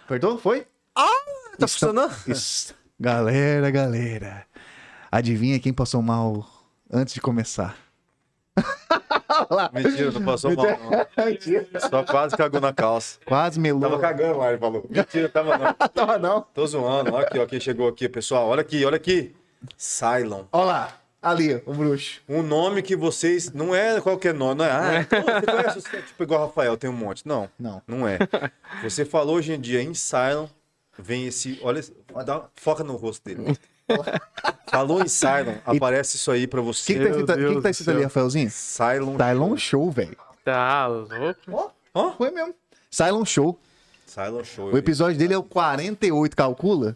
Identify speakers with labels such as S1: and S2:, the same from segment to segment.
S1: Apertou? Foi?
S2: Tá funcionando?
S1: Galera. Adivinha quem passou mal antes de começar?
S2: Mentira, não passou mal, não.
S1: Mentira.
S2: Só quase cagou na calça.
S1: Quase melou.
S2: Tava cagando lá, ele falou. Mentira, tava não.
S1: Tava não.
S2: Tô zoando. Olha aqui, ó. Quem chegou aqui, pessoal. Olha aqui. Cylon.
S1: Olha lá. Ali, o bruxo.
S2: Um nome que vocês... Não é qualquer nome, não é? Pô, você conhece? Você, tipo igual o Rafael, tem um monte. Não. Não é. Você falou hoje em dia em Cylon, vem esse... Olha, foca no rosto dele. Falou em Cylon, aparece isso aí pra você.
S1: O que tá escrito ali, Rafaelzinho?
S2: Cylon
S1: Show, velho.
S3: Tá louco.
S1: Ó, foi mesmo. Cylon Show.
S2: Cylon Show.
S1: O episódio dele é o 48, calcula?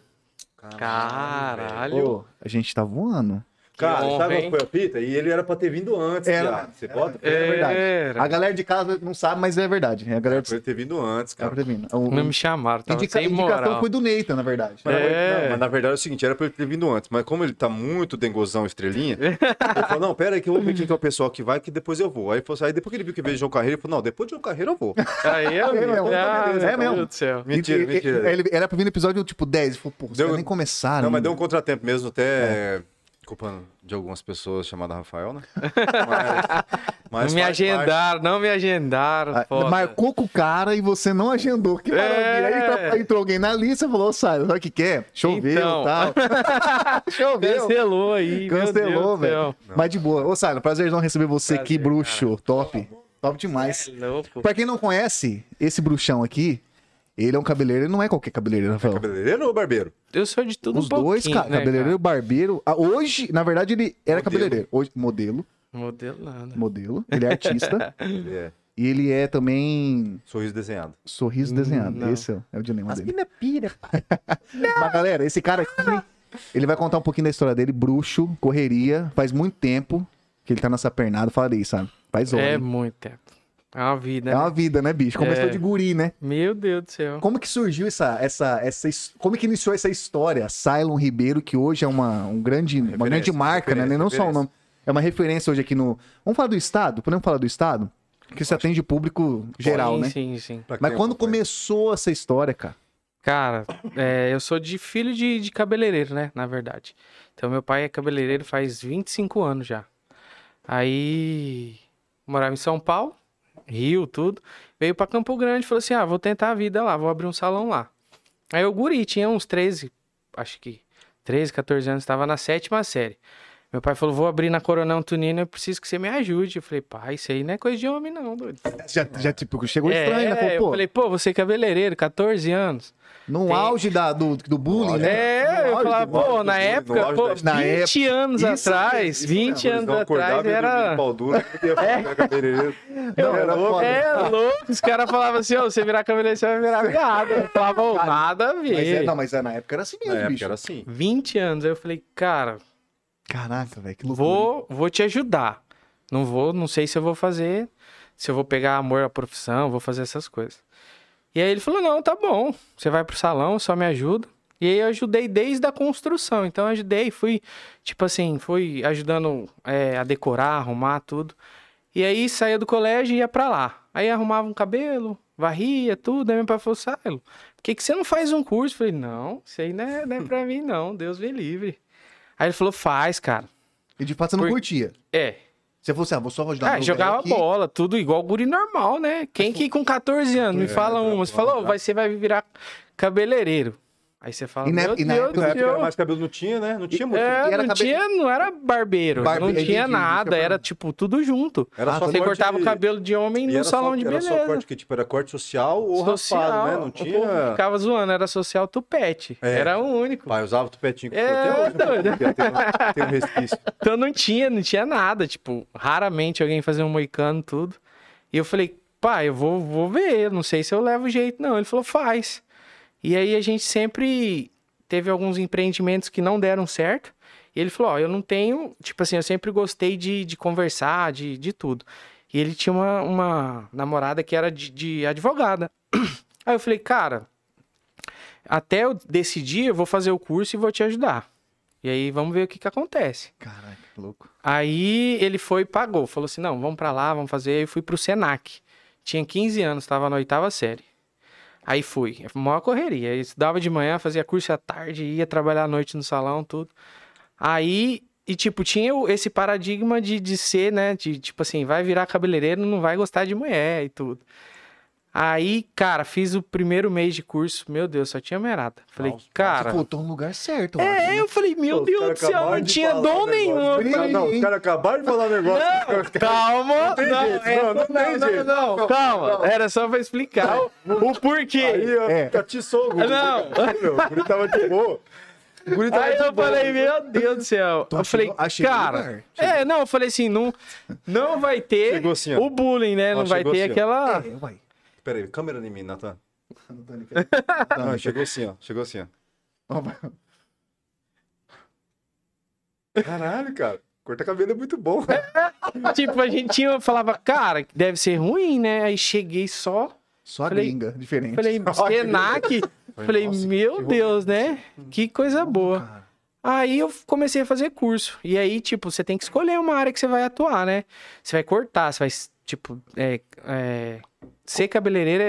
S3: Caralho.
S1: Ô, a gente tá voando.
S2: Cara,
S3: honra,
S2: sabe
S3: hein?
S2: qual foi a fita? E ele era pra ter vindo antes, viado. Você bota?
S1: É verdade.
S3: Era.
S1: A galera de casa não sabe, mas é verdade. A galera
S2: Foi ter vindo antes,
S1: tá
S2: cara.
S1: vindo.
S3: Não me chamaram, tava sem
S1: Indicação
S3: moral.
S1: foi do Neita, na verdade.
S2: Não, mas na verdade é o seguinte, era pra ele ter vindo antes. Mas como ele tá muito dengozão, estrelinha, ele falou, não, pera aí que eu vou ver quem que é o pessoal que vai, que depois eu vou. Aí, falou assim, aí depois que ele viu que veio de João Carreiro, ele falou, não, depois de João Carreiro eu vou.
S3: Aí é
S1: mesmo,
S3: mesmo.
S1: é mesmo.
S3: Meu Deus do céu.
S2: Mentira.
S1: Ele era pra vir no episódio tipo 10. Ele falou, pô, os caras nem começaram.
S2: Não, mas deu um contratempo mesmo, até... Culpa de algumas pessoas chamadas Rafael, né? Mas
S3: Não me agendaram. Foda.
S1: Marcou com o cara e você não agendou. Que maravilha. Aí entrou alguém na lista e falou, sai, sabe o que é? Choveu e
S3: Então.
S1: tal. Choveu.
S3: Cancelou aí.
S1: Cancelou,
S3: meu Deus do céu.
S1: velho. Mas de boa. Ô, Silo, prazerzão receber você aqui, bruxo. Top. Top demais.
S3: É louco.
S1: Pra quem não conhece, esse bruxão aqui, ele é um cabeleireiro, ele não é qualquer cabeleireiro, Rafael.
S2: Cabeleireiro ou barbeiro?
S3: Eu sou de tudo
S1: Os
S3: um pouquinho,
S1: dois, cara,
S3: né,
S1: cabeleireiro e barbeiro. Hoje, na verdade, ele era
S2: Modelo.
S1: cabeleireiro. Hoje, modelo.
S3: Modelo nada.
S1: Ele é artista.
S2: Ele é.
S1: E ele é também
S2: Sorriso desenhado.
S1: sorriso desenhado.
S3: não.
S1: Esse é o dilema dele.
S2: mina pira, pai.
S1: Mas, galera, esse cara aqui, ele vai contar um pouquinho da história dele. Bruxo, correria. Faz muito tempo que ele tá nessa pernada. Fala aí, sabe? Faz hora.
S3: É
S1: hein?
S3: muito tempo. É uma vida,
S1: É uma vida, né, bicho? Começou
S3: É.
S1: de guri, né?
S3: Meu Deus do céu.
S1: Como que surgiu como que iniciou essa história? Cylon Ribeiro, que hoje é uma grande marca, né? Não só o nome. É uma referência hoje aqui no... Vamos falar do Estado? Podemos falar do Estado? Porque você atende público geral,
S3: sim,
S1: né?
S3: Sim.
S1: Mas quando começou essa história, cara?
S3: Cara, eu sou filho de cabeleireiro, né? Na verdade. Então, meu pai é cabeleireiro faz 25 anos já. Aí, morava em São Paulo, Rio, tudo. Veio pra Campo Grande e falou assim, vou tentar a vida lá, vou abrir um salão lá. Aí o guri tinha uns 13, acho que 13, 14 anos, estava na 7ª série. Meu pai falou, vou abrir na Coronel Antonino, eu preciso que você me ajude. Eu falei, pai, isso aí não é coisa de homem não, doido.
S1: Já tipo, chegou estranho, né? Falou,
S3: eu falei, pô, você é cabeleireiro, 14 anos.
S1: No auge do bullying, né?
S3: Eu falava, pô, na época, pô,
S1: na
S3: 20 anos atrás, 20 anos atrás era...
S2: Não, era louco.
S3: É louco, os caras falavam assim, você virar cabeleireiro, você vai virar viado. Eu falava, nada a ver.
S1: Mas na época era assim mesmo, bicho.
S2: Era assim.
S3: 20 anos, aí eu falei, cara...
S1: Caraca, velho, que loucura.
S3: Vou te ajudar. Não sei se eu vou fazer, se eu vou pegar amor à profissão, vou fazer essas coisas. E aí ele falou, não, tá bom, você vai pro salão, só me ajuda. E aí eu ajudei desde a construção, então eu ajudei, fui ajudando a decorar, arrumar tudo. E aí saía do colégio e ia pra lá. Aí arrumava um cabelo, varria, tudo. Aí meu pai falou, Silo, por que você não faz um curso? Eu falei, não, isso aí não é pra mim não, Deus me livre. Aí ele falou, faz, cara.
S1: E de fato você não curtia? Você falou assim, vou só ajudar meu
S3: jogava
S1: aqui.
S3: bola, tudo igual guri normal, né? Quem que com 14 anos me fala uma? Você falou, você vai virar cabeleireiro. Aí você fala, meu Deus do
S2: Na época era
S3: céu.
S2: mais cabelo, não tinha, né? Não tinha muito.
S3: Não era barbeiro, não tinha nada, era tipo tudo junto.
S2: Era só
S3: Você
S2: corte
S3: cortava o cabelo de homem no salão de beleza.
S2: Era só corte que tipo, era corte social ou raspado, né? Não
S3: O
S2: tinha...
S3: povo ficava zoando, era social tupete. Era o único.
S2: Pai, usava tupetinho.
S3: Doido.
S2: Tem um resquício.
S3: Então não tinha nada, tipo, raramente alguém fazia um moicano, tudo. E eu falei, pai, eu vou ver, não sei se eu levo jeito não. Ele falou, faz. E aí a gente sempre teve alguns empreendimentos que não deram certo. E ele falou, eu não tenho... Tipo assim, eu sempre gostei de conversar, de tudo. E ele tinha uma namorada que era de advogada. Aí eu falei, cara, até eu decidir, eu vou fazer o curso e vou te ajudar. E aí vamos ver o que acontece.
S1: Caraca, que louco.
S3: Aí ele foi e pagou. Falou assim, não, vamos pra lá, vamos fazer. Aí eu fui pro Senac. Tinha 15 anos, tava na 8ª série. Aí fui. Maior correria. Eu estudava de manhã, fazia curso à tarde, ia trabalhar à noite no salão, tudo. Aí, e tipo, tinha esse paradigma de ser, né? De tipo assim, vai virar cabeleireiro, não vai gostar de mulher e tudo. Aí, cara, fiz o primeiro mês de curso. Meu Deus, só tinha mulherada. Falei, cara...
S1: Você tô no lugar certo, eu acho, né?
S3: eu falei, meu Deus do céu, não tinha dom nenhum.
S2: Não, os caras acabaram de falar um negócio.
S3: Calma.
S2: Não,
S3: Calma. Era só pra explicar o porquê.
S2: Aí, atiçou o guri.
S3: Não.
S2: O guri tava de boa.
S3: Aí eu falei, meu Deus do céu. Eu falei, cara... eu falei assim, não vai ter
S2: Chegou assim, ó.
S3: o bullying, né? Não vai ter
S2: assim,
S3: aquela...
S2: Pera aí, câmera em mim, Nathan. Não, chegou assim, ó. Caralho, cara. Cortar cabelo é muito bom.
S3: Tipo, a gente falava, cara, deve ser ruim, né? Aí cheguei só
S1: a gringa, diferente.
S3: Falei, Senac. Falei, meu Deus, né? Que coisa boa.
S1: Cara.
S3: Aí eu comecei a fazer curso. E aí, tipo, você tem que escolher uma área que você vai atuar, né? Você vai cortar, você vai, tipo... Ser cabeleireiro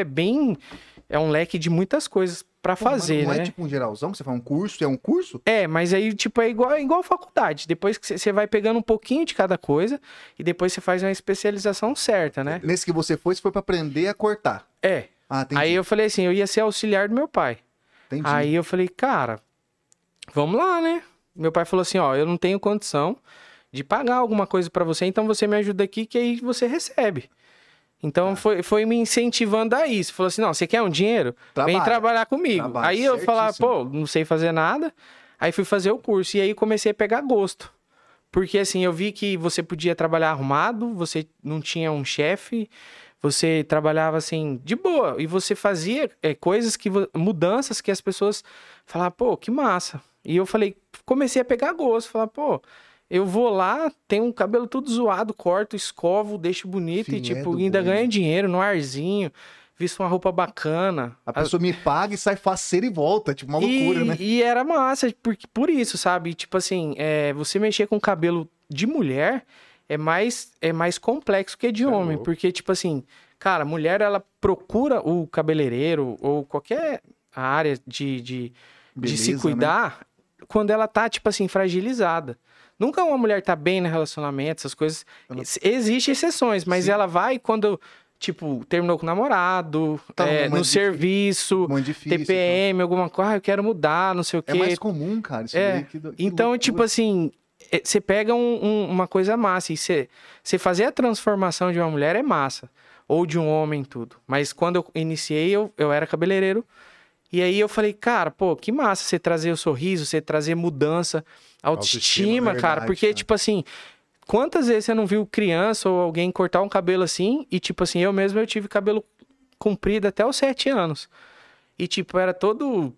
S3: é um leque de muitas coisas pra fazer,
S1: não
S3: né?
S1: Não é tipo um geralzão que você faz um curso, é um curso?
S3: Mas aí, tipo, é igual faculdade. Depois que você vai pegando um pouquinho de cada coisa e depois você faz uma especialização certa, né?
S1: Nesse que você foi pra aprender a cortar. Ah, entendi.
S3: Aí eu falei assim, eu ia ser auxiliar do meu pai.
S1: Entendi.
S3: Aí eu falei, cara, vamos lá, né? Meu pai falou assim, ó, eu não tenho condição de pagar alguma coisa pra você, então você me ajuda aqui que aí você recebe. Então foi me incentivando a isso. Falou assim, não, você quer um dinheiro? Vem trabalhar comigo. Aí eu falava, pô, não sei fazer nada. Aí fui fazer o curso e aí comecei a pegar gosto. Porque assim, eu vi que você podia trabalhar arrumado, você não tinha um chefe, você trabalhava assim, de boa. E você fazia coisas mudanças que as pessoas falavam, pô, que massa. E eu falei, comecei a pegar gosto. Falar, pô, eu vou lá, tenho um cabelo tudo zoado, corto, escovo, deixo bonito e tipo, ainda ganho dinheiro no arzinho. Visto uma roupa bacana.
S1: A pessoa me paga e sai faceira e volta. Tipo, uma loucura, né?
S3: E era massa, por isso, sabe? Tipo assim, você mexer com cabelo de mulher é mais complexo que de homem.
S2: Louco.
S3: Porque, tipo assim, cara, a mulher, ela procura o cabeleireiro ou qualquer área de se cuidar, né? Quando ela tá, tipo assim, fragilizada. Nunca uma mulher tá bem no relacionamento, essas coisas. Existem exceções, mas ela vai quando... Tipo, terminou com o namorado, no serviço, difícil, TPM, então. Alguma coisa, eu quero mudar, não sei o quê.
S1: É mais comum, cara. Isso
S3: então, loucura. Tipo assim, você pega uma coisa massa e você fazer a transformação de uma mulher é massa. Ou de um homem, tudo. Mas quando eu iniciei, eu era cabeleireiro. E aí eu falei, cara, pô, que massa você trazer o sorriso, você trazer mudança, autoestima, cara. Porque, cara. Tipo assim... Quantas vezes você não viu criança ou alguém cortar um cabelo assim? E, tipo assim, eu tive cabelo comprido até os 7 anos. E, tipo, era todo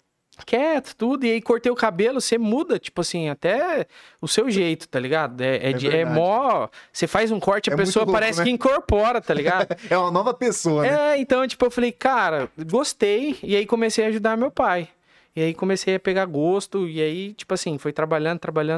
S3: quieto, tudo. E aí, cortei o cabelo, você muda, tipo assim, até o seu jeito, tá ligado? É mó... Você faz um corte, a pessoa louco, parece, né? Que incorpora, tá ligado?
S1: É uma nova pessoa, né?
S3: Então, tipo, eu falei, cara, gostei. E aí, comecei a ajudar meu pai. E aí, comecei a pegar gosto. E aí, tipo assim, foi trabalhando.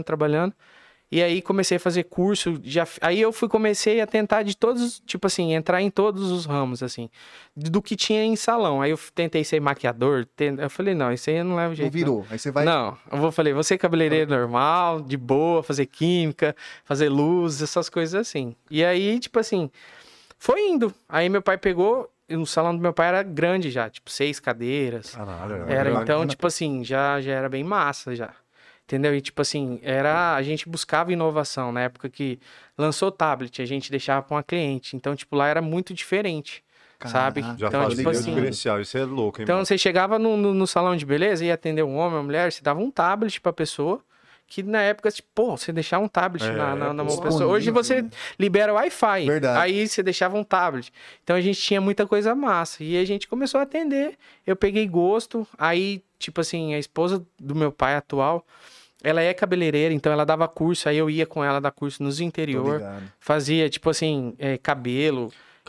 S3: E aí comecei a fazer curso, aí eu comecei a tentar de todos, tipo assim, entrar em todos os ramos, assim, do que tinha em salão. Aí eu tentei ser maquiador, eu falei, não, isso aí não leva jeito.
S1: Não virou,
S3: não.
S1: Aí você vai...
S3: Não, falei, vou ser cabeleireiro normal, de boa, fazer química, fazer luz, essas coisas assim. E aí, tipo assim, foi indo. Aí meu pai pegou, o salão do meu pai era grande já, tipo, 6 cadeiras.
S2: Caralho,
S3: então, tipo assim, já era bem massa já. Entendeu? E tipo assim, a gente buscava inovação. Na época que lançou o tablet, a gente deixava para uma cliente. Então, tipo, lá era muito diferente, sabe?
S2: Já
S3: então,
S2: fazia
S3: tipo assim,
S2: diferencial, isso é louco, hein,
S3: então,
S2: mano?
S3: Você chegava no salão de beleza, ia atender um homem, uma mulher, você dava um tablet pra pessoa, que na época, tipo, pô, você deixava um tablet na mão da pessoa. Hoje você libera o Wi-Fi, aí você deixava um tablet. Então, a gente tinha muita coisa massa. E a gente começou a atender, eu peguei gosto, aí, tipo assim, a esposa do meu pai atual... Ela é cabeleireira, então ela dava curso, aí eu ia com ela dar curso nos interior, fazia, tipo assim, cabelo,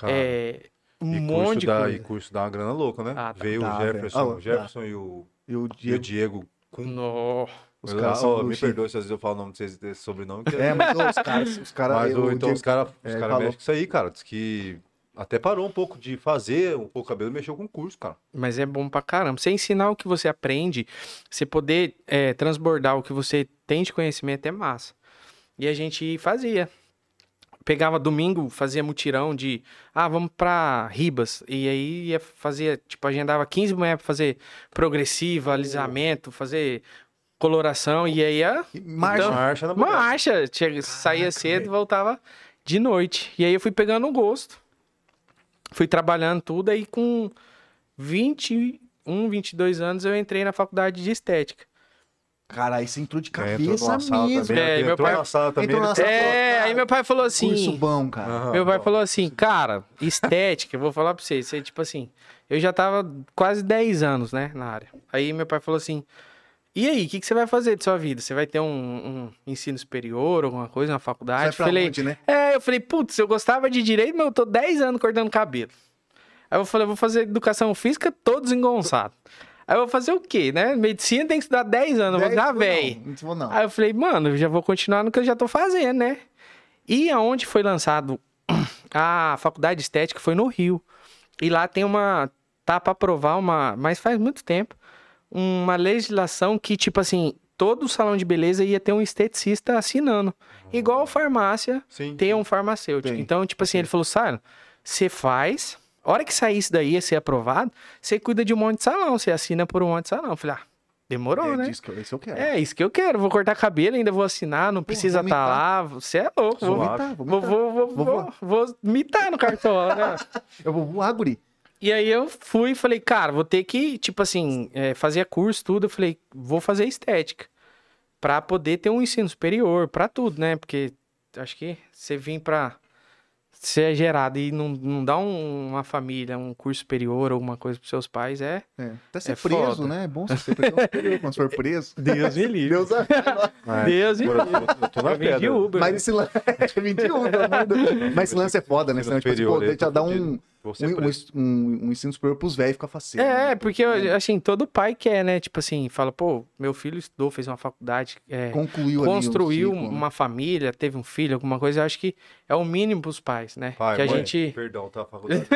S3: monte de coisa.
S2: E curso dá uma grana louca, né? Veio o Jefferson e o Diego.
S1: Os caras são
S2: me perdoe se às vezes eu falo o nome de vocês, desse sobrenome.
S1: Mas os caras...
S2: Os caras mexem com isso aí, cara. Diz que até parou um pouco de fazer um pouco o cabelo e mexeu com o curso, cara.
S3: Mas é bom pra caramba. Você ensinar o que você aprende, você poder transbordar o que você tem de conhecimento é massa. E a gente fazia. Pegava domingo, fazia mutirão de... vamos pra Ribas. E aí ia fazer, tipo, agendava 15 manhã pra fazer progressiva, alisamento, fazer coloração. E aí ia... Marcha. Saía cedo e voltava de noite. E aí eu fui pegando um gosto. Fui trabalhando tudo. Aí com 21, 22 anos eu entrei na faculdade de estética.
S1: Cara, aí você entrou de cabeça mesmo.
S3: Meu pai... aí meu pai falou assim...
S1: Curso bom, cara.
S3: Meu pai falou assim, cara, estética, eu vou falar pra você, tipo assim, eu já tava quase 10 anos, né, na área. Aí meu pai falou assim, e aí, o que você vai fazer de sua vida? Você vai ter um ensino superior, alguma coisa, na faculdade?
S1: Vai pra onde, né?
S3: Eu falei, putz, eu gostava de direito, mas eu tô 10 anos cortando cabelo. Aí eu falei, eu vou fazer educação física, todo desengonçado. Aí eu vou fazer o quê, né? Medicina tem que estudar 10 anos, eu vou ficar velho.
S1: Não.
S3: Aí eu falei, mano, eu já vou continuar no que eu já tô fazendo, né? E aonde foi lançado a faculdade de estética foi no Rio. E lá tem tá pra aprovar mas faz muito tempo, uma legislação que, tipo assim, todo salão de beleza ia ter um esteticista assinando. Igual a farmácia tem um farmacêutico. Então, tipo assim, ele falou, Silo, você faz... A hora que sair isso daí, ser aprovado, você cuida de um monte de salão, você assina por um monte de salão. Eu falei, demorou, né?
S1: Isso que eu quero.
S3: É, isso que eu quero. Vou cortar cabelo, ainda vou assinar, não precisa estar lá. Você é louco. Vou mitar no cartão, né?
S1: Eu vou voar, guri.
S3: E aí eu fui e falei, cara, vou ter que, tipo assim, fazer curso, tudo. Eu falei, vou fazer estética. Pra poder ter um ensino superior, pra tudo, né? Porque acho que você vir pra... ser é gerado e não dá uma família, um curso superior, alguma coisa pros seus pais, até
S1: ser preso,
S3: foda.
S1: né? É bom ser preso quando for preso.
S3: Deus me livre.
S1: Deus
S3: me livre.
S2: Eu tô na pedra.
S3: Uber.
S1: Mas esse lance... Mas esse lance é foda, né? Senão, tipo, deixa dar um ensino superior pros velhos ficar faceiro.
S3: Porque, assim, todo pai quer, né? Tipo assim, fala, pô, meu filho estudou, fez uma faculdade, construiu uma família, teve um filho, alguma coisa. Eu acho que é o mínimo pros pais, né?
S2: Pai,
S3: que a gente...
S2: Perdão, tá?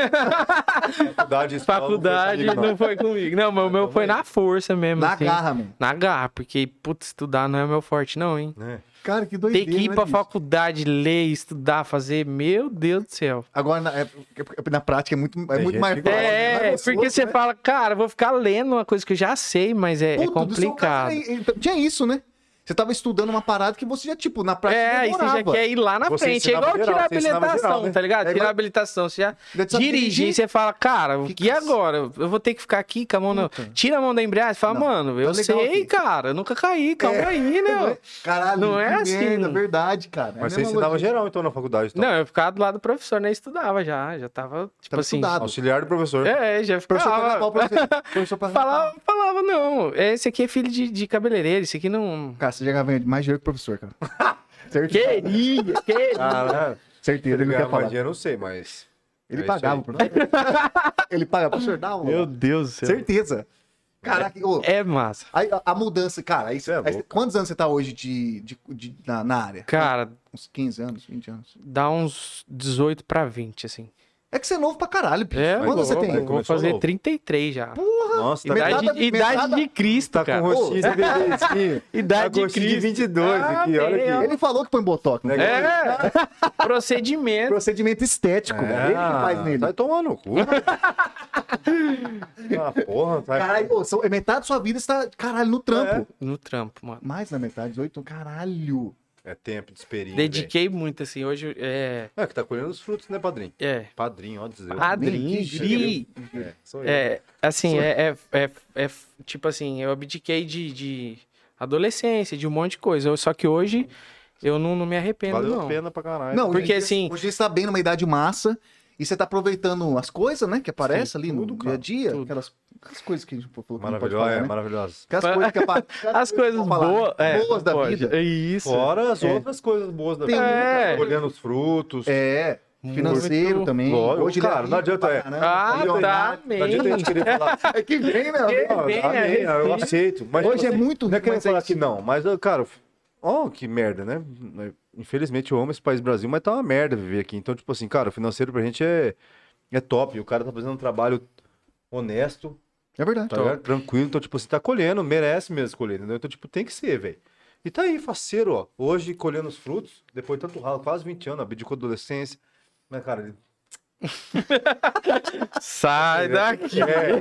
S3: Faculdade não foi comigo. Não, mas o meu foi na força mesmo.
S1: Na garra, mano.
S3: Na garra, porque, putz, estudar não é meu forte, não, hein?
S1: Cara, que doideira.
S3: Tem que ir pra faculdade, ler, estudar, fazer. Meu Deus do céu.
S1: Agora, na prática, é muito mais fácil.
S3: Porque você fala, cara, vou ficar lendo uma coisa que eu já sei, mas é complicado.
S1: Tinha isso, né? Você tava estudando uma parada que você já, tipo, na prática
S3: e você já quer ir lá na frente. É igual tirar a habilitação, né? Tá ligado? Tirar a habilitação, você já dirige e você fala, cara, e agora? Eu vou ter que ficar aqui com a mão na... Tira a mão da embreagem e fala, mano, eu sei, cara, eu nunca caí, calma aí, né?
S1: Caralho,
S3: não é assim.
S1: É verdade, cara.
S2: Mas você ensinava geral, então, na faculdade?
S3: Não, eu ficava do lado do professor, né? Estudava já tava, tipo assim...
S2: Auxiliar do professor.
S3: Já ficava... Falava, não, esse aqui é filho de cabeleireiro, esse aqui não...
S1: Cara, você já ganha mais dinheiro que o professor, cara.
S3: Queria.
S1: Certeza, ele não quer falar.
S2: Eu não sei, mas...
S1: Ele pagava o professor. Ele pagava o professor, dá um...
S3: Meu Deus do céu.
S1: Certeza. Caraca,
S3: é massa.
S1: A mudança, cara, quantos anos você tá hoje na área?
S3: Cara...
S1: Uns 15 anos, 20 anos.
S3: Dá uns 18 pra 20, assim.
S1: É que você é novo pra caralho, bicho.
S3: Quantos você tem? Vou fazer 33 já.
S1: Porra!
S2: Nossa,
S3: idade de Cristo,
S2: tá
S3: cara.
S2: com rostinho de bebezinho.
S3: Idade de Cristo.
S2: De 22 aqui, olha aqui.
S1: Ele falou que põe botox, né?
S3: Procedimento.
S1: Procedimento estético, velho. Ele que faz nele.
S2: Vai tomar no cu. Porra.
S1: Caralho, metade da sua vida está, caralho, no trampo.
S3: No trampo, mano.
S1: Mais na metade, 18, caralho.
S2: É tempo de experiência.
S3: Dediquei muito, assim, hoje
S2: que tá colhendo os frutos, né, padrinho? Padrinho, ó, dizer.
S3: Padrinho.
S2: Sou eu.
S3: Assim, tipo assim, eu abdiquei de adolescência, de um monte de coisa. Só que hoje eu não me arrependo, não.
S2: Valeu a pena pra caralho.
S1: Não,
S3: porque assim...
S1: Hoje você tá bem numa idade massa e você tá aproveitando as coisas, né, que aparecem ali no dia a dia.
S3: Tudo.
S1: Aquelas coisas que a gente falou.
S2: Maravilhoso.
S1: Aquelas coisas que
S3: as coisas boas
S1: da vida.
S3: Isso.
S2: Fora as outras coisas boas da vida. Colhendo os frutos.
S1: Financeiro também.
S2: Lógico,
S1: hoje
S2: cara, não adianta.
S3: Também.
S2: Não adianta a gente querer falar.
S1: É que vem, meu.
S2: Eu aceito. Mas
S1: hoje é muito...
S2: Não é querer falar que não, mas, cara... que merda, né? Infelizmente eu amo esse país Brasil, mas tá uma merda viver aqui. Então, tipo assim, cara, o financeiro pra gente é top. O cara tá fazendo um trabalho honesto.
S1: É verdade.
S2: Tá tranquilo. Então, tipo, você tá colhendo, merece mesmo colher, entendeu? Então, tipo, tem que ser, velho. E tá aí, faceiro, ó. Hoje, colhendo os frutos, depois de tanto ralo, quase 20 anos, abdicou da adolescência. Mas, cara, ele...
S3: Sai daqui.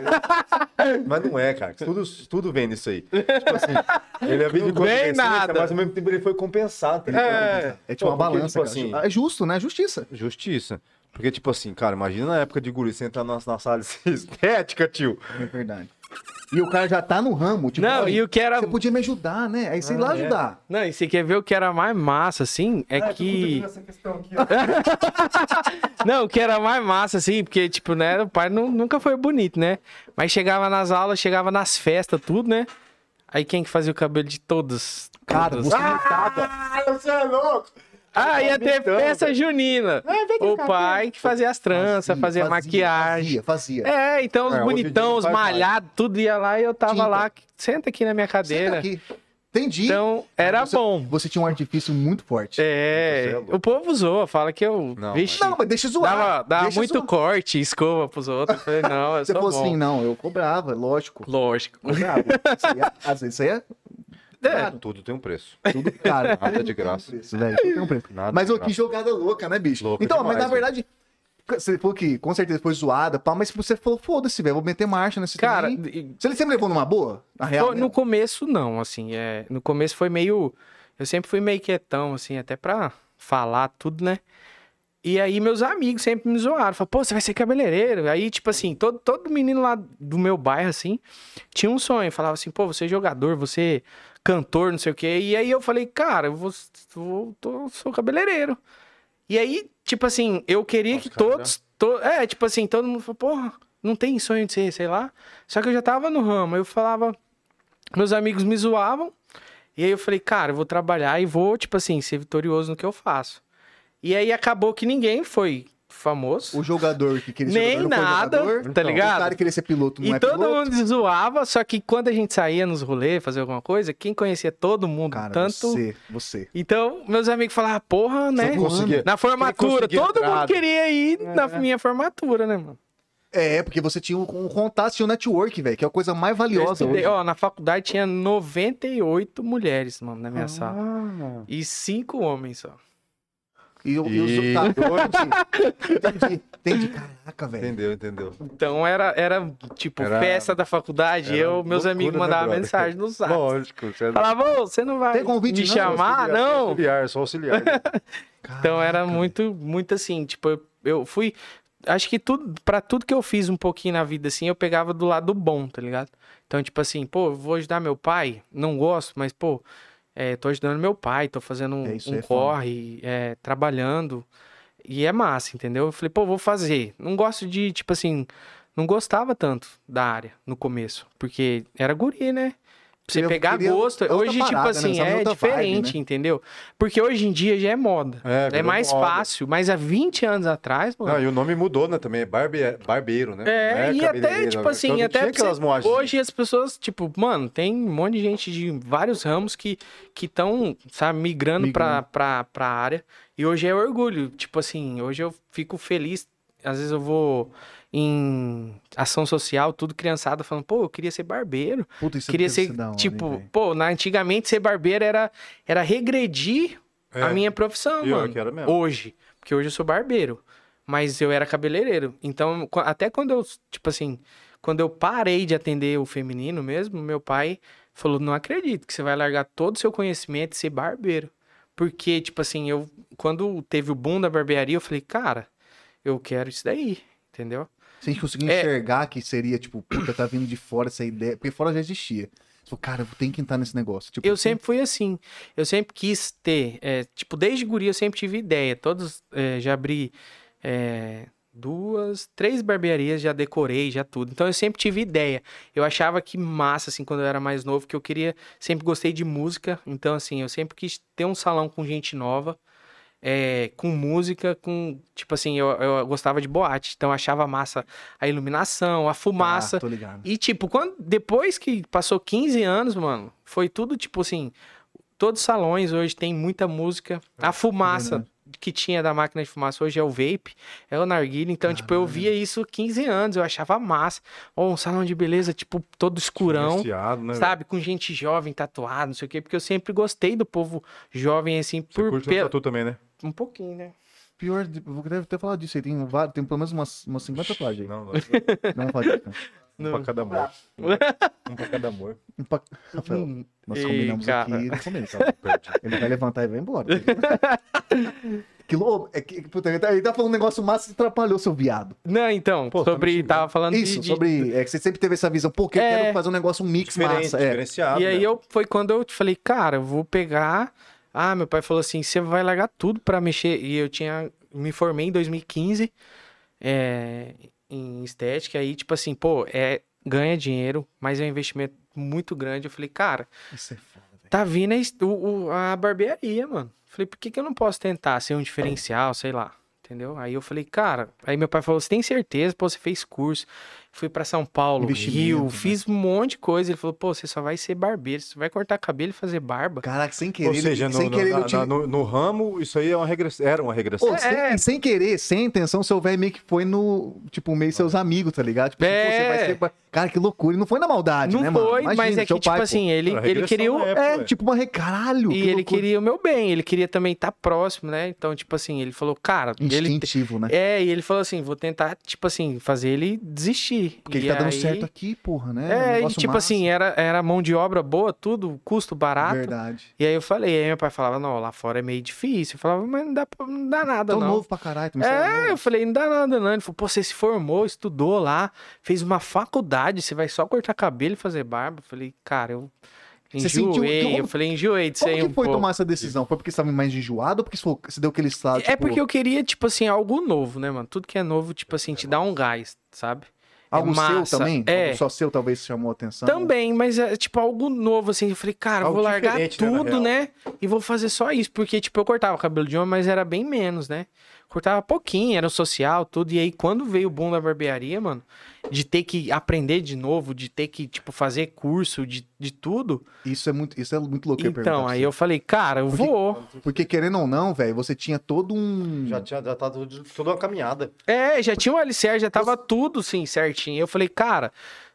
S2: Mas não é, cara. Tudo vem nisso aí. Tipo assim, ele abdicou da adolescência, mas ao mesmo tempo ele foi compensado.
S1: É tipo uma balança,
S2: tipo assim,
S1: é justo, né? Justiça.
S2: Justiça. Porque, tipo assim, cara, imagina na época de guri, você entrar na sala de estética, tio.
S1: É verdade. E o cara já tá no ramo, tipo,
S3: não, e o que era...
S1: Você podia me ajudar, né? Aí você ia lá ajudar.
S3: Não, e você quer ver o que era mais massa, assim, que...
S2: Essa questão aqui, ó.
S3: Não, o que era mais massa, assim, porque, tipo, né, o pai nunca foi bonito, né? Mas chegava nas aulas, chegava nas festas, tudo, né? Aí quem que fazia o cabelo de todos?
S1: Cara, você não tava.
S2: Você é louco!
S3: Ia ter festa junina. O pai que fazia as tranças, fazia maquiagem.
S1: Fazia.
S3: Então os bonitão, os malhados, tudo ia lá e eu tava lá. Senta aqui na minha cadeira.
S1: Senta aqui. Entendi.
S3: Então, era bom.
S1: Você tinha um artifício muito forte.
S3: O povo zoa, fala que eu...
S2: Não,
S1: mas deixa zoar.
S3: Dava muito corte, escova pros outros. Eu falei, não, eu
S1: Você
S3: sou
S1: falou
S3: bom.
S1: assim, não, eu cobrava, lógico.
S3: Cobrava.
S1: Às vezes isso aí é...
S2: Tudo tem um preço.
S1: Tudo caro.
S2: Nada de graça.
S1: Velho, tudo tem um preço.
S2: Nada
S1: Mas que jogada louca, né, bicho?
S2: Louca
S1: então,
S2: demais,
S1: mas na verdade, você falou que com certeza foi zoada, pá, mas você falou, foda-se, velho, vou meter marcha nesse
S3: Cara,
S1: trem. Você sempre levou numa boa? Na real?
S3: No começo, não, assim, no começo foi meio... Eu sempre fui meio quietão, assim, até pra falar tudo, né? E aí meus amigos sempre me zoaram, falaram, pô, você vai ser cabeleireiro. Aí, tipo assim, todo menino lá do meu bairro, assim, tinha um sonho, falava assim, pô, você é jogador, você é cantor, não sei o quê. E aí eu falei, cara, eu sou cabeleireiro. E aí, tipo assim, eu queria que todos... tipo assim, todo mundo falou, porra, não tem sonho de ser, sei lá. Só que eu já tava no ramo, eu falava... Meus amigos me zoavam. E aí eu falei, cara, eu vou trabalhar e vou, tipo assim, ser vitorioso no que eu faço. E aí acabou que ninguém foi famoso.
S1: O jogador que queria ser
S3: nem
S1: jogador,
S3: nada,
S1: jogador,
S3: tá ligado?
S1: O cara que queria ser piloto não
S3: e
S1: é
S3: todo
S1: piloto.
S3: mundo zoava, só que quando a gente saía nos rolês, fazer alguma coisa, quem conhecia todo mundo,
S1: Cara,
S3: tanto...
S1: Você.
S3: Então, meus amigos falavam, porra, né? Na formatura, todo mundo queria ir na minha formatura, né, mano?
S1: Porque você tinha um contato, tinha um network, velho, que é a coisa mais valiosa hoje.
S3: Na faculdade tinha 98 mulheres, mano, na minha sala. E 5 homens só.
S1: E os Entendi. Caraca, velho.
S2: Entendeu.
S3: Então era tipo, festa da faculdade. Meus amigos mandavam mensagem no zap.
S2: Lógico.
S3: Falavam, você não vai me chamar? Não.
S2: Só auxiliar.
S3: Então era muito assim, tipo, eu fui... Acho que pra tudo que eu fiz um pouquinho na vida, assim, eu pegava do lado bom, tá ligado? Então, tipo assim, pô, eu vou ajudar meu pai, não gosto, mas, pô, tô ajudando meu pai, tô fazendo um corre, trabalhando, e é massa, entendeu? Eu falei, pô, vou fazer. Não gosto de, tipo assim, não gostava tanto da área no começo, porque era guri, né? Pra você pegar gosto. Hoje, tipo assim, é diferente, vibe, né? Entendeu? Porque hoje em dia já é moda. É mais fácil. Mas há 20 anos atrás, mano...
S2: Não, e o nome mudou, né? Também é barbeiro, né?
S3: E até, tipo assim, então, até hoje as pessoas, tipo, mano, tem um monte de gente de vários ramos que estão, sabe, migrando pra área. E hoje é orgulho. Tipo assim, hoje eu fico feliz. Às vezes eu vou em ação social, tudo criançada, falando, pô, eu queria ser barbeiro.
S1: Puta, isso
S3: queria ser, tipo, pô, antigamente ser barbeiro era regredir a minha profissão, mano.
S2: Que era mesmo.
S3: Hoje. Porque hoje eu sou barbeiro. Mas eu era cabeleireiro. Então, até quando eu, tipo assim, quando eu parei de atender o feminino mesmo, meu pai falou, não acredito que você vai largar todo o seu conhecimento e ser barbeiro. Porque, tipo assim, quando teve o boom da barbearia, eu falei, cara, eu quero isso daí, entendeu?
S1: Se a gente conseguir enxergar que seria, tipo, puta, tá vindo de fora essa ideia, porque fora já existia. Você falou, cara, eu tenho que entrar nesse negócio. Tipo,
S3: eu sempre fui assim, eu sempre quis ter, tipo, desde guri eu sempre tive ideia, já abri 2, 3 barbearias, já decorei, já tudo. Então eu sempre tive ideia. Eu achava que massa, assim, quando eu era mais novo, que eu sempre gostei de música, então assim, eu sempre quis ter um salão com gente nova, com música, tipo assim, eu gostava de boate, então eu achava massa a iluminação, a fumaça.
S1: Tô ligado.
S3: E tipo, depois que passou 15 anos, mano, foi tudo tipo assim, todos os salões hoje tem muita música, a fumaça que tinha da máquina de fumaça hoje é o vape, é o narguilé. Então, tipo, eu via isso 15 anos, eu achava massa. Ou um salão de beleza, tipo, todo escurão,
S2: né,
S3: sabe? Com gente jovem, tatuada, não sei o quê. Porque eu sempre gostei do povo jovem, assim,
S2: Você curte tatu também, né?
S3: Um pouquinho, né?
S1: Pior, vou ter falado disso aí. Tem pelo menos umas 50 tatuagens aí.
S2: Não
S1: Não pode disso.
S2: Um pra cada amor. Um pra cada amor.
S1: Rafael, nós combinamos
S3: cara.
S1: aqui. Não combinamos, ele vai levantar e vai embora. Ele tá falando um negócio massa e atrapalhou, seu viado.
S3: Não, então, tava falando
S1: isso, sobre... É que você sempre teve essa visão. Pô, que eu quero fazer um negócio mix massa.
S2: Diferenciado.
S3: E aí foi quando eu falei, cara, eu vou pegar... Ah, meu pai falou assim, você vai largar tudo pra mexer. E eu me formei em 2015 em estética. Aí, tipo assim, pô, ganha dinheiro, mas é um investimento muito grande. Eu falei, cara,
S1: isso é foda, velho.
S3: Tá vindo a barbearia, mano. Falei, por que eu não posso tentar ser um diferencial, sei lá, entendeu? Aí eu falei, cara... Aí meu pai falou, você tem certeza? Pô, você fez curso. Fui pra São Paulo, Rio, né? Fiz um monte de coisa. Ele falou, pô, você só vai ser barbeiro, você vai cortar cabelo e fazer barba.
S1: Caraca, sem querer.
S2: Ou seja, no ramo, isso aí era uma regressão.
S1: Sem querer, sem intenção, seu velho meio que foi no, tipo, meio seus amigos, tá ligado? Tipo, você vai ser... Cara, que loucura. E não foi na maldade,
S3: não
S1: né, mano?
S3: Não foi, mas é que, tipo assim, ele queria o...
S1: tipo uma caralho.
S3: E ele queria o meu bem, ele queria também estar próximo, né? Então, tipo assim, ele falou, cara...
S1: Instintivo, né?
S3: E ele falou assim, vou tentar, tipo assim, fazer ele desistir.
S1: Porque ele tá dando certo aqui, porra, né?
S3: E tipo assim, era mão de obra boa, tudo, custo barato.
S1: Verdade.
S3: E aí eu falei, aí meu pai falava, não, lá fora é meio difícil. Eu falava, mas não dá nada, não.
S1: Tão novo pra caralho.
S3: Eu falei, não dá nada, não. Ele falou, pô, você se formou, estudou lá, fez uma faculdade, você vai só cortar cabelo e fazer barba. Eu falei, cara, eu enjoei. Eu falei, enjoei disso aí
S1: Como que foi tomar essa decisão? Foi porque você estava mais enjoado ou porque você deu aquele estado,
S3: tipo... É porque eu queria, tipo assim, algo novo, né, mano? Tudo que é novo, tipo assim, te dá um gás, sabe?
S1: Algo seu também? Algo só seu talvez chamou a atenção?
S3: Também, mas é tipo algo novo, assim. Eu falei, cara, eu vou largar tudo, né? E vou fazer só isso. Porque, tipo, eu cortava cabelo de homem, mas era bem menos, né? Cortava pouquinho, era social, tudo. E aí, quando veio o boom da barbearia, mano, de ter que aprender de novo, de ter que, tipo, fazer curso de tudo.
S1: Isso é muito louco.
S3: Então, aí eu falei, cara, eu vou.
S1: Porque, querendo ou não, velho, você tinha todo um...
S2: Já tá toda uma caminhada.
S3: Já tinha um alicerce, já tava tudo, sim, certinho. Eu falei, cara,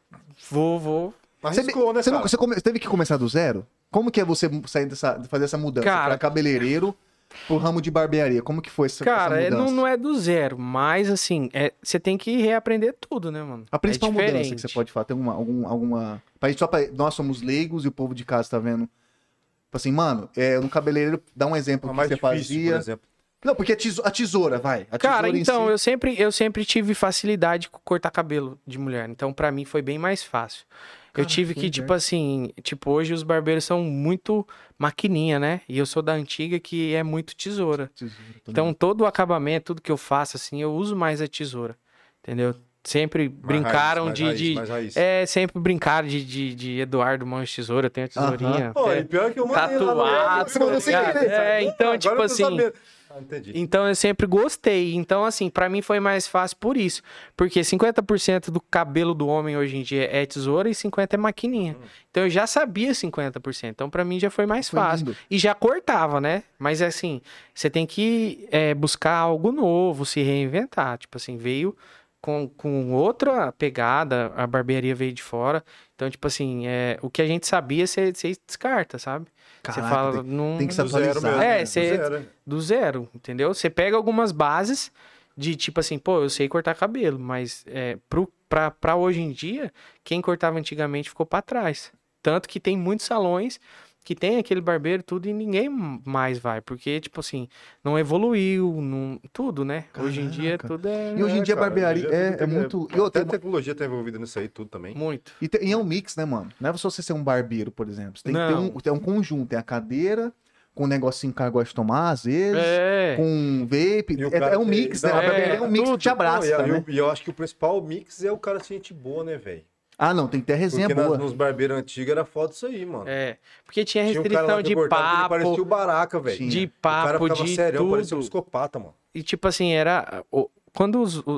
S3: vou.
S2: Mas arriscou, né, cara?
S1: Você teve que começar do zero? Como que é você sair fazer essa mudança?
S3: Cara,
S1: pra cabeleireiro pro ramo de barbearia. Como que foi essa
S3: cara,
S1: mudança?
S3: Não é do zero, mas assim, você tem que reaprender tudo, né, mano?
S1: A principal mudança que você pode falar, tem alguma... Nós somos leigos e o povo de casa tá vendo. Tipo assim, mano, no cabeleireiro, dá um exemplo que você fazia. Por exemplo. Não, porque a tesoura, vai.
S3: Cara, então, eu sempre tive facilidade com cortar cabelo de mulher. Então, pra mim, foi bem mais fácil. Eu tive que, tipo assim... Tipo, hoje os barbeiros são muito maquininha, né? E eu sou da antiga que é muito tesoura. Então, todo o acabamento, tudo que eu faço, assim, eu uso mais a tesoura. Entendeu? Sempre brincaram sempre brincaram de Eduardo Mãos de Tesoura. Tem a tesourinha.
S2: Pô, e pior que eu mandei
S3: tatuado. Então, tipo assim...
S2: Entendi.
S3: Então eu sempre gostei. Então, assim, pra mim foi mais fácil por isso. Porque 50% do cabelo do homem hoje em dia é tesoura e 50% é maquininha. Então eu já sabia 50%. Então pra mim já foi mais fácil. Lindo. E já cortava, né? Mas assim, você tem que buscar algo novo, se reinventar. Tipo assim, veio com outra pegada, a barbearia veio de fora. Então, tipo assim, o que a gente sabia, você descarta, sabe? Você fala,
S1: tem que se atualizar.
S3: Do zero, entendeu? Você pega algumas bases de tipo assim, pô, eu sei cortar cabelo, mas pra hoje em dia, quem cortava antigamente ficou pra trás. Tanto que tem muitos salões que tem aquele barbeiro tudo e ninguém mais vai, porque, tipo assim, não evoluiu, tudo, né?
S1: Caraca.
S3: Hoje em dia tudo é...
S1: E hoje em dia a barbearia é muito...
S2: Até a tecnologia tá envolvida nisso aí tudo também.
S3: Muito.
S1: E é um mix, né, mano? Não é só você ser um barbeiro, por exemplo. Você tem que ter um conjunto, tem a cadeira... Com um negocinho que o cara gosta de tomar, às vezes. Com vape. É um mix, né? A barbearia é um mix que te abraça, né?
S2: E eu acho que o principal mix é o cara ser gente boa, né, velho?
S1: Ah, não, tem que ter resenha boa.
S2: Porque nos barbeiros antigos era foda isso aí, mano.
S3: Porque tinha restrição de papo.
S2: Ele parecia o Baraca, velho.
S3: De papo,
S2: o cara ficava
S3: de
S2: serião,
S3: tudo.
S2: parecia um psicopata, mano.
S3: E tipo assim, quando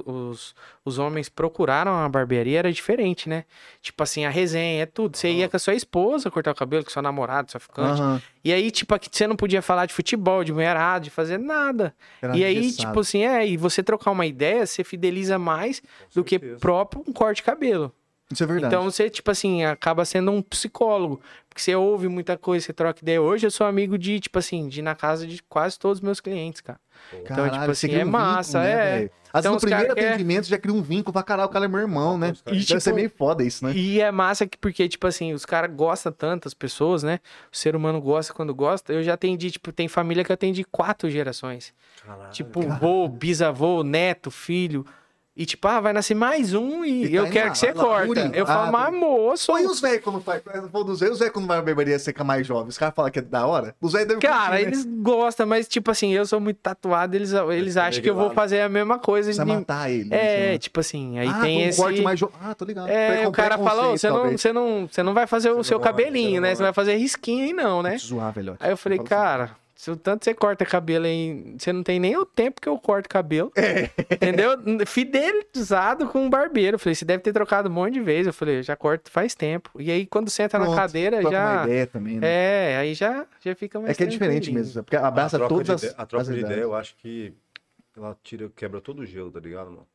S3: os homens procuraram a barbearia, era diferente, né? Tipo assim, a resenha, é tudo. Você ia com a sua esposa cortar o cabelo, com seu namorado, sua ficante. E aí, tipo, aqui você não podia falar de futebol, de mulherada, de fazer nada. E aí, tipo assim, e você trocar uma ideia, você fideliza mais do que próprio um corte de cabelo.
S1: Isso é verdade.
S3: Então você, tipo assim, acaba sendo um psicólogo. Porque você ouve muita coisa, você troca ideia. Hoje eu sou amigo de, tipo assim, de ir na casa de quase todos os meus clientes, cara. Então, tipo assim, é massa,
S1: né, Às vezes no primeiro atendimento
S3: você
S1: já cria um vínculo pra caralho, o cara é meu irmão, né?
S3: E,
S1: deve ser meio foda isso, né?
S3: E é massa porque, tipo assim, os caras gostam tanto, as pessoas, né? O ser humano gosta quando gosta. Eu já atendi, tipo, tem família que eu atendi 4 gerações. Caralho, tipo, vô, bisavô, neto, filho. E tipo, vai nascer mais um e eu quero que você corta. Eu falo, mas moço...
S1: E os velhos quando faz? Os velhos quando vai na barbearia seca mais jovem, os caras falam que é da hora? Os velhos devem
S3: Cara,
S1: curtir,
S3: eles gostam, mas tipo assim, eu sou muito tatuado, eles acham que eu vou fazer a mesma coisa.
S1: Você vai matar ele.
S3: Tipo assim, aí tem esse...
S1: corte mais jovem. Tô ligado.
S3: O cara fala, você não vai fazer o seu cabelinho, né? Você não vai fazer risquinho aí não, né?
S1: Zoar, velhote.
S3: Aí eu falei, cara... Se o tanto você corta cabelo aí, você não tem nem o tempo que eu corto cabelo. Entendeu? Fidelizado com um barbeiro. Eu falei, você deve ter trocado um monte de vezes. Eu falei, já corto faz tempo. E aí, quando senta na cadeira, já...
S1: uma ideia também, né?
S3: Aí já fica mais
S1: que é diferente mesmo. Porque abraça todas as...
S2: A troca de ideia, eu acho que ela quebra todo o gelo, tá ligado, mano?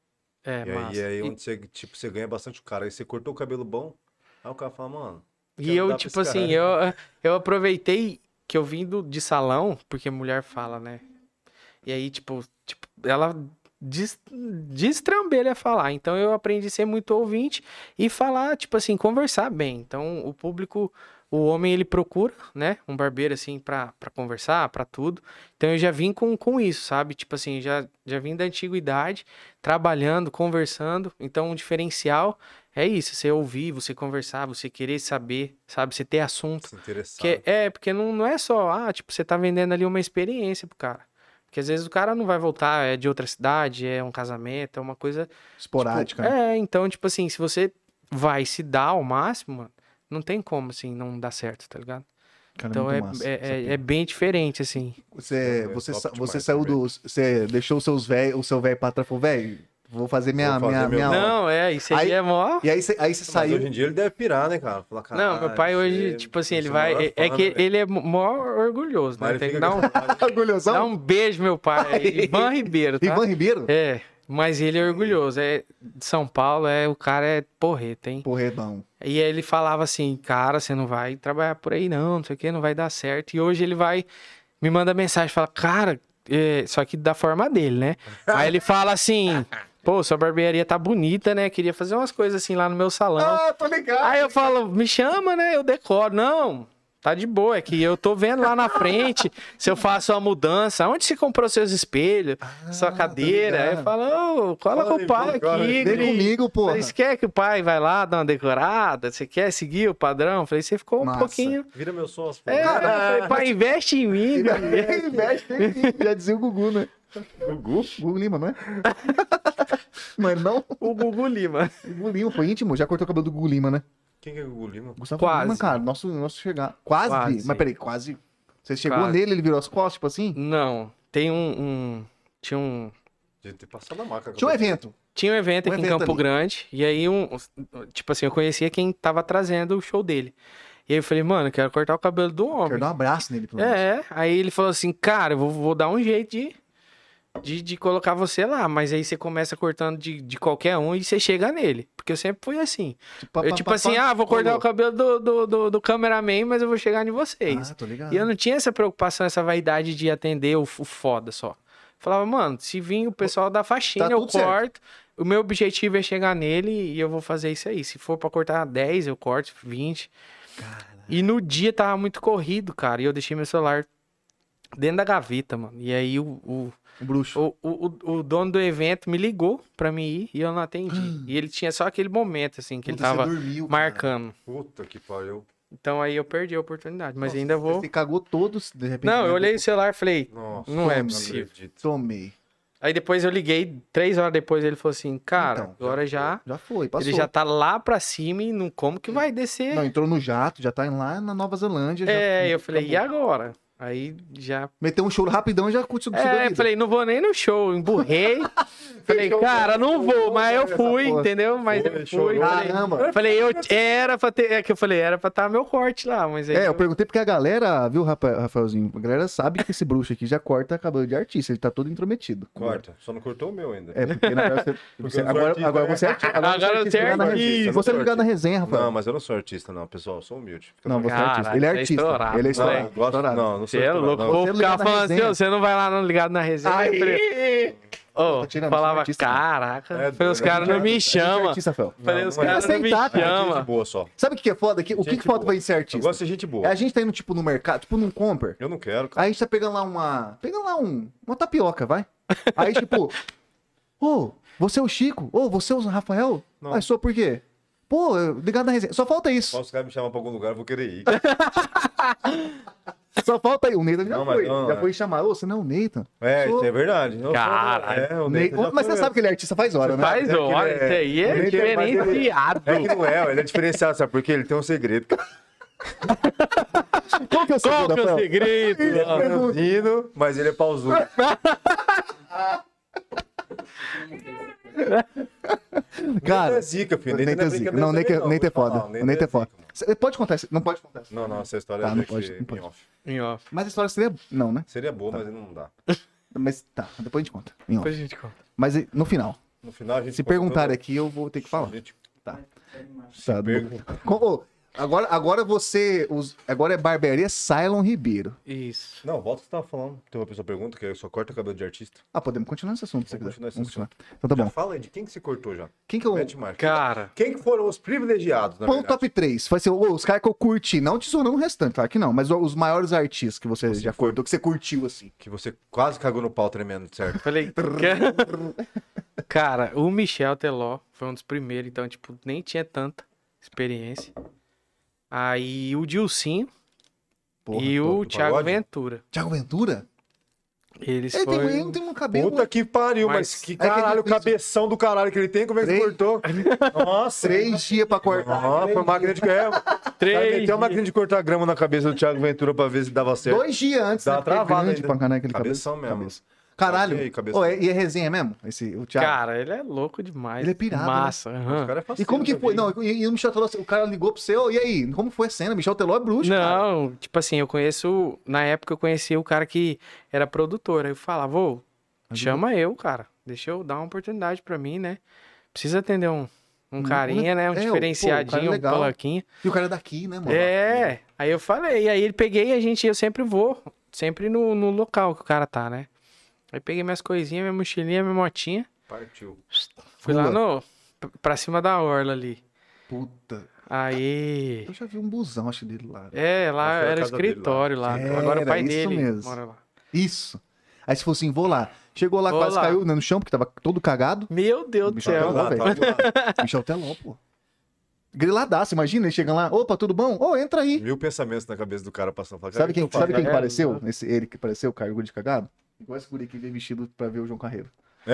S2: E aí onde você ganha bastante o cara. Aí você cortou o cabelo bom, aí o cara fala, mano...
S3: E eu, tipo assim, eu aproveitei... que eu vim de salão, porque mulher fala, né? E aí, tipo ela destrambelha a falar. Então, eu aprendi a ser muito ouvinte e falar, tipo assim, conversar bem. Então, o público, o homem, ele procura, né? Um barbeiro, assim, pra conversar, pra tudo. Então, eu já vim com isso, sabe? Tipo assim, já vim da antiguidade, trabalhando, conversando. Então, um diferencial... é isso, você ouvir, você conversar, você querer saber, sabe? Você ter assunto.
S2: Se interessar.
S3: Porque não é só, tipo, você tá vendendo ali uma experiência pro cara. Porque às vezes o cara não vai voltar, é de outra cidade, é um casamento, é uma coisa...
S1: esporádica.
S3: Tipo, então, tipo assim, se você vai se dar ao máximo, mano, não tem como, assim, não dar certo, tá ligado? Cara, então é bem diferente, assim.
S1: Você saiu do... Você deixou o seu velho pra trás e falou, velho... Vou fazer minha...
S3: Não, isso aí é mó...
S1: E aí você saiu...
S2: Hoje em dia ele deve pirar, né, cara?
S3: Falar, não, meu pai hoje, tipo assim, ele vai... que ele é mó orgulhoso, né? Tem que dar um...
S1: Orgulhosão?
S3: Dá um beijo, meu pai. Ivan Ribeiro, tá?
S1: Ivan Ribeiro?
S3: Mas ele é orgulhoso. De São Paulo, o cara é porreta, hein?
S1: Porretão.
S3: E aí ele falava assim, cara, você não vai trabalhar por aí não sei o que, não vai dar certo. E hoje ele me manda mensagem, fala, cara... só que da forma dele, né? Aí ele fala assim... Pô, sua barbearia tá bonita, né? Queria fazer umas coisas assim lá no meu salão.
S1: Tô ligado.
S3: Aí eu falo, me chama, né? Eu decoro. Não, tá de boa. É que eu tô vendo lá na frente se eu faço uma mudança. Onde você comprou seus espelhos? Sua cadeira? Aí eu falo, cola com o pai aqui.
S1: Vem comigo, pô.
S3: Você quer que o pai vai lá dar uma decorada? Você quer seguir o padrão? Falei, você ficou um pouquinho...
S2: Vira meu sócio.
S3: Falei, pai, investe em mim.
S1: Investe em mim. Já dizia o Gugu, né? Gugu Lima, não é? Não é não?
S3: O Gugu Lima.
S1: Gugu Lima, foi íntimo? Já cortou o cabelo do Gugu Lima, né?
S2: Quem que é o Gugu Lima?
S1: Gustavo quase. Lima, cara. Nosso chegar. Quase? Mas peraí, quase. Você chegou nele, ele virou as costas, tipo assim?
S3: Não. Tem tinha um...
S2: Devia ter passado a marca.
S1: Tinha um evento.
S3: Tinha um evento aqui em Campo Grande. E aí, tipo assim, eu conhecia quem tava trazendo o show dele. E aí eu falei, mano, eu quero cortar o cabelo do homem.
S1: Quero dar um abraço nele, pelo menos.
S3: Aí ele falou assim, cara, eu vou dar um jeito de colocar você lá, mas aí você começa cortando de qualquer um e você chega nele. Porque eu sempre fui assim. Tipo assim, vou cortar o cabelo do cameraman, mas eu vou chegar em vocês.
S1: Tô ligado.
S3: E eu não tinha essa preocupação, essa vaidade de atender o foda só. Falava, mano, se vir o pessoal da faxina, eu corto. Certo. O meu objetivo é chegar nele e eu vou fazer isso aí. Se for pra cortar 10, eu corto 20. Caralho. E no dia tava muito corrido, cara. E eu deixei meu celular dentro da gaveta, mano. E aí o
S1: bruxo.
S3: O dono do evento me ligou pra mim ir e eu não atendi. E ele tinha só aquele momento, assim, que ele tava marcando.
S2: Puta que pariu.
S3: Então aí eu perdi a oportunidade, mas ainda vou...
S1: Você cagou todos, de repente...
S3: Não, eu olhei o celular e falei, não é
S1: possível. Tomei.
S3: Aí depois eu liguei, 3 horas depois ele falou assim, cara, então, agora já
S1: foi, passou.
S3: Ele já tá lá pra cima e como que vai descer?
S1: Não, entrou no jato, já tá lá na Nova Zelândia.
S3: Eu falei, e agora? Aí já...
S1: Meteu um show rapidão e já curtiu a vida.
S3: Falei, não vou nem no show. Emburrei. Falei, cara, não vou. Mas eu fui, entendeu? Mas eu fui.
S1: Caramba.
S3: Falei, era pra ter... É que eu falei, era pra estar meu corte lá, mas aí...
S1: Eu perguntei porque a galera, viu, Rafaelzinho? A galera sabe que esse bruxo aqui já corta cabelo de artista. Ele tá todo intrometido.
S2: Corta. Só não cortou o meu ainda.
S1: Porque na verdade agora você é artista.
S3: Agora você é artista.
S1: Você ligado na resenha, Rafael.
S2: Não, mas eu não sou artista, não, pessoal. Eu sou humilde.
S1: Não, você é artista. Ele é artista. Ele é estourado.
S2: Não
S3: Você é louco. Vou ficar falando assim, você não vai lá não ligado na resenha. Falava, caraca. Falei, os caras não me chamam. Falei, os caras não me chamam.
S2: Boa só.
S1: Sabe o que é foda? O que falta pra gente ser artista?
S2: Eu gosto de gente boa.
S1: A gente tá indo, tipo, no mercado, tipo, num Comper.
S2: Eu não quero, cara.
S1: Aí a gente tá pegando lá uma tapioca, vai? Aí, tipo, você é o Chico? Você é o Rafael?
S2: Não.
S1: Mas sou por quê? Pô, ligado na resenha. Só falta isso.
S2: Se os caras me chamam pra algum lugar, eu vou querer ir.
S1: Só falta aí. O Nathan já
S2: Não,
S1: foi.
S2: mas não,
S1: já foi chamar. Você não é o Nathan.
S2: Isso é verdade.
S3: Cara,
S2: o
S1: Nathan, mas você sabe que ele é artista faz hora, né?
S3: Faz hora. Isso aí é diferenciado.
S2: É que não é, ele é diferenciado, sabe? Porque ele tem um segredo.
S1: Qual que é o segredo,
S3: Qual que é o segredo?
S2: Ele é franzino, mas ele é pausudo.
S1: Cara,
S2: é zica, filho.
S1: Nathan é zica. Não, Nathan é foda. O Nathan é foda. Pode contar isso? Não pode contar isso.
S2: Não, essa história
S1: não pode.
S2: em off.
S1: Mas a história seria... Não, né?
S2: Seria boa, mas não dá.
S1: Mas tá, depois a gente conta.
S3: Depois a gente conta.
S1: Mas no final.
S2: No final a gente...
S1: Se perguntarem aqui, eu vou ter que falar. Tá. Agora você... Agora é barbearia Cylon Ribeiro.
S3: Isso.
S2: Não, volta o que você tava falando. Tem uma pessoa pergunta que eu só corto o cabelo de artista.
S1: Podemos continuar nesse assunto.
S2: Vamos continuar esse
S1: continuar. Então tá bom.
S2: Já fala aí de quem que se cortou já.
S1: Quem que eu...
S3: Cara...
S2: Quem que foram os privilegiados, na
S1: verdade? Top 3. Vai ser os caras que eu curti. Não tesourando o restante, claro que não. Mas os maiores artistas que você já cortou, que você curtiu, assim.
S2: Que você quase cagou no pau tremendo, certo?
S3: Falei... Cara, o Michel Teló foi um dos primeiros. Então, tipo, nem tinha tanta experiência. Aí o Dilcinho e o Thiago Ventura.
S1: Thiago Ventura?
S3: Ele
S1: não tem um cabelo.
S2: Puta que pariu, mas que caralho, o cabeção do caralho que ele tem, como é que você cortou? Nossa.
S1: 3 dias pra cortar.
S2: Foi máquina de... 3 meteu uma máquina de cortar grama na cabeça do Thiago Ventura pra ver se dava certo.
S1: 2 dias antes.
S2: Dava travada ainda.
S1: Pra caralho, aquele
S2: cabeção mesmo.
S1: Caralho. E é resenha mesmo? O Thiago?
S3: Cara, ele é louco demais.
S1: Ele é pirado.
S3: Massa.
S1: Né? Cara é e como que foi? Não, e o Michel Teló, o cara ligou pra você, e aí? Como foi a cena? Michel Teló é bruxo,
S3: Não, cara. Tipo assim, na época eu conheci o cara que era produtor. Aí eu falava, chama eu, cara. Deixa eu dar uma oportunidade pra mim, né? Precisa atender um carinha, né? Um diferenciadinho, um polaquinho.
S1: E o cara é daqui, né, mano?
S3: Aí eu falei, aí ele peguei eu sempre vou, sempre no local que o cara tá, né? Aí peguei minhas coisinhas, minha mochilinha, minha motinha.
S2: Partiu.
S3: Fui lá pra cima da orla ali.
S1: Puta.
S3: Aí...
S1: Eu já vi um busão, acho, dele lá.
S3: Lá era o escritório lá. Agora o pai dele
S1: mesmo.
S3: Mora lá.
S1: Isso. Aí você falou assim, vou lá. Chegou lá, quase caiu no chão, porque tava todo cagado.
S3: Meu Deus do céu.
S1: Michel Teló, pô. Griladaço, imagina, ele chega lá, opa, tudo bom? Entra aí.
S2: 1000 pensamentos na cabeça do cara passando.
S1: Sabe quem pareceu? Ele que pareceu, cargo de cagado? Igual esse guri que veio vestido pra ver o João Carreiro.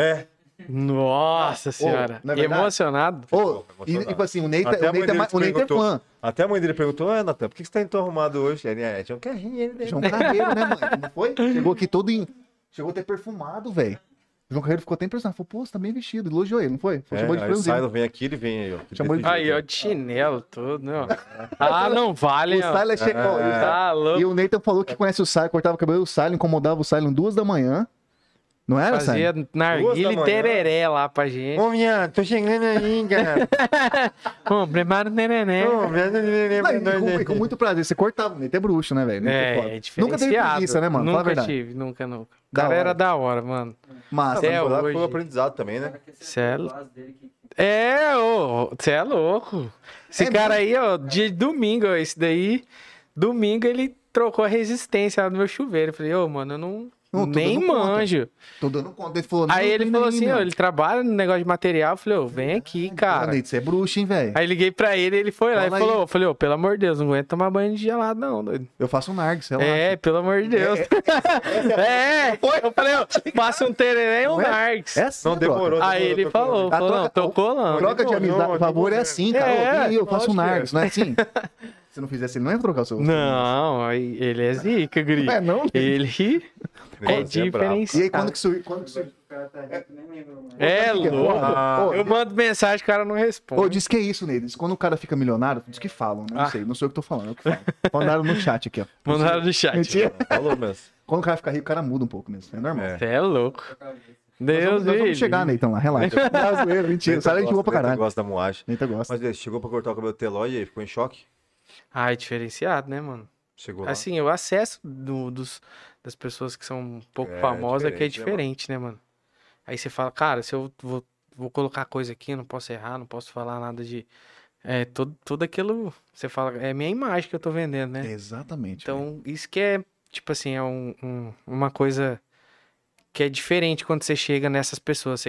S3: Nossa senhora. Emocionado.
S1: E tipo assim, o Neita é fã.
S2: Até a mãe dele perguntou, Natan, por que você tá tão arrumado hoje? Ele João Carreiro, né?
S1: João Carreiro, né, mãe? Não foi? Chegou aqui Chegou até perfumado, velho. O João Carreiro ficou até impressionado. Falou, pô, você tá bem vestido. Elogiou ele, não foi?
S2: Chamou de franzinho. O Silo vem aqui, ele vem aí, ó.
S1: Chamou
S3: de chinelo, tudo, né? Não vale,
S1: ó. O Silo chegou.
S3: Tá louco.
S1: E o Nathan falou que conhece o Silo, cortava o cabelo, o Silo incomodava o Silo 2 da manhã. Não era,
S3: Fazia narguilha e tereré lá pra gente.
S2: Ô, minha, tô chegando aí, cara.
S3: Prepara o tereré.
S1: E com muito prazer. Você cortava, o Nathan é bruxo, né, velho?
S3: É diferenciado.
S1: Nunca teve preguiça, né, mano?
S3: Nunca tive, nunca. O cara era da hora, mano.
S1: Mas
S2: até hoje. Foi um aprendizado também, né?
S3: Você é louco. Esse cara aí, ó, de domingo, esse daí, domingo ele trocou a resistência lá no meu chuveiro. Eu falei, mano, eu não nem manjo.
S1: Tô dando conta. Ele falou,
S3: aí ele falou assim, ele trabalha no negócio de material. Eu falei, vem aqui, cara.
S1: Você é bruxo, hein, velho?
S3: Aí liguei pra ele foi lá e falou, falei, pelo amor de Deus, não aguento tomar banho de gelado, não, doido.
S1: Eu faço um nargues, sei lá.
S3: Pelo amor de Deus. Eu falei, faço um tereré e um nargues.
S2: Não demorou.
S3: Aí ele falou, não, tô colando.
S1: Troca de amizade, por favor, é assim, cara. Eu faço um nargues, não é assim? Se não fizesse, ele não ia trocar o seu rosto.
S3: Não, ele é zica, Gri.
S1: Não?
S3: Ele é diferenciado.
S1: E aí, quando que surgiu?
S3: É louco. Eu mando mensagem, o cara não responde.
S1: Diz que é isso, Ney. Diz que quando o cara fica milionário, diz que falam, né? Não sei, não sou eu que tô falando, é o que falam. Mandaram no chat aqui, ó.
S3: Mandaram no chat.
S1: Mentira.
S2: Falou mesmo.
S1: Quando o cara fica rico, o cara muda um pouco mesmo. É normal.
S3: Você é louco.
S1: Nós vamos chegar, Neitão, lá. Relaxa. Não, zoeira, mentira. Sai de boa pra caralho.
S2: Gosta da moagem.
S1: Neita gosta.
S2: Mas chegou pra cortar o cabelo teló e aí ficou em choque?
S3: É diferenciado, né, mano?
S2: Chegou lá.
S3: Assim, o acesso das pessoas que são um pouco famosas que é diferente, né, mano? Aí você fala, cara, se eu vou colocar coisa aqui, eu não posso errar, não posso falar nada de... tudo aquilo... Você fala, é minha imagem que eu tô vendendo, né?
S1: Exatamente.
S3: Então, isso que é, tipo assim, é uma coisa que é diferente quando você chega nessas pessoas.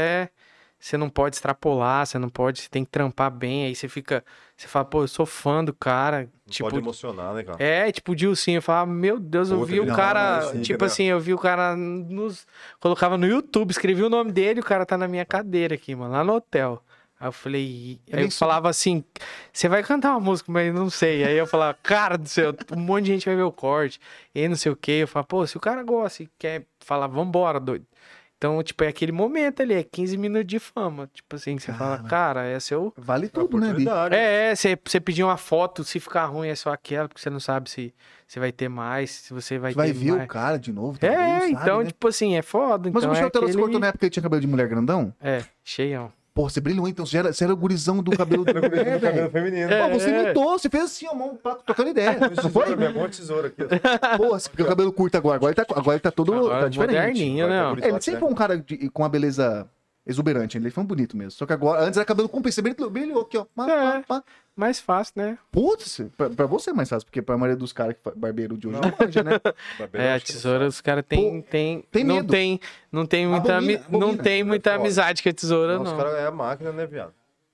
S3: Você não pode extrapolar, você tem que trampar bem, aí você fala, pô, eu sou fã do cara.
S2: Não pode emocionar, né, cara?
S3: Tipo o Dilcinho, eu falava, meu Deus, eu vi o cara, eu vi o cara colocava no YouTube, escrevi o nome dele, o cara tá na minha cadeira aqui, mano, lá no hotel. Aí eu falei, eu falava assim, você vai cantar uma música, mas não sei. Aí eu falava, cara do céu, um monte de gente vai ver o corte, e não sei o quê. Eu falava, pô, se o cara gosta e quer falar, vambora, doido. Então, tipo, é aquele momento ali, é 15 minutos de fama. Tipo assim, você fala, cara, é seu...
S1: Vale tudo, né, Bi?
S3: Você pedir uma foto, se ficar ruim é só aquela, porque você não sabe se vai ter mais, se você vai ter mais.
S1: Vai ver o cara de novo.
S3: Então, né? Tipo assim, é foda.
S1: Mas
S3: então
S1: o Michel Teló, você cortou na época que ele tinha cabelo de mulher grandão?
S3: Cheião.
S1: Pô, você brilhou então, você era o gurizão do cabelo do
S2: cabelo feminino.
S1: Pô, você imitou, você fez assim, ó, mão trocando ideia.
S2: Não foi? Minha mão de tesoura aqui.
S1: Pô, você fica o cabelo curto agora ele tá todo tá diferente.
S3: Moderninho, né?
S1: Ele sempre foi um cara com uma beleza exuberante, ele foi um bonito mesmo. Só que agora, antes era cabelo comprido, você brilhou aqui, ó.
S3: Mais fácil, né?
S1: Putz, pra você é mais fácil, porque pra maioria dos caras que barbeiro de hoje não manja, né?
S3: A tesoura, os caras tem
S1: medo.
S3: Não tem muita amizade com a tesoura, não.
S2: Os caras é a máquina, né, viado?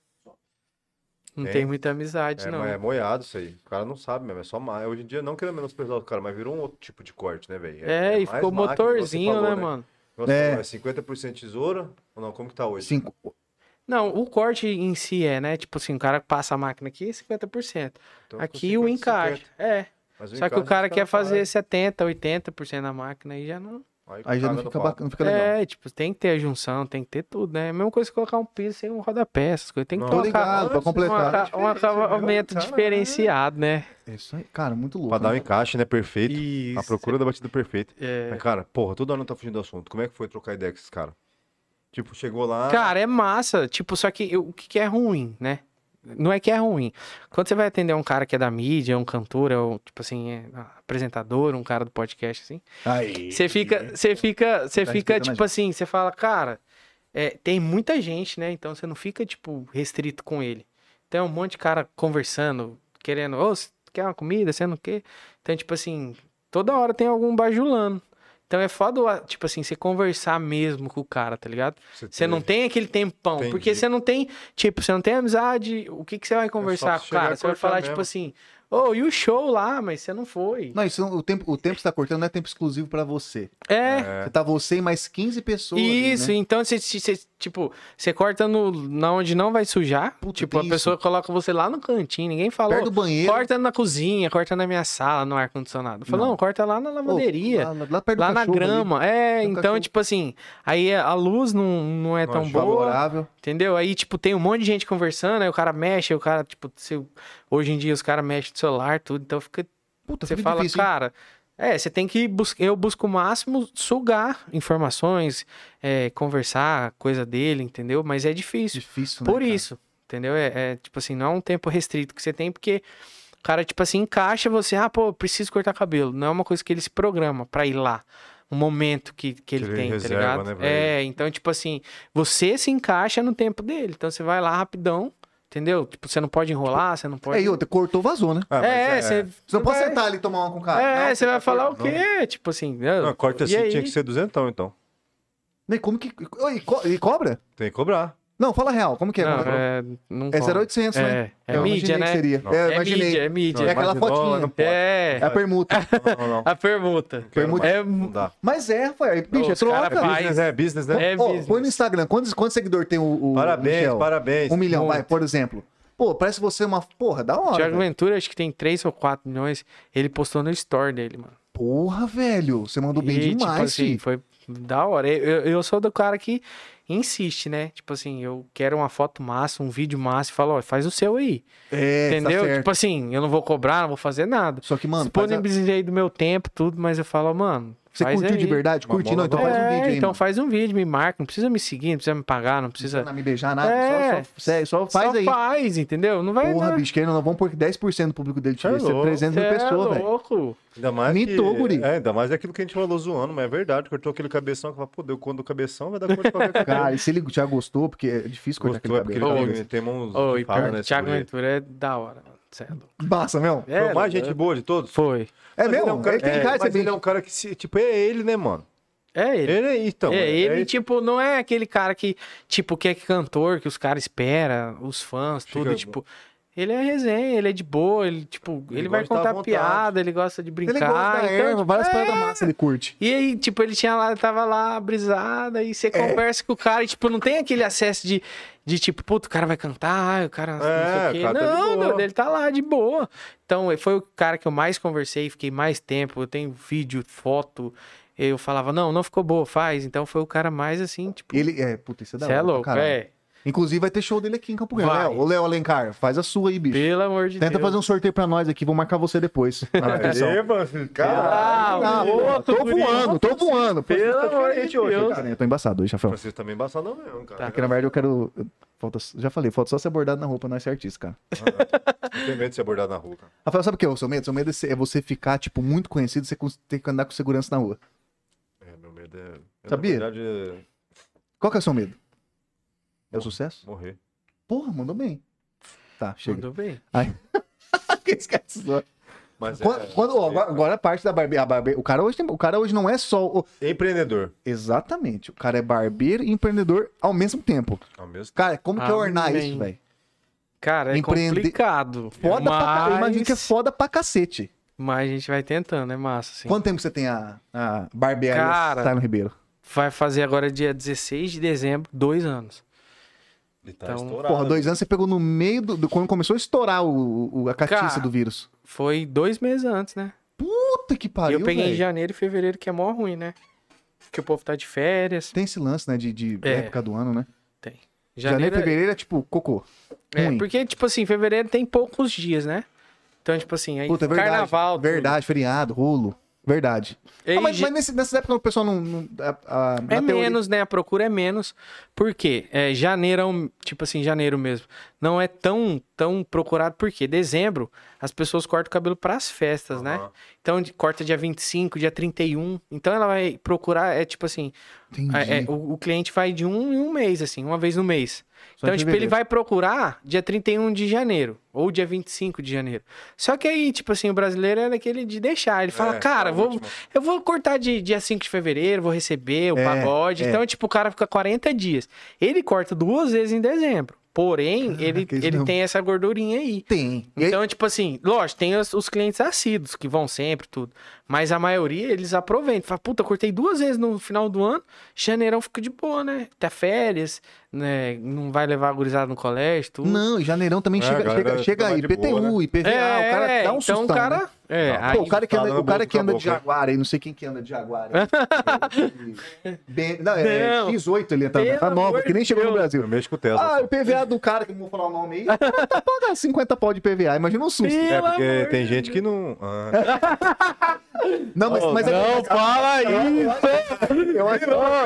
S3: Não tem muita amizade, não.
S2: É moiado isso aí. O cara não sabe mesmo, é só máquina. Hoje em dia, não querendo menosprezar o cara, mas virou um outro tipo de corte, né, velho?
S3: E ficou motorzinho, falou, né, mano?
S2: É 50% tesoura ou não? Como que tá hoje?
S3: Não, o corte em si né? Tipo assim, o cara passa a máquina aqui, 50%. Então, aqui 50, o encaixe. 50. Só que o cara quer fazer 70%, 80% na máquina e já não...
S1: Aí já não fica bacana, não fica legal.
S3: Tipo, tem que ter a junção, tem que ter tudo, né? É a mesma coisa que colocar um piso sem um rodapé, essas coisas. Tem que colocar
S1: pra completar.
S3: Um acabamento diferenciado, né?
S1: Isso aí, cara, muito louco.
S2: Pra dar um encaixe, né? Perfeito.
S3: Isso.
S2: A procura da batida perfeita. Mas, cara, porra, toda hora não tá fugindo do assunto. Como é que foi trocar ideia com esses caras? Tipo, chegou lá...
S3: Cara, é massa. Tipo, só que o que é ruim, né? Não é que é ruim. Quando você vai atender um cara que é da mídia, um cantor, ou, tipo assim, apresentador, um cara do podcast, assim. Você fica tipo assim, você fala, cara, tem muita gente, né? Então você não fica, tipo, restrito com ele. Então é um monte de cara conversando, querendo, você quer uma comida, você não quer? Então, tipo assim, toda hora tem algum bajulando. Então é foda, tipo assim, você conversar mesmo com o cara, tá ligado? Você não tem aquele tempão, porque você não tem, tipo, você não tem amizade, o que você vai conversar com o cara? Você vai falar, tipo assim, e o show lá, mas você não foi.
S1: Não, isso, o tempo que você tá cortando não é tempo exclusivo pra você. Você tá você e mais 15 pessoas.
S3: Isso, ali, né? Então você corta na onde não vai sujar. Tipo, a pessoa coloca você lá no cantinho, ninguém fala.
S1: Perto do banheiro.
S3: Corta na cozinha, corta na minha sala, no ar-condicionado. Fala, não, corta lá na lavanderia.
S1: Lá perto do
S3: na grama.
S1: Ali,
S3: então, cachorro. Tipo assim, aí a luz não é tão boa.
S1: Favorável.
S3: Entendeu? Aí, tipo, tem um monte de gente conversando, aí o cara mexe, tipo, hoje em dia os caras mexem no celular, tudo, então fica... você fala, difícil, cara... você tem que eu busco o máximo sugar informações, conversar, coisa dele, entendeu? Mas é difícil.
S1: Difícil,
S3: né, isso, entendeu? Tipo assim, não é um tempo restrito que você tem, porque o cara, tipo assim, encaixa você, preciso cortar cabelo. Não é uma coisa que ele se programa pra ir lá. Um momento que ele tem,
S2: reserva,
S3: tá ligado? Então, tipo assim, você se encaixa no tempo dele. Então, você vai lá rapidão, entendeu? Tipo, você não pode enrolar, você não pode...
S1: E outra, cortou, vazou, né?
S3: Você
S1: não pode sentar ali e tomar uma com o cara.
S3: Você vai falar o quê? Tipo assim...
S2: Não, corta assim, tinha que ser 200, então.
S1: Nem como que... E cobra?
S2: Tem que cobrar.
S1: Não, fala real, como que é?
S3: Não
S1: 0,800, né?
S3: É mídia, né?
S1: Seria. Imaginei.
S3: É mídia.
S1: É aquela fotinha.
S3: É
S1: a permuta.
S2: Não.
S3: A permuta.
S2: Não dá.
S1: Mas Rafael. Bicho, troca.
S2: Business, né?
S1: Põe no Instagram. Quantos seguidores tem o
S2: Parabéns,
S1: Michel?
S2: parabéns.
S1: 1 milhão, vai, por exemplo. Pô, parece você uma... Porra, da hora.
S3: Thiago Ventura, acho que tem 3 ou 4 milhões. Ele postou no store dele, mano.
S1: Porra, velho. Você mandou bem demais,
S3: tipo assim, foi da hora. Eu sou do cara que insiste, né? Tipo assim, eu quero uma foto massa, um vídeo massa e falo, ó, faz o seu aí. Entendeu?
S1: Tá
S3: tipo assim, eu não vou cobrar, não vou fazer nada.
S1: Só que, mano...
S3: Disponibilizei do meu tempo, tudo, mas eu falo, mano...
S1: Você curtiu de verdade? Curti, não? Então faz um vídeo aí,
S3: então
S1: mano.
S3: faz um vídeo, me marca. Não precisa me seguir, não precisa me pagar, não precisa...
S1: Não me beijar, nada. Só faz aí.
S3: Só faz, entendeu? Não vai...
S1: Porra, bicho, querendo, nós vamos pôr que 10% do público dele te vê. Isso é 300 mil pessoas, velho.
S3: louco.
S2: Ainda mais
S1: Mitou, guri.
S2: Ainda mais aquilo que a gente falou zoando, mas é verdade. Cortou aquele cabeção, que fala, pô, deu quando o cabeção, vai dar cor de qualquer coisa.
S1: Cara, e se ele já gostou, porque é difícil cortar aquele cabelo.
S2: Temos
S3: Thiago Ventura é da hora, mano. Certo.
S1: Massa, meu.
S2: Foi a mais gente boa de todos?
S3: Foi.
S1: É mesmo?
S2: Ele é um cara que, tipo, é ele, né, mano?
S3: É ele.
S2: Ele é então.
S3: Ele, tipo, não é aquele cara que, tipo, que é cantor, que os caras esperam, os fãs, tudo, tipo... Ele é resenha, ele é de boa, ele, tipo, ele vai contar piada, ele gosta de brincar.
S1: Ele gosta da erva, várias paradas massa ele curte.
S3: E aí, tipo, ele tava lá, brisada, e você conversa com o cara, e, tipo, não tem aquele acesso de tipo, puto, o cara vai cantar, o cara não sei o quê. Não, ele tá lá de boa. Então, foi o cara que eu mais conversei, fiquei mais tempo, eu tenho vídeo, foto... Eu falava, não ficou boa, faz. Então foi o cara mais assim, tipo...
S1: Puta, isso é da
S3: hora. Você é louco,
S1: Inclusive vai ter show dele aqui em Campo Grande. Ô, Léo Alencar, faz a sua aí, bicho.
S3: Pelo amor de Deus.
S1: Tenta fazer um sorteio pra nós aqui, vou marcar você depois. Tô voando.
S3: Pelo amor de Deus.
S1: Eu tô embaçado hoje, Rafael.
S2: Você tá meio embaçado não mesmo, cara.
S1: Porque na verdade eu quero... Já falei, falta só ser abordado na roupa, nós ser artista, cara.
S2: Não tem medo de ser abordado na rua, cara.
S1: Rafael, sabe o que é o seu medo? Seu medo é você ficar, tipo, muito conhecido e você ter que andar com segurança na rua.
S2: Meu medo é...
S1: Sabia?
S2: Na verdade,
S1: Qual que é o seu medo? É o sucesso?
S2: Morrer.
S1: Porra, mandou bem. Tá, chega.
S3: Mandou bem.
S1: Ai. Esquece.
S2: Mas
S1: agora a parte da barbeira. O cara hoje não é só o...
S2: Empreendedor.
S1: Exatamente. O cara é barbeiro e empreendedor ao mesmo tempo. Cara, como que é ornar isso, velho?
S3: Cara, é complicado.
S1: Foda pra... Imagina que é foda pra cacete.
S3: Mas a gente vai tentando, é massa, assim.
S1: Quanto tempo você tem a barbearia Silon Ribeiro?
S3: Vai fazer agora dia 16 de dezembro, 2 anos.
S2: Ele tá
S3: então,
S2: estourado.
S1: Porra, 2 anos você pegou no meio quando começou a estourar a catiça do vírus.
S3: Foi 2 meses antes, né?
S1: Puta que pariu,
S3: eu peguei em janeiro e fevereiro, que é mó ruim, né? Porque o povo tá de férias.
S1: Tem esse lance, né, de época do ano, né?
S3: Tem.
S1: Janeiro e fevereiro é tipo cocô.
S3: Ruim. Porque, tipo assim, fevereiro tem poucos dias, né? Então, tipo assim, aí
S1: puta, verdade,
S3: carnaval...
S1: Verdade, feriado, rolo. Verdade. Mas nessa época o pessoal não
S3: menos, né? A procura é menos. Por quê? Janeiro, tipo assim, janeiro mesmo. Não é tão procurado, porque dezembro as pessoas cortam o cabelo para as festas, né? Então corta dia 25, dia 31. Então ela vai procurar, tipo assim... o cliente vai de um em um mês, assim, uma vez no mês. Então, tipo, ele vai procurar dia 31 de janeiro. Ou dia 25 de janeiro. Só que aí, tipo assim, o brasileiro é daquele de deixar. Ele fala, cara, eu vou cortar dia 5 de fevereiro, vou receber o pagode. Então, tipo, o cara fica 40 dias. Ele corta 2 vezes em dezembro. Porém, ele tem essa gordurinha aí.
S1: Tem.
S3: Então, tipo assim, lógico, tem os clientes assíduos, que vão sempre, tudo. Mas a maioria, eles aproveitam. Fala, puta, cortei 2 vezes no final do ano, janeirão fica de boa, né? Tá férias, né? Não vai levar a gurizada no colégio, tudo.
S1: Não, e janeirão também chega aí, IPTU,
S2: boa, né?
S1: IPVA, o cara dá um sustão,
S3: então o cara...
S1: Né?
S3: Aí,
S1: o cara que anda de Jaguar aí, não sei quem que anda de Jaguar. X8 ele tá nova, que nem chegou no Brasil.
S2: Eu mexo com o Tesla.
S1: O PVA do cara, que não vou falar o nome aí, tá pagando 50 pau de PVA, imagina um susto.
S2: Porque tem gente que não...
S1: Não, mas
S3: não fala isso!
S1: Eu acho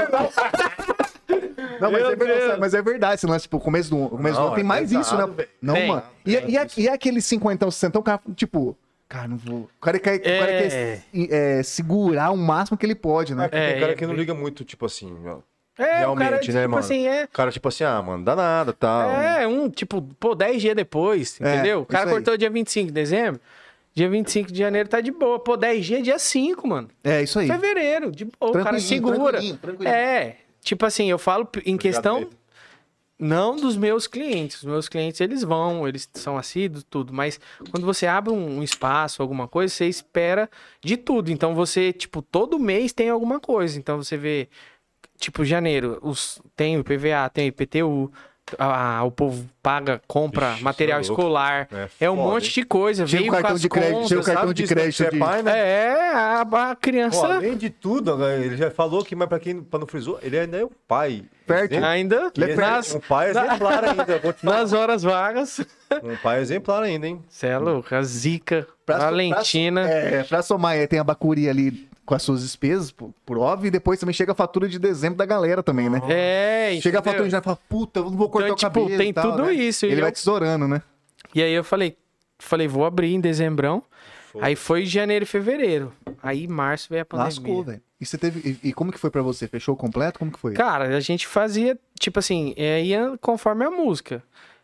S1: Não, mas é verdade, esse lance, tipo, começo do ano tem mais isso, né? Não, mano. E aquele 50 ou 60, o cara, tipo... Cara, não vou... O cara quer segurar o máximo que ele pode, né?
S2: Tem cara que não liga muito, tipo assim... realmente, né, mano?
S3: Assim,
S2: o cara, tipo assim, mano, dá nada, tal.
S3: Tipo, 10 dias depois, entendeu? O cara cortou dia 25 de dezembro, dia 25 de janeiro tá de boa. 10 dias, dia 5, mano.
S1: É, isso aí.
S3: Fevereiro, de boa, o cara segura. Tranquilinho. Tipo assim, eu falo em questão... Não dos meus clientes. Os meus clientes, eles são assíduos, tudo. Mas quando você abre um espaço, alguma coisa, você espera de tudo. Então você, tipo, todo mês tem alguma coisa. Então você vê, tipo, janeiro, tem o IPVA, tem o IPTU, o povo compra material escolar. É um monte de coisa.
S1: Chega o cartão de crédito. Chega o cartão de crédito.
S2: É pai, né?
S3: A criança...
S2: Pô, além de tudo, ele já falou que, mas pra quem não frisou, ele ainda é o pai.
S3: Perto. Ainda?
S2: Um pai exemplar ainda, vou te falar.
S3: Nas horas vagas.
S2: Um pai exemplar ainda, hein?
S3: Você é louco. A Zica, Valentina.
S1: Pra somar, tem a Bacuri ali com as suas despesas, por óbvio, e depois também chega a fatura de dezembro da galera também, né? Chega a fatura e já fala, puta, eu não vou cortar o cabelo
S3: tem
S1: e tal,
S3: tudo
S1: né?
S3: isso.
S1: Ele vai tesourando, né?
S3: E aí eu falei, vou abrir em dezembrão. Aí foi janeiro e fevereiro. Aí março veio a pandemia.
S1: Lascou, velho. E você teve. E como que foi pra você? Fechou completo? Como que foi?
S3: Cara, a gente fazia, tipo assim, ia conforme a música.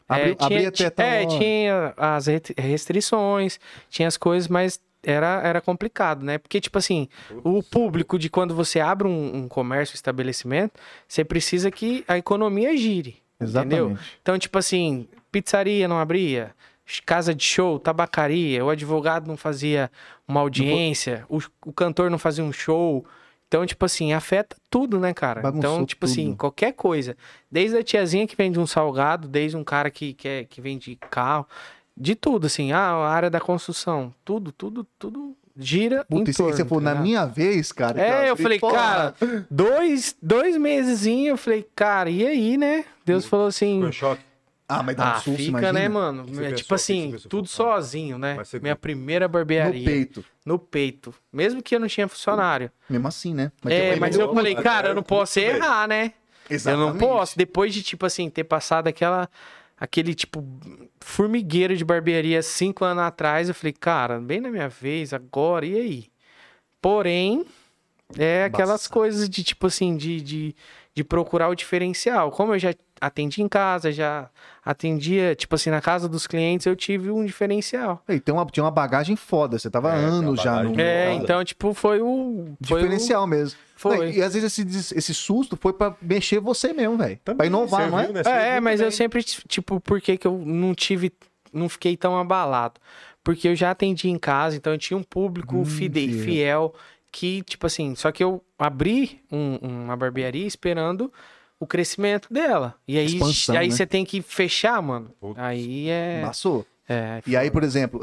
S3: Tinha as restrições, tinha as coisas, mas era complicado, né? Porque, tipo assim, o público de quando você abre um comércio, um estabelecimento, você precisa que a economia gire.
S1: Exatamente.
S3: Entendeu? Então, tipo assim, pizzaria não abria, casa de show, tabacaria, o advogado não fazia uma audiência, o cantor não fazia um show. Então, tipo assim, afeta tudo, né, cara?
S1: Bagunçou
S3: então, tipo
S1: tudo.
S3: assim, qualquer coisa. Desde a tiazinha que vende um salgado, desde um cara que vende carro, de tudo, assim. A área da construção, tudo gira em torno.
S1: Você falou, na minha vez, cara.
S3: Eu falei, cara, dois mesezinhos, eu falei, cara, e aí, né? Deus falou assim...
S2: Foi um choque.
S1: Mas dá um susto,
S3: fica,
S1: imagina.
S3: né, mano? Tipo assim, tudo sozinho, né? Minha primeira barbearia. No peito. Mesmo que eu não tinha funcionário.
S1: Mesmo assim, né?
S3: Mas eu falei, cara, eu não posso errar, né?
S1: Exatamente.
S3: Eu não posso. Depois de, tipo assim, ter passado aquele, tipo, formigueiro de barbearia 5 anos atrás, eu falei, cara, bem na minha vez, agora, e aí? Porém, aquelas coisas de, tipo assim, de procurar o diferencial. Como eu já atendi em casa, já atendia, tipo assim, na casa dos clientes, eu tive um diferencial.
S1: Tinha uma bagagem foda, você tava anos já no...
S3: Então, tipo, foi o...
S1: Diferencial mesmo.
S3: Foi.
S1: E às vezes esse susto foi pra mexer você mesmo, velho. Pra inovar, não é?
S2: Né?
S3: Mas eu sempre, tipo, por que eu não fiquei tão abalado? Porque eu já atendi em casa, então eu tinha um público fiel que, tipo assim, só que eu abri uma barbearia esperando o crescimento dela. E aí,
S1: expansão,
S3: aí
S1: né?
S3: você tem que fechar, mano.
S2: Putz.
S3: Aí
S1: Passou. E aí, por exemplo...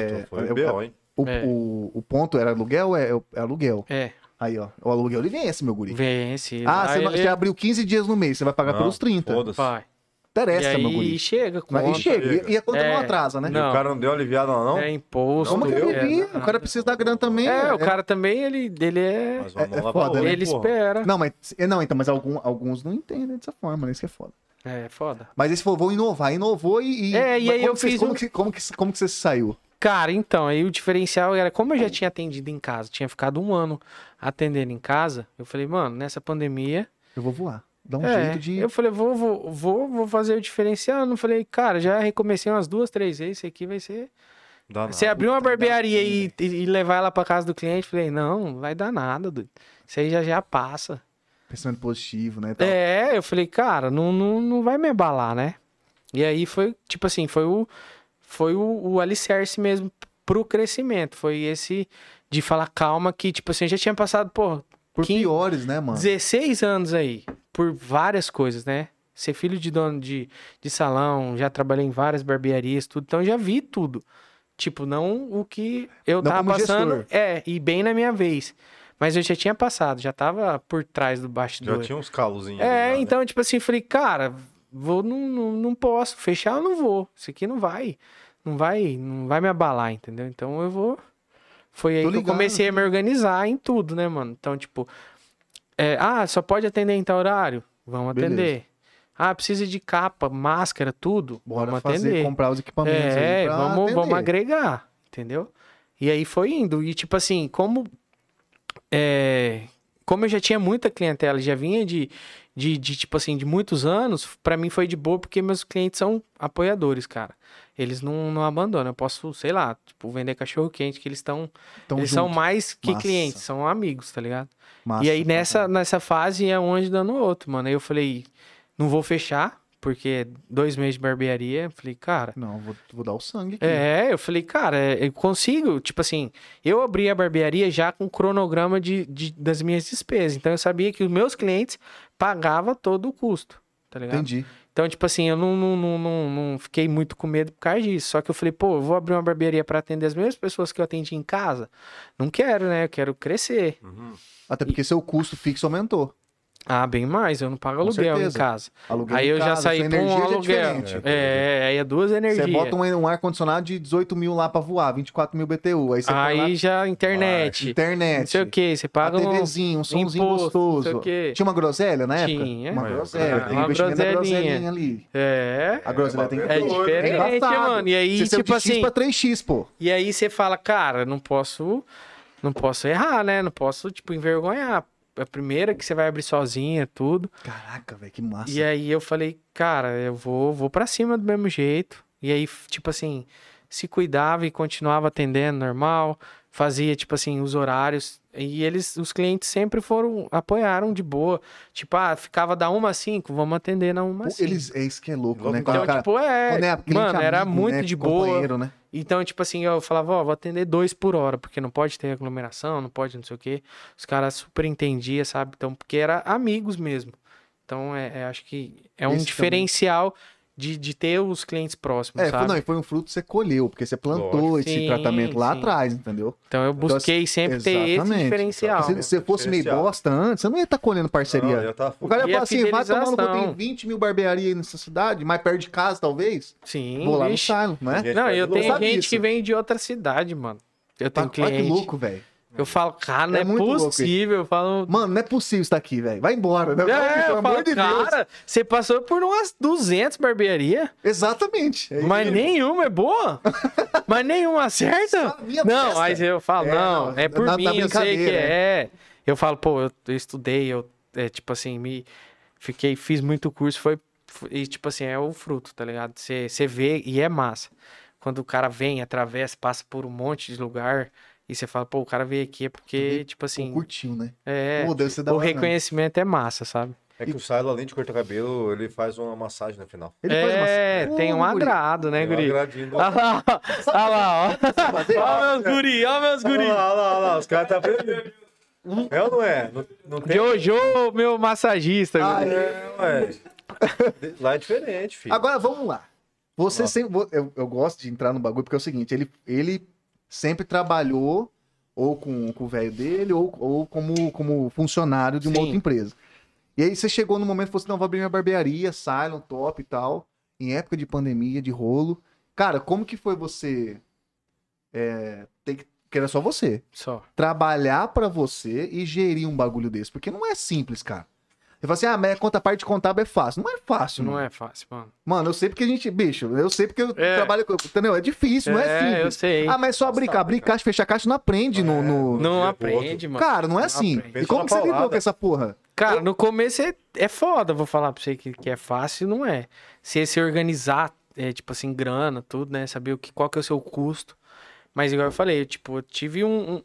S1: O ponto era aluguel? É aluguel. Aí, ó. O aluguel, ele vence, meu guri.
S3: Vence.
S1: Você abriu 15 dias no mês, você vai pagar pelos 30.
S3: Vai.
S1: Interessa, meu guri.
S3: E chega.
S1: E chega. E a conta não atrasa, né?
S2: Não. O cara não deu aliviado, não?
S3: É imposto.
S1: Como que ele o cara precisa da grana também.
S3: O cara também, ele é...
S2: Mas
S1: foda, né?
S3: Ele espera.
S1: Não, mas alguns não entendem dessa forma, né? Isso que é foda.
S3: É foda.
S1: Mas esse falou, vou inovar. Inovou e
S3: aí eu fiz...
S1: Como que você saiu?
S3: Cara, então, aí o diferencial era... Como eu já tinha atendido em casa, tinha ficado 1 ano atendendo em casa, eu falei, mano, nessa pandemia...
S1: Eu vou voar. Dá um jeito de...
S3: Eu falei, vou fazer o diferencial. Não falei, cara, já recomecei umas 2, 3 vezes, isso aqui vai ser... Você abrir uma barbearia e levar ela pra casa do cliente, falei, não vai dar nada, dude. Isso aí já passa.
S1: Pensamento positivo, né? Tal.
S3: Eu falei, cara, não vai me abalar, né? E aí foi, tipo assim, foi o alicerce mesmo pro crescimento. Foi esse de falar calma que, tipo assim, eu já tinha passado,
S1: por piores, né, mano?
S3: 16 anos aí, por várias coisas, né? Ser filho de dono de salão, já trabalhei em várias barbearias, tudo. Então, já vi tudo. Tipo, não o que eu tava passando.
S1: Gestor.
S3: E bem na minha vez. Mas eu já tinha passado, já tava por trás do bastidor.
S2: Já tinha uns calozinhos.
S3: Então, tipo assim, falei, cara, não posso, fechar eu não vou. Isso aqui não vai me abalar, entendeu? Então eu vou... Foi aí que eu comecei a me organizar em tudo, né, mano? Então, tipo, só pode atender em tal horário? Vamos atender. Precisa de capa, máscara, tudo? Vamos atender.
S1: Comprar os equipamentos
S3: vamos agregar, entendeu? E aí foi indo. E, tipo assim, como eu já tinha muita clientela, já vinha de tipo assim, de muitos anos, pra mim foi de boa, porque meus clientes são apoiadores, cara. Eles não abandonam. Eu posso, sei lá, tipo, vender cachorro quente, que eles são mais que clientes, são amigos, tá ligado?
S1: Massa,
S3: e aí nessa fase é um anjo dando outro, mano. Aí eu falei, não vou fechar, porque 2 meses de barbearia. Eu falei, cara...
S1: Não, vou dar o sangue aqui.
S3: Eu falei, cara, eu consigo... Tipo assim, eu abri a barbearia já com cronograma das minhas despesas. Então, eu sabia que os meus clientes pagavam todo o custo, tá ligado?
S1: Entendi.
S3: Então, tipo assim, eu não fiquei muito com medo por causa disso. Só que eu falei, pô, eu vou abrir uma barbearia pra atender as mesmas pessoas que eu atendi em casa? Não quero, né? Eu quero crescer.
S1: Até porque seu custo fixo aumentou.
S3: Ah, bem mais, eu não pago aluguel em casa.
S1: Aluguel
S3: aí
S1: em
S3: eu
S1: casa,
S3: já saí pra um aluguel. Aí é duas energias.
S1: Você bota um ar-condicionado de 18 mil lá pra voar, 24 mil BTU. Aí, você
S3: aí já internet.
S1: Internet.
S3: Não sei o que, você paga
S1: um TVzinho, um somzinho gostoso. Tinha uma groselha na época?
S3: Tinha.
S1: Uma groselha. Tem
S3: uma
S1: investimento na
S3: groselinha
S1: groselinha ali.
S3: A
S1: groselha tem que
S3: É diferente, mano. E aí,
S1: você
S3: tipo
S1: assim... X pra 3x, pô.
S3: E aí você fala, cara, não posso errar, né? Não posso, tipo, envergonhar. A primeira que você vai abrir sozinha, tudo.
S1: Caraca, velho, que massa.
S3: E aí eu falei, cara, eu vou pra cima do mesmo jeito. E aí, tipo assim, se cuidava e continuava atendendo normal. Fazia, tipo assim, os horários. E os clientes sempre apoiaram de boa. Tipo, ficava da 1 às 5, vamos atender na 1 às 5.
S1: É isso que é louco, né?
S3: Então, tipo, mano, era muito de boa.
S1: Né?
S3: Então, tipo assim, eu falava, vou atender 2 por hora, porque não pode ter aglomeração, não pode não sei o quê. Os caras super entendiam, sabe? Então, porque era amigos mesmo. Então, acho que é um diferencial de ter os clientes próximos, sabe?
S1: E foi um fruto que você colheu, porque você plantou esse tratamento lá atrás, entendeu?
S3: Então, eu busquei sempre ter esse diferencial.
S1: Se você fosse meio bosta antes, você não ia estar colhendo parceria. O cara ia falar assim, vai tomar no cu, tem 20 mil barbearias nessa cidade, mais perto de casa, talvez.
S3: Sim.
S1: Vou lá no Silo, não é?
S3: Não, eu tenho gente que vem de outra cidade, mano. Eu tenho cliente.
S1: Olha que louco, velho.
S3: Eu falo, cara, não é possível. Eu falo...
S1: Mano, não é possível estar aqui, velho. Vai embora. Né?
S3: Pelo amor de Deus. Cara, você passou por umas 200 barbearias.
S1: Exatamente.
S3: Mas nenhuma é boa. Mas nenhuma acerta. Não, mas eu falo, é por mim, eu sei que é. Eu falo, pô, eu estudei, tipo assim, fiz muito curso, e tipo assim, é o fruto, tá ligado? Você vê e é massa. Quando o cara vem, atravessa, passa por um monte de lugar... E você fala, pô, o cara veio aqui é porque, tipo assim...
S1: Curtiu, né?
S3: Pô, deve ser da hora, reconhecimento é massa, sabe?
S2: É que o Silo, além de cortar cabelo, ele faz uma massagem no final.
S1: Ele faz uma...
S3: tem um agrado, né, guri? Olha lá, ó. Olha meus guri.
S2: Olha lá, os caras tá aprendendo. É ou não é? Não tem...
S3: Jojo, meu massagista.
S2: Ué. Lá é diferente, filho.
S1: Agora, vamos lá. Você sempre... Eu gosto de entrar no bagulho, porque é o seguinte, ele sempre trabalhou ou com o velho dele ou como funcionário de uma outra empresa. E aí você chegou no momento e falou assim, não, vou abrir minha barbearia, Cylon, top e tal, em época de pandemia, de rolo. Cara, como que foi você que era só você? Trabalhar pra você e gerir um bagulho desse? Porque não é simples, cara. Você fala assim, mas a parte contábil é fácil. Não é fácil,
S3: mano.
S1: Não
S3: é fácil, mano.
S1: Mano, eu sei porque eu sei porque eu trabalho com... Entendeu? É difícil, não é simples.
S3: Eu sei.
S1: Mas só abrir caixa, fechar caixa, não aprende
S3: Não aprende, mano.
S1: Cara, não é assim. E como que você lidou com essa porra?
S3: Cara, no começo é foda, vou falar pra você que é fácil, não é. Se organizar, tipo assim, grana, tudo, né? Saber qual que é o seu custo. Mas igual eu falei, eu tive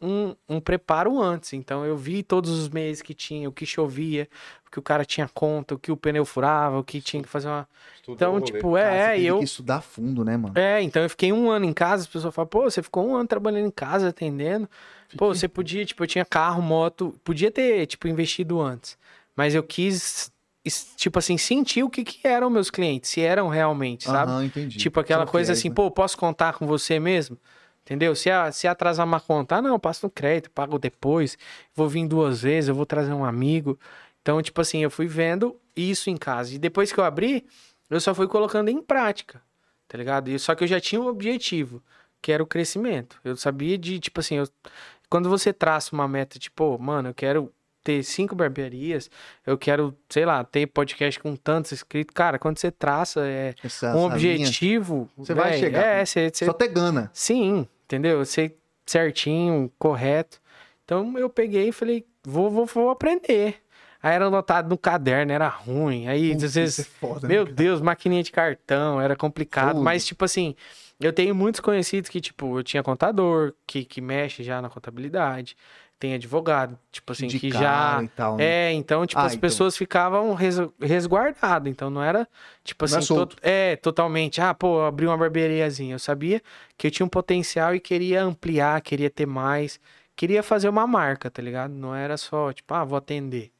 S3: um preparo antes. Então eu vi todos os meses que tinha, o que chovia, o que o cara tinha conta, o que o pneu furava, o que tinha que fazer uma... Então, tipo,
S1: você teve que estudar fundo, né, mano?
S3: Então eu fiquei 1 ano em casa, as pessoas falam, pô, você ficou 1 ano trabalhando em casa, atendendo. Pô, você podia, eu tinha carro, moto, podia ter, investido antes. Mas eu quis, tipo assim, sentir o que eram meus clientes, se eram realmente, sabe?
S1: Entendi.
S3: Tipo aquela coisa assim, pô, posso contar com você mesmo? Entendeu? Se atrasar uma conta, não, passo no crédito, pago depois, vou vir 2 vezes, eu vou trazer um amigo. Então, tipo assim, eu fui vendo isso em casa. E depois que eu abri, eu só fui colocando em prática, tá ligado? Só que eu já tinha um objetivo, que era o crescimento. Eu sabia tipo assim, quando você traça uma meta, tipo, mano, eu quero ter 5 barbearias, eu quero, sei lá, ter podcast com tantos inscritos. Cara, quando você traça um objetivo...
S1: Você vai chegar.
S3: Só
S1: ter gana.
S3: Sim, entendeu? Ser certinho, correto. Então, eu peguei e falei, vou aprender. Aí era anotado no caderno, era ruim. Aí, às vezes,
S1: foda,
S3: meu Deus, maquininha de cartão, era complicado. Mas, tipo assim, eu tenho muitos conhecidos que, tipo, eu tinha contador, que mexe já na contabilidade. Tem advogado, tipo assim, que já...
S1: E tal, né?
S3: Então, tipo, as pessoas ficavam resguardadas. Então, não era, tipo assim, totalmente... pô, eu abri uma barbeariazinha. Eu sabia que eu tinha um potencial e queria ampliar, queria ter mais. Queria fazer uma marca, tá ligado? Não era só, tipo, vou atender.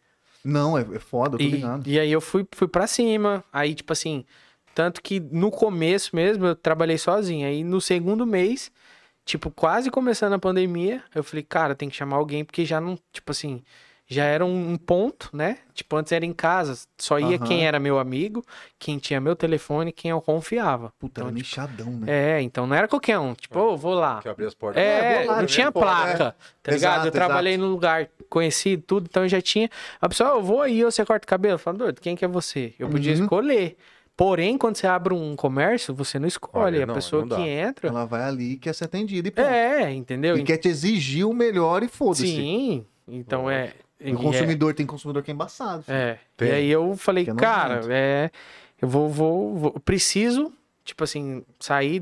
S1: Não, é foda, eu tô ligado.
S3: E aí eu fui pra cima. Aí, tipo assim, tanto que no começo mesmo eu trabalhei sozinho. Aí no segundo mês, tipo, quase começando a pandemia, eu falei, cara, tem que chamar alguém, porque já não, tipo assim, já era um ponto, né? Tipo, antes era em casa, só ia quem era meu amigo, quem tinha meu telefone, quem eu confiava.
S1: Puta,
S3: então,
S1: era nichadão, né?
S3: então não era qualquer um. Tipo, eu vou lá.
S2: Que abria as portas.
S3: Vou lá, não tinha placa, tá ligado?
S1: Exato,
S3: Eu trabalhei num lugar conhecido, tudo, então eu já tinha. A pessoa, eu vou aí, você corta o cabelo? Eu falo, doido, quem que é você? Eu podia escolher. Porém, quando você abre um comércio, você não escolhe. A pessoa que entra...
S1: Ela vai ali e quer ser atendida e pronto.
S3: Entendeu?
S1: E quer te exigir o melhor e foda-se.
S3: Sim, então
S1: O consumidor tem consumidor que é embaçado.
S3: E aí eu falei, cara, eu vou... Preciso, tipo assim, sair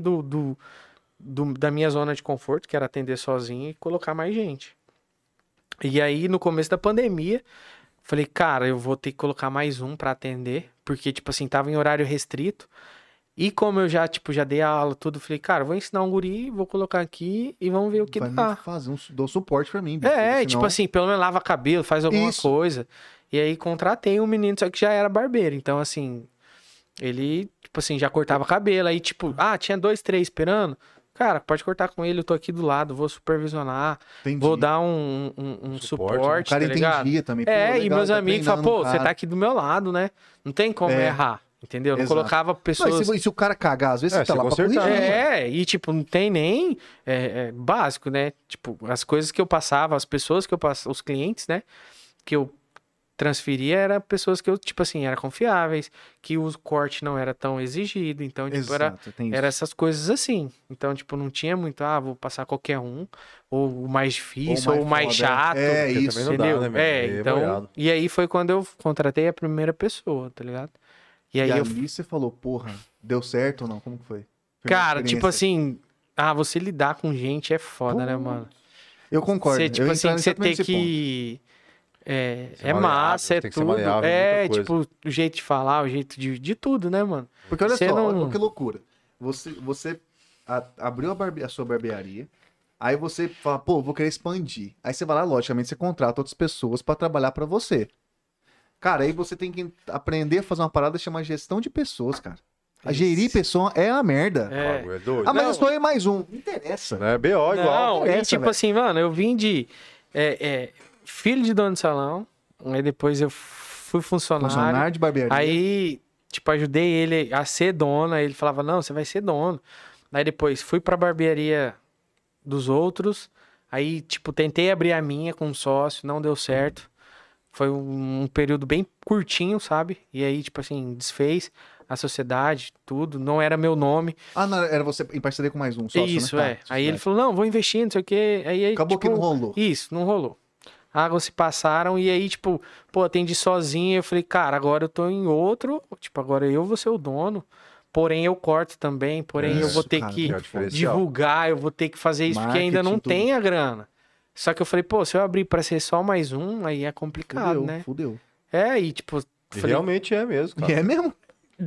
S3: da minha zona de conforto, que era atender sozinho, e colocar mais gente. E aí, no começo da pandemia... Falei, cara, eu vou ter que colocar mais um pra atender, porque, tipo assim, tava em horário restrito. E como eu já, tipo, já dei aula, tudo, falei, cara, vou ensinar um guri, vou colocar aqui e vamos ver o que dá.
S1: Vai fazer dá um suporte pra mim. Bicho,
S3: senão... tipo assim, pelo menos lava cabelo, faz alguma coisa. E aí contratei um menino, só que já era barbeiro. Então, assim, ele, tipo assim, já cortava cabelo. Aí, tipo, tinha 2, 3 esperando. Cara, pode cortar com ele, eu tô aqui do lado, vou supervisionar, vou dar um suporte,
S1: O cara
S3: tá ligado?
S1: entendia também.
S3: E meus amigos falam, pô, você tá aqui do meu lado, né? Não tem como errar, entendeu? Não colocava pessoas...
S1: Não, e se o cara cagar, às vezes você tá lá pra corrigir.
S3: E tipo, não tem nem básico, né? Tipo, as coisas que eu passava, as pessoas que eu passava, os clientes, né? Que eu transferia eram pessoas que eu, tipo assim, eram confiáveis, que o corte não era tão exigido, então, tipo, era essas coisas assim. Então, tipo, não tinha muito, vou passar qualquer um, ou o mais difícil, ou o mais chato.
S1: Isso.
S3: Entendeu?
S2: Não dá, né,
S3: então, e aí foi quando eu contratei a primeira pessoa, tá ligado? E aí
S1: ali você falou, porra, deu certo ou não? Como que foi?
S3: Cara, tipo assim, você lidar com gente é foda, né, mano?
S1: Eu concordo.
S3: Você, tipo assim, você tem que... massa, tudo. Tipo, o jeito de falar, o jeito de tudo, né, mano?
S1: Porque olha só, olha que loucura. Você abriu a sua barbearia, aí você fala, pô, vou querer expandir. Aí você vai lá, logicamente, você contrata outras pessoas pra trabalhar pra você. Cara, aí você tem que aprender a fazer uma parada chamada gestão de pessoas, cara. A gerir pessoa é a merda.
S2: É doido.
S1: Mas eu sou aí mais um. Não interessa.
S2: Não é BO igual.
S3: Não, e tipo assim, mano, eu vim de... filho de dono de salão, aí depois eu fui funcionário
S1: de barbearia.
S3: Aí, tipo, ajudei ele a ser dono, aí ele falava, não, você vai ser dono. Aí depois fui pra barbearia dos outros, aí, tipo, tentei abrir a minha com um sócio, não deu certo. Foi um período bem curtinho, sabe? E aí, tipo assim, desfez a sociedade, tudo, não era meu nome.
S1: Não, era você em parceria com mais um sócio,
S3: isso,
S1: né?
S3: Aí ele falou, não, vou investir, não sei o quê. Aí,
S1: acabou
S3: tipo,
S1: que não rolou.
S3: Isso, não rolou. Águas se passaram e aí, tipo, atendi sozinho. Eu falei, cara, agora eu tô em outro. Tipo, agora eu vou ser o dono. Porém, eu corto também. Porém, eu vou ter que divulgar, eu vou ter que fazer isso, porque ainda não tem a grana. Só que eu falei, se eu abrir pra ser só mais um, aí é complicado, né?
S1: Fudeu.
S3: E tipo...
S2: Realmente é mesmo, cara.
S1: É mesmo?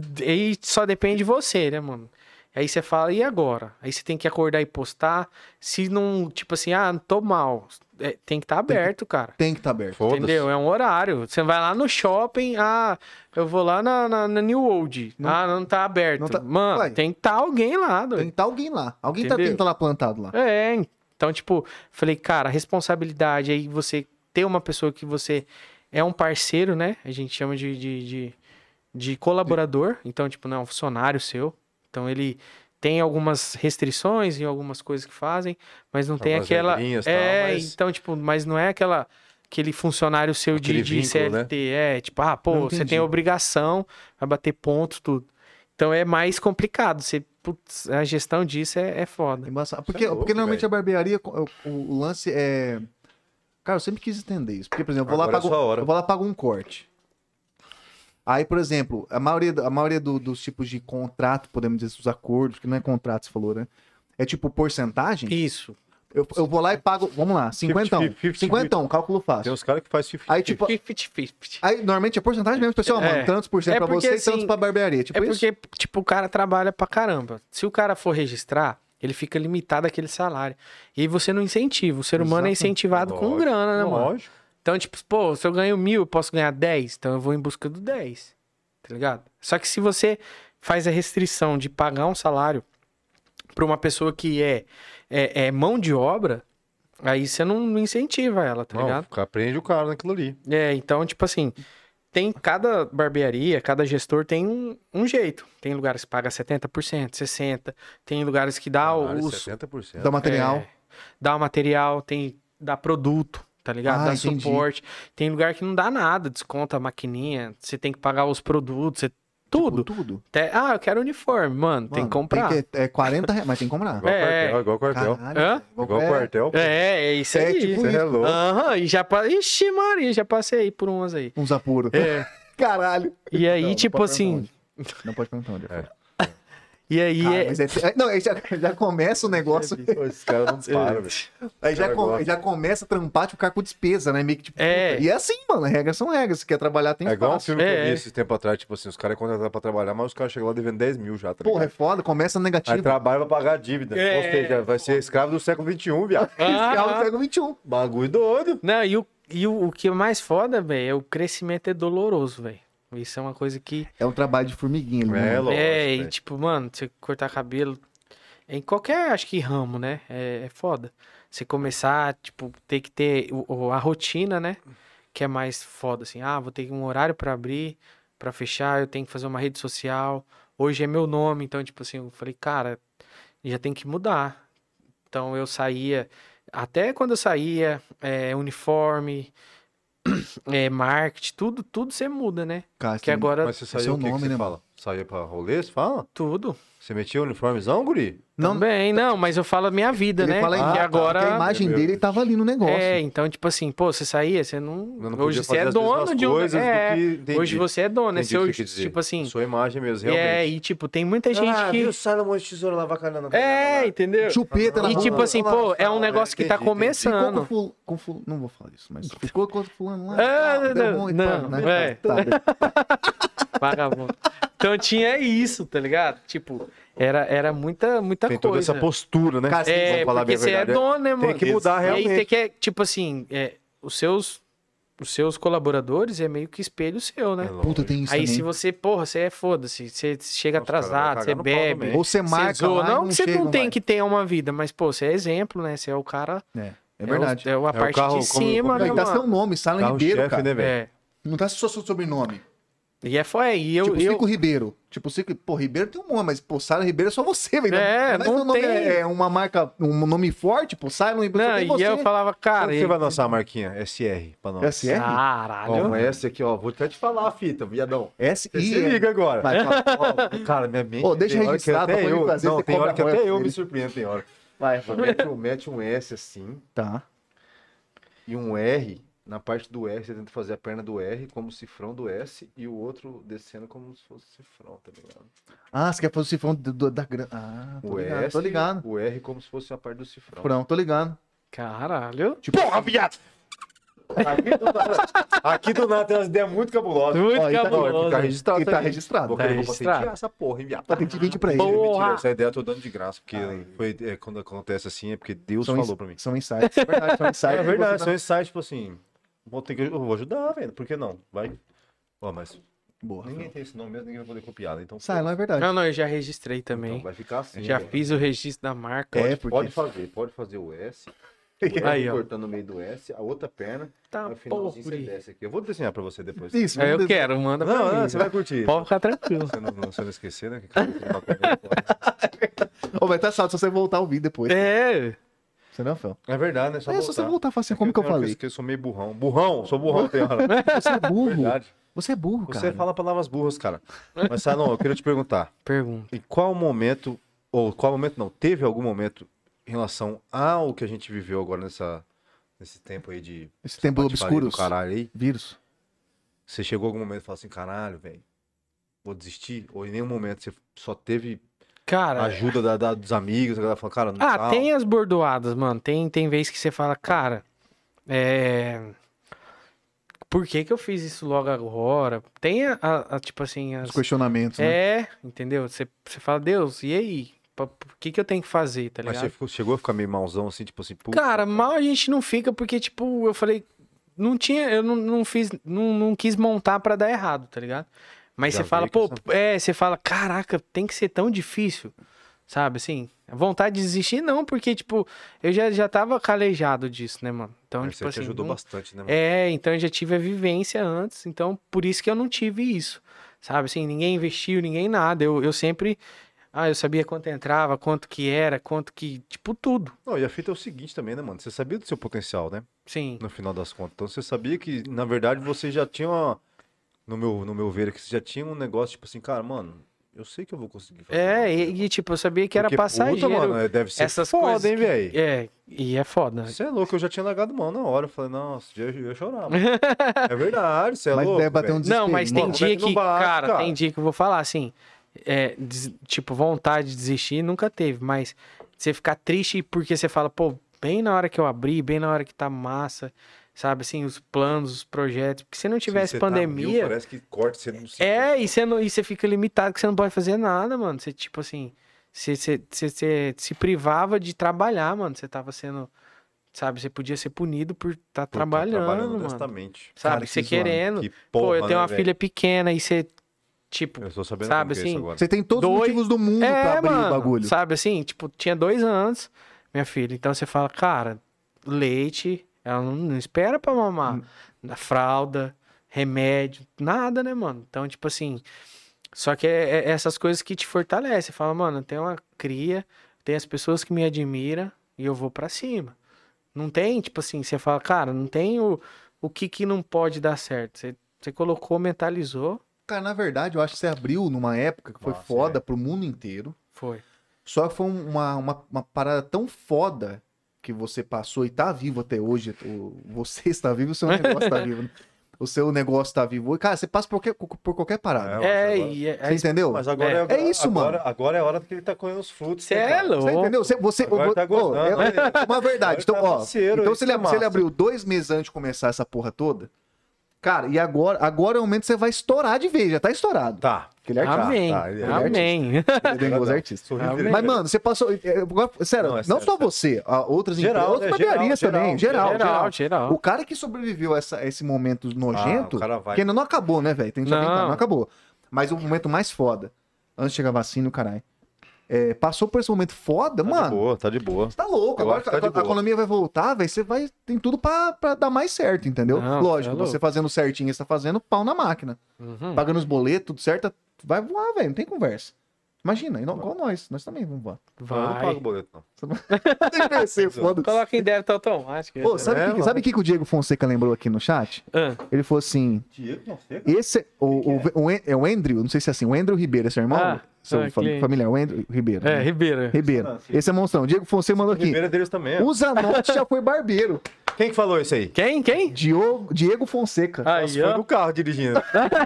S3: E só depende de você, né, mano? Aí você fala, e agora? Aí você tem que acordar e postar. Se não, tipo assim, não tô mal. Tem que estar aberto, cara.
S1: Tem que estar aberto.
S3: Entendeu? É um horário. Você vai lá no shopping, eu vou lá na New World. Não tá aberto. Não tá... Mano, tem que estar alguém lá. Doido.
S1: Tem que estar alguém lá. Alguém tá lá plantado lá.
S3: Então, tipo, falei, cara, responsabilidade aí você ter uma pessoa que você é um parceiro, né? A gente chama de colaborador. Então, tipo, não é um funcionário seu. Então, ele tem algumas restrições em algumas coisas que fazem, mas não tem aquela... Então, tipo, mas não é aquele funcionário seu de CLT. Né? Tipo, você tem a obrigação, vai bater ponto, tudo. Então, é mais complicado. A gestão disso é foda.
S1: Porque normalmente a barbearia, o lance é... Cara, eu sempre quis entender isso. Porque, por exemplo, eu vou lá pago um corte. Aí, por exemplo, a maioria dos tipos de contrato, podemos dizer, os acordos, que não é contrato, você falou, né? É tipo porcentagem?
S3: Isso.
S1: Eu vou lá e pago, vamos lá, 50, cálculo fácil.
S2: Tem uns caras que fazem 50.
S1: Aí, tipo, aí, normalmente é porcentagem mesmo, pessoal, mano, tantos por cento pra você e tantos pra barbearia. Tipo
S3: porque, tipo, o cara trabalha pra caramba. Se o cara for registrar, ele fica limitado àquele salário. E aí você não incentiva. O ser humano é incentivado com grana, né, mano? Lógico. Então, tipo, pô, se eu ganho 1.000, eu posso ganhar 10, então eu vou em busca do 10, tá ligado? Só que se você faz a restrição de pagar um salário pra uma pessoa que é mão de obra, aí você não incentiva ela, tá ligado?
S2: Aprende o cara naquilo ali.
S3: Então, tipo assim, tem cada barbearia, cada gestor tem um jeito. Tem lugares que paga 70%, 60%, tem lugares que dá os...
S2: 70%.
S1: Dá material.
S3: Dá o material, dá produto, tá ligado? Dá
S1: entendi.
S3: suporte. Tem lugar que não dá nada, desconta a maquininha, você tem que pagar os produtos, tudo.
S1: Tipo, tudo.
S3: Eu quero uniforme, mano, tem que comprar.
S1: É 40 reais, mas tem que comprar.
S2: Igual quartel.
S3: Hã?
S2: Igual quartel.
S3: É isso aí.
S1: Tipo
S2: Você é louco.
S3: E Ixi, Maria, já passei por umas aí.
S1: Uns apuros. Caralho.
S3: E aí,
S1: Não,
S3: tipo
S1: não
S3: assim...
S1: Não pode perguntar onde foi.
S3: E aí
S1: Mas não, aí já começa o negócio.
S2: Esses caras não param, velho.
S1: Aí já começa a trampar, ficar com despesa, né? Meio que tipo. E é assim, mano. Regras são regras. Se quer trabalhar, tem
S2: É igual um
S1: espaço.
S2: filme que eu vi esse tempo atrás, tipo assim, os caras contrataram pra trabalhar, mas os caras chegam lá devendo 10 mil já, tá ligado?
S1: Porra, é foda, começa negativo.
S2: Aí trabalha pra pagar a dívida. Ou seja, vai ser escravo do século XXI, viado.
S1: Escravo do século XXI.
S2: Bagulho doido.
S3: Não, e o que é mais foda, velho, é o crescimento é doloroso, velho. Isso é uma coisa que...
S1: É um trabalho de formiguinha ali, né?
S2: Lógico.
S3: E tipo, mano, você cortar cabelo... Em qualquer, acho que ramo, né? É foda. Você começar, tipo, ter que ter a rotina, né? Que é mais foda, assim. Vou ter um horário pra abrir, pra fechar, eu tenho que fazer uma rede social. Hoje é meu nome, então, tipo assim, eu falei, cara, já tem que mudar. Então, eu saía... Até quando eu saía, uniforme... marketing, tudo você muda, né?
S1: Cara,
S3: que agora...
S2: Mas você saía o que
S1: nome,
S2: você
S1: né,
S2: fala? Saía pra rolê, você fala?
S3: Tudo.
S2: Você metia o uniformezão, guri?
S3: Também, não, mas eu falo a minha vida,
S1: ele
S3: né?
S1: fala
S3: que agora...
S1: que a imagem dele tava ali no negócio.
S3: Então, tipo assim, pô, você saía, você não...
S2: Eu não
S3: Hoje
S2: podia
S3: você é
S2: fazer as
S3: dono
S2: mesmas
S3: de um...
S2: coisas do que- entendi.
S3: Hoje você é dono, né?
S2: Entendi
S3: Você
S2: o que
S3: hoje,
S2: você quer dizer.
S3: tipo assim...
S2: Sua imagem mesmo, realmente.
S3: E tipo, tem muita gente que...
S2: viu o Sala Monte de Tesoura lá vacalhando.
S3: Entendeu?
S1: Chupeta na
S3: E
S1: rua.
S3: tipo assim, pô, é um negócio que tá
S2: entendi,
S3: começando.
S1: Ficou com fulano, não vou falar isso, mas ficou com fulano lá.
S3: Vagabundo. Então tinha isso, tá ligado? Tipo, era muita
S2: Tem
S3: coisa.
S2: toda essa postura, né? Vamos falar
S3: porque
S2: bem a
S3: você é
S2: verdade.
S3: dono, né, mano?
S2: Tem que mudar
S3: E aí
S2: realmente.
S3: você quer, tipo assim, os seus colaboradores é meio que espelho seu, né?
S1: Puta, tem isso
S3: Aí
S1: também.
S3: se você, você é foda-se, você chega
S2: Os caras
S3: atrasado,
S2: vão
S3: você
S2: cagar no pau
S3: bebe,
S2: também.
S1: Ou você marca
S3: zoa.
S1: lá e
S3: Não que você
S1: chega,
S3: não tem
S1: vai.
S3: que ter uma vida, mas, pô, você é exemplo, né? Você é o cara...
S1: É verdade.
S3: É a parte
S2: carro,
S3: de cima,
S2: como-
S3: né,
S1: Aí tá
S3: mano?
S1: seu nome, Silent Ribeiro,
S2: Carro-chefe,
S1: cara.
S2: né, velho?
S1: Não tá só seu sobrenome.
S3: E e eu...
S1: Tipo, Cico Ribeiro. Tipo, Cico... Pô, Ribeiro tem um nome, mas, pô, Silent Ribeiro é só você, velho.
S3: É,
S1: Mas
S3: não
S1: seu nome
S3: tem.
S1: é uma marca, um nome forte, pô, Silent Ribeiro só
S3: Não,
S1: tem
S3: e
S1: você.
S3: eu falava, cara...
S2: Quando você vai lançar a marquinha? SR pra nós.
S1: SR?
S3: Caralho.
S2: Ó, mas essa aqui, ó, vou até te falar a fita, viadão.
S1: S
S2: Você se liga agora.
S1: Vai, fala.
S2: Ó, cara, minha mente...
S1: Ô, deixa
S2: tem hora que
S1: registrado
S2: até
S1: pra
S2: eu...
S1: ele fazer,
S2: Não,
S1: você
S2: tem hora
S1: cobra
S2: que até
S1: royalties
S2: eu me
S1: dele.
S2: surpreendo, tem hora.
S1: Vai.
S2: Mete um S assim
S1: Tá.
S2: e um R. Na parte do R, você tenta fazer a perna do R como o cifrão do S e o outro descendo como se fosse cifrão, tá ligado?
S1: Ah, você quer fazer o cifrão da grana. Ah,
S2: O S,
S1: tô ligado.
S2: o R como se fosse a parte do cifrão.
S1: Cifrão, tô ligado.
S3: Caralho.
S1: Tipo,
S2: Porra, viado! Aqui do nada tem umas ideias muito cabulosas.
S3: Muito
S1: Ó, e tá-
S3: cabuloso.
S2: Fica registrado.
S1: E tá registrado.
S2: Vou
S3: Tá
S2: querer vou
S3: registrado.
S2: patentear essa porra, hein, viado.
S1: Patente 20 pra ele.
S3: Porra.
S2: Mentira, essa ideia eu tô dando de graça, porque quando acontece assim é porque Deus falou pra mim.
S1: São insights. É verdade, são insights.
S2: É verdade,
S1: Você
S2: são insights, tipo assim, eu vou ajudar, velho, por que não? Vai. Ó, mas
S1: Boa.
S2: ninguém tem esse nome mesmo, ninguém vai poder copiar, né? Então,
S1: Sai, não é verdade.
S3: Não, eu já registrei também.
S2: então vai ficar assim.
S3: Já
S2: velho.
S3: fiz o registro da marca.
S1: É, porque...
S2: Pode fazer o S.
S3: Aí, ó.
S2: Cortando no meio do S, a outra perna,
S3: Tá,
S2: no finalzinho
S3: porra.
S2: você desce aqui. Eu vou desenhar pra você depois.
S1: Isso,
S3: Eu
S1: vamos
S3: quero, manda pra
S2: Não,
S3: mim.
S2: você vai curtir.
S3: Pode ficar tranquilo.
S2: Você não esquecer, né? Que cara,
S1: Ô, vai tá salvo se você voltar a ouvir depois. Você não, Fel?
S2: é verdade, né? Só
S1: Se você voltar, fala assim, como que eu falei?
S2: Eu sou meio burrão. Sou burrão, tem hora.
S1: Você é burro.
S2: Verdade.
S1: Você é burro, cara.
S2: Você fala palavras burras, cara. Mas, Salão, eu queria te perguntar.
S3: Pergunta.
S2: Em qual momento não, teve algum momento em relação ao que a gente viveu agora nesse tempo aí de...
S1: Esse tempo
S2: patifaria
S1: obscuros.
S2: do caralho aí,
S1: Vírus.
S2: você chegou algum momento e falou assim, caralho, velho, vou desistir? Ou em nenhum momento você só teve
S3: Cara...
S2: ajuda dos amigos, a galera falou, cara, não tá...
S3: tem as bordoadas, mano. Tem vezes que você fala, cara, por que eu fiz isso logo agora? Tem tipo assim...
S1: Os questionamentos, né?
S3: Entendeu? Você fala, Deus, e aí? Por que eu tenho que fazer, tá
S2: Mas
S3: ligado?
S2: você chegou a ficar meio malzão, assim, tipo assim... puta,
S3: Cara, mal a gente não fica porque, tipo, eu falei, não tinha, eu não fiz, não quis montar pra dar errado, tá ligado? Mas
S2: Já
S3: você fala,
S2: veio
S3: pô,
S2: com essa-
S3: você fala, caraca, tem que ser tão difícil, sabe, assim? A vontade de desistir, não, porque, tipo, eu já tava calejado disso, né, mano? Então,
S2: Mas
S3: tipo
S2: você
S3: assim...
S2: te ajudou
S3: não-
S2: bastante, né, mano?
S3: então eu já tive a vivência antes, então por isso que eu não tive isso, sabe? Assim, ninguém investiu, ninguém nada, eu sempre... eu sabia quanto entrava, quanto que era, quanto que... Tipo, tudo.
S2: Não, e a fita é o seguinte também, né, mano? Você sabia do seu potencial, né?
S3: Sim.
S2: No final das contas. Então você sabia que, na verdade, você já tinha no meu ver, que você já tinha um negócio, tipo assim, cara, mano, eu sei que eu vou conseguir fazer.
S3: Tipo, eu sabia que era
S2: Porque,
S3: passageiro.
S2: puta, mano, deve ser
S3: essas
S2: foda,
S3: coisas
S2: hein, velho?
S3: E é foda.
S2: Você é louco, eu já tinha largado mão na hora. Eu falei, nossa, eu ia chorar, mano. É verdade, você é
S1: Mas
S2: louco,
S1: deve bater um
S2: velho.
S1: desespero.
S3: Não, mas tem
S2: Mano,
S3: dia
S2: como é que
S3: que,
S2: não bate,
S3: cara,
S2: cara?
S3: tem dia que eu vou falar assim, tipo, vontade de desistir nunca teve, mas você ficar triste porque você fala, pô, bem na hora que eu abri, bem na hora que tá massa, sabe, assim, os planos, os projetos, porque se não tivesse
S2: Se você tá
S3: pandemia...
S2: mil, parece que corta você não
S3: E você fica limitado, que você não pode fazer nada, mano, você, tipo assim, você se privava de trabalhar, mano, você tava sendo... Sabe, você podia ser punido por estar trabalhando, mano.
S2: honestamente.
S3: Sabe,
S1: Cara,
S3: você
S1: que zoado.
S3: querendo.
S2: Que
S3: Pô,
S2: porra,
S3: eu tenho
S2: né,
S3: uma
S2: velho?
S3: filha pequena e você, tipo,
S2: Eu tô sabendo
S3: sabe
S2: como que é isso
S3: assim?
S2: agora.
S1: Você tem todos os
S3: Dois-
S1: motivos do mundo pra abrir o bagulho.
S3: sabe assim? Tipo, tinha 2 anos, minha filha. Então você fala, cara, leite, ela não espera pra mamar. Na fralda, remédio, nada, né, mano? Então, tipo assim, só que é essas coisas que te fortalecem. Você fala, mano, eu tenho uma cria, tem as pessoas que me admiram e eu vou pra cima. Não tem, tipo assim, você fala, cara, não tem o que não pode dar certo. Você colocou, mentalizou,
S1: Cara, na verdade, eu acho que você abriu numa época que foi
S2: Nossa,
S1: foda
S2: é.
S1: pro mundo inteiro.
S3: foi.
S1: Só que foi uma parada tão foda que você passou e tá vivo até hoje. Você está vivo, o seu negócio tá vivo. Né? O seu negócio tá vivo. E, cara, você passa por qualquer parada. Você entendeu?
S2: Mas agora
S1: É isso, mano.
S2: Agora é a hora que ele tá colhendo os frutos.
S3: Você
S2: né,
S3: é
S2: cara?
S3: louco.
S1: Você entendeu? Você
S2: Agora tá gostando, né?
S1: uma verdade. Então,
S2: Agora tá
S1: ó.
S2: parceiro,
S1: Então,
S2: isso
S1: se ele,
S2: é
S1: se ele
S2: massa.
S1: abriu 2 meses antes de começar essa porra toda. Cara, e agora é o momento que você vai estourar de vez. Já tá estourado.
S2: Tá.
S1: Porque ele é artista.
S3: Amém.
S2: ele é
S3: Amém.
S1: Ele é dengoso artista.
S2: Sorriso
S3: Amém.
S2: vermelho.
S1: Mas, mano, você passou. Sério,
S2: Não,
S1: não,
S2: é sério,
S1: só
S2: sério.
S1: você, outras
S2: Geral,
S1: empresas,
S2: né?
S1: outras barbearias
S2: Geral,
S1: também. Geral.
S3: Geral.
S1: O cara que sobreviveu a esse momento nojento,
S2: o cara vai.
S1: que ainda não acabou, né, velho? Tem que saber que
S3: Não.
S1: não acabou. Mas o momento mais foda, antes de chegar a vacina, o caralho. Passou por esse momento foda, mano.
S2: Tá de boa.
S1: Você tá louco.
S2: Eu
S1: Agora
S2: acho que tá de
S1: a
S2: boa.
S1: economia vai voltar, velho. Você vai. Tem tudo pra dar mais certo, entendeu?
S3: Não,
S1: Lógico,
S3: tá louco.
S1: você fazendo certinho, você tá fazendo pau na máquina.
S3: Uhum.
S1: Pagando os boletos, tudo certo, vai voar, velho. Não tem conversa. Imagina, igual nós. Nós também vamos voar.
S2: Eu não pago
S3: Vai.
S2: boleto, não.
S1: Tem que ser, foda-se.
S3: Coloca em débito automático.
S1: Pô, sabe o que o Diego Fonseca lembrou aqui no chat? Ele falou assim:
S2: Diego, não sei.
S1: esse. É o Andrew, não sei se é assim, o Andrew Ribeiro, esse é irmão? Seu
S3: cliente.
S1: familiar, o Andrew Ribeiro. né?
S3: Ribeira.
S1: Ribeiro. Esse é monstrão. Diego Fonseca mandou aqui.
S2: Ribeiro deles também. é.
S1: O Zanotti já foi barbeiro.
S2: Quem que falou isso aí?
S3: Quem?
S1: Diego Fonseca.
S3: Aí,
S2: Nossa, foi
S3: ó.
S2: no carro dirigindo.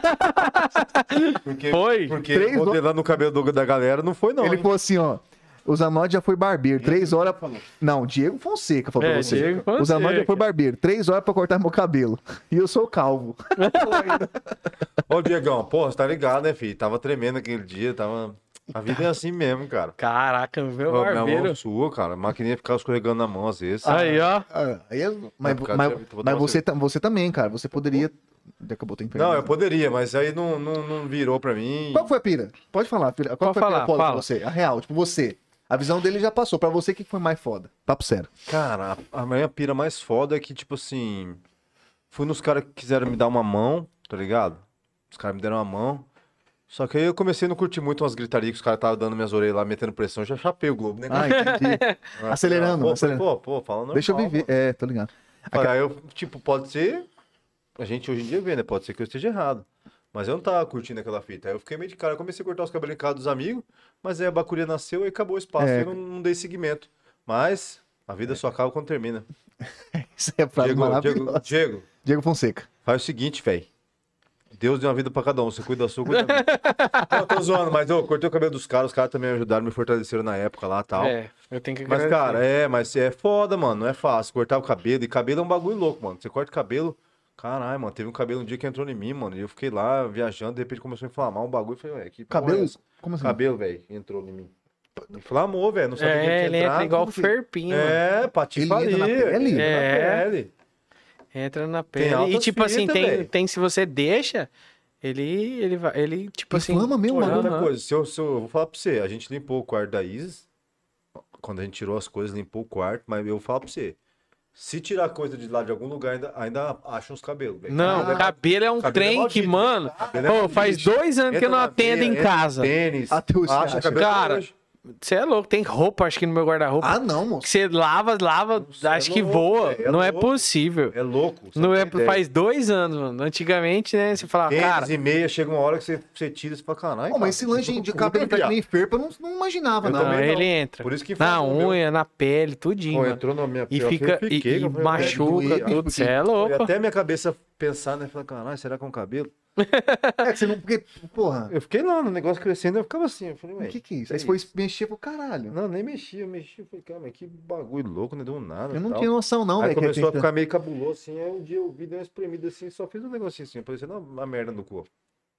S3: Foi.
S2: Porque
S1: 3 horas.
S2: modelando o cabelo da galera não foi, não.
S1: Ele
S2: hein?
S1: falou assim, ó. O Zanotti já foi barbeiro. 3 horas. Não, Diego Fonseca falou pra você.
S3: Diego
S1: O Zanotti já
S3: Fonseca.
S1: foi barbeiro. 3 horas pra cortar meu cabelo. E eu sou calvo.
S2: Ô, Diegão, porra, você tá ligado, né, filho? Tava tremendo aquele dia, tava... A vida é assim mesmo, cara.
S3: Caraca, meu
S2: Ô, minha mão
S3: barbeiro.
S2: sua, cara. A maquininha ficava escorregando na mão às vezes.
S3: Aí, ó.
S1: Mas,
S2: por causa
S1: mas,
S2: de- vou
S1: mas
S2: dar
S1: você também, cara. Você poderia. Acabou, tem que pegar.
S2: Não, eu poderia, mas aí não virou pra mim.
S1: Qual foi a pira? Pode falar, filha. Qual
S3: Pode
S1: foi a pira
S3: falar,
S1: foda pra
S3: fala.
S1: você? A real, tipo, você. A visão dele já passou. Pra você, o que foi mais foda? Papo sério.
S2: Cara, a minha pira mais foda é que, tipo assim... Fui nos caras que quiseram me dar uma mão, tá ligado? Os caras me deram uma mão. Só que aí eu comecei a não curtir muito umas gritarias que os caras estavam dando minhas orelhas lá, metendo pressão. Eu já chapei o Globo, né?
S1: Ah, entendi. acelerando,
S2: Pô,
S1: acelerando.
S2: Pô, fala normal.
S1: Deixa eu viver.
S2: mano.
S1: Tô ligado.
S2: Aí eu, tipo, pode ser... A gente hoje em dia vê, né? Pode ser que eu esteja errado. Mas eu não tava curtindo aquela fita. Aí eu fiquei meio de cara. Eu comecei a cortar os cabelos em casa dos amigos, mas aí a bacuria nasceu e acabou o espaço.
S1: É.
S2: Eu não dei seguimento. Mas a vida só acaba quando termina.
S1: Isso é frase maravilhosa. Diego Fonseca.
S2: Faz o seguinte, velho. Deus deu uma vida pra cada um. Você cuida da sua, cuida da minha. Não, tô zoando, mas eu cortei o cabelo dos caras. Os caras também me ajudaram, me fortaleceram na época lá e tal.
S3: Eu tenho que
S2: Mas,
S3: agradecer.
S2: cara, mas é foda, mano. Não é fácil. Cortar o cabelo. E cabelo é um bagulho louco, mano. Você corta o cabelo. Caralho, mano. Teve um cabelo um dia que entrou em mim, mano. E eu fiquei lá viajando. De repente começou a inflamar um bagulho. Eu falei, ué, que porra é
S1: Cabelo?
S2: essa?
S1: Como assim?
S2: Cabelo, velho. Entrou em mim. Inflamou, velho. Não sabia que
S3: Ele
S2: tinha
S3: entra
S2: entrado.
S3: igual
S1: como que-
S3: ferpinho. mano.
S2: É, patifaria.
S1: Ele entra na pele?
S2: Entra na
S3: É.
S2: pele.
S3: Entra na pele. E tipo assim, tem se você deixa, ele tipo assim...
S1: Inflama mesmo,
S2: mano. Outra coisa, se eu vou falar pra você, a gente limpou o quarto da Isis, quando a gente tirou as coisas, limpou o quarto, mas eu vou falar pra você, se tirar coisa de lá de algum lugar, ainda acha uns cabelos. Véio.
S3: Não, cabelo é um trem que, mano... Pô, faz 2 anos que eu não atendo em casa.
S2: Tênis,
S1: acha
S2: cabelo.
S3: Cara... Você é louco, tem roupa, acho que no meu guarda-roupa.
S1: Ah, não, moço.
S3: Que você lava, acho que voa. Não é possível.
S2: É louco.
S3: Não é, faz 2 anos, mano. Antigamente, né, você falava, cara...
S2: e meia, chega uma hora que você tira e você fala, caralho.
S1: Mas esse lanche de cabelo tá que nem ferpa, eu não imaginava, não.
S3: Não, ele entra.
S2: Por isso que
S3: na unha, na pele, tudinho.
S2: Pô, entrou na minha
S3: pele. E fica, e machuca tudo. Você é louco.
S2: Foi até minha cabeça pensar, né? Falei, caralho, será que é um cabelo?
S1: Que você não... Porque, porra...
S2: Eu fiquei lá, no negócio crescendo, eu ficava assim. Eu falei, ué...
S1: O que é isso? Aí você foi mexer pro caralho.
S2: Não, nem mexia. Eu falei, cara, mas que bagulho louco, não deu nada.
S1: Eu não tinha noção, não,
S2: velho. Aí começou a ficar meio cabuloso, assim. Aí um dia eu vi, deu uma espremida assim, só fiz um negocinho assim, parecendo uma merda no corpo.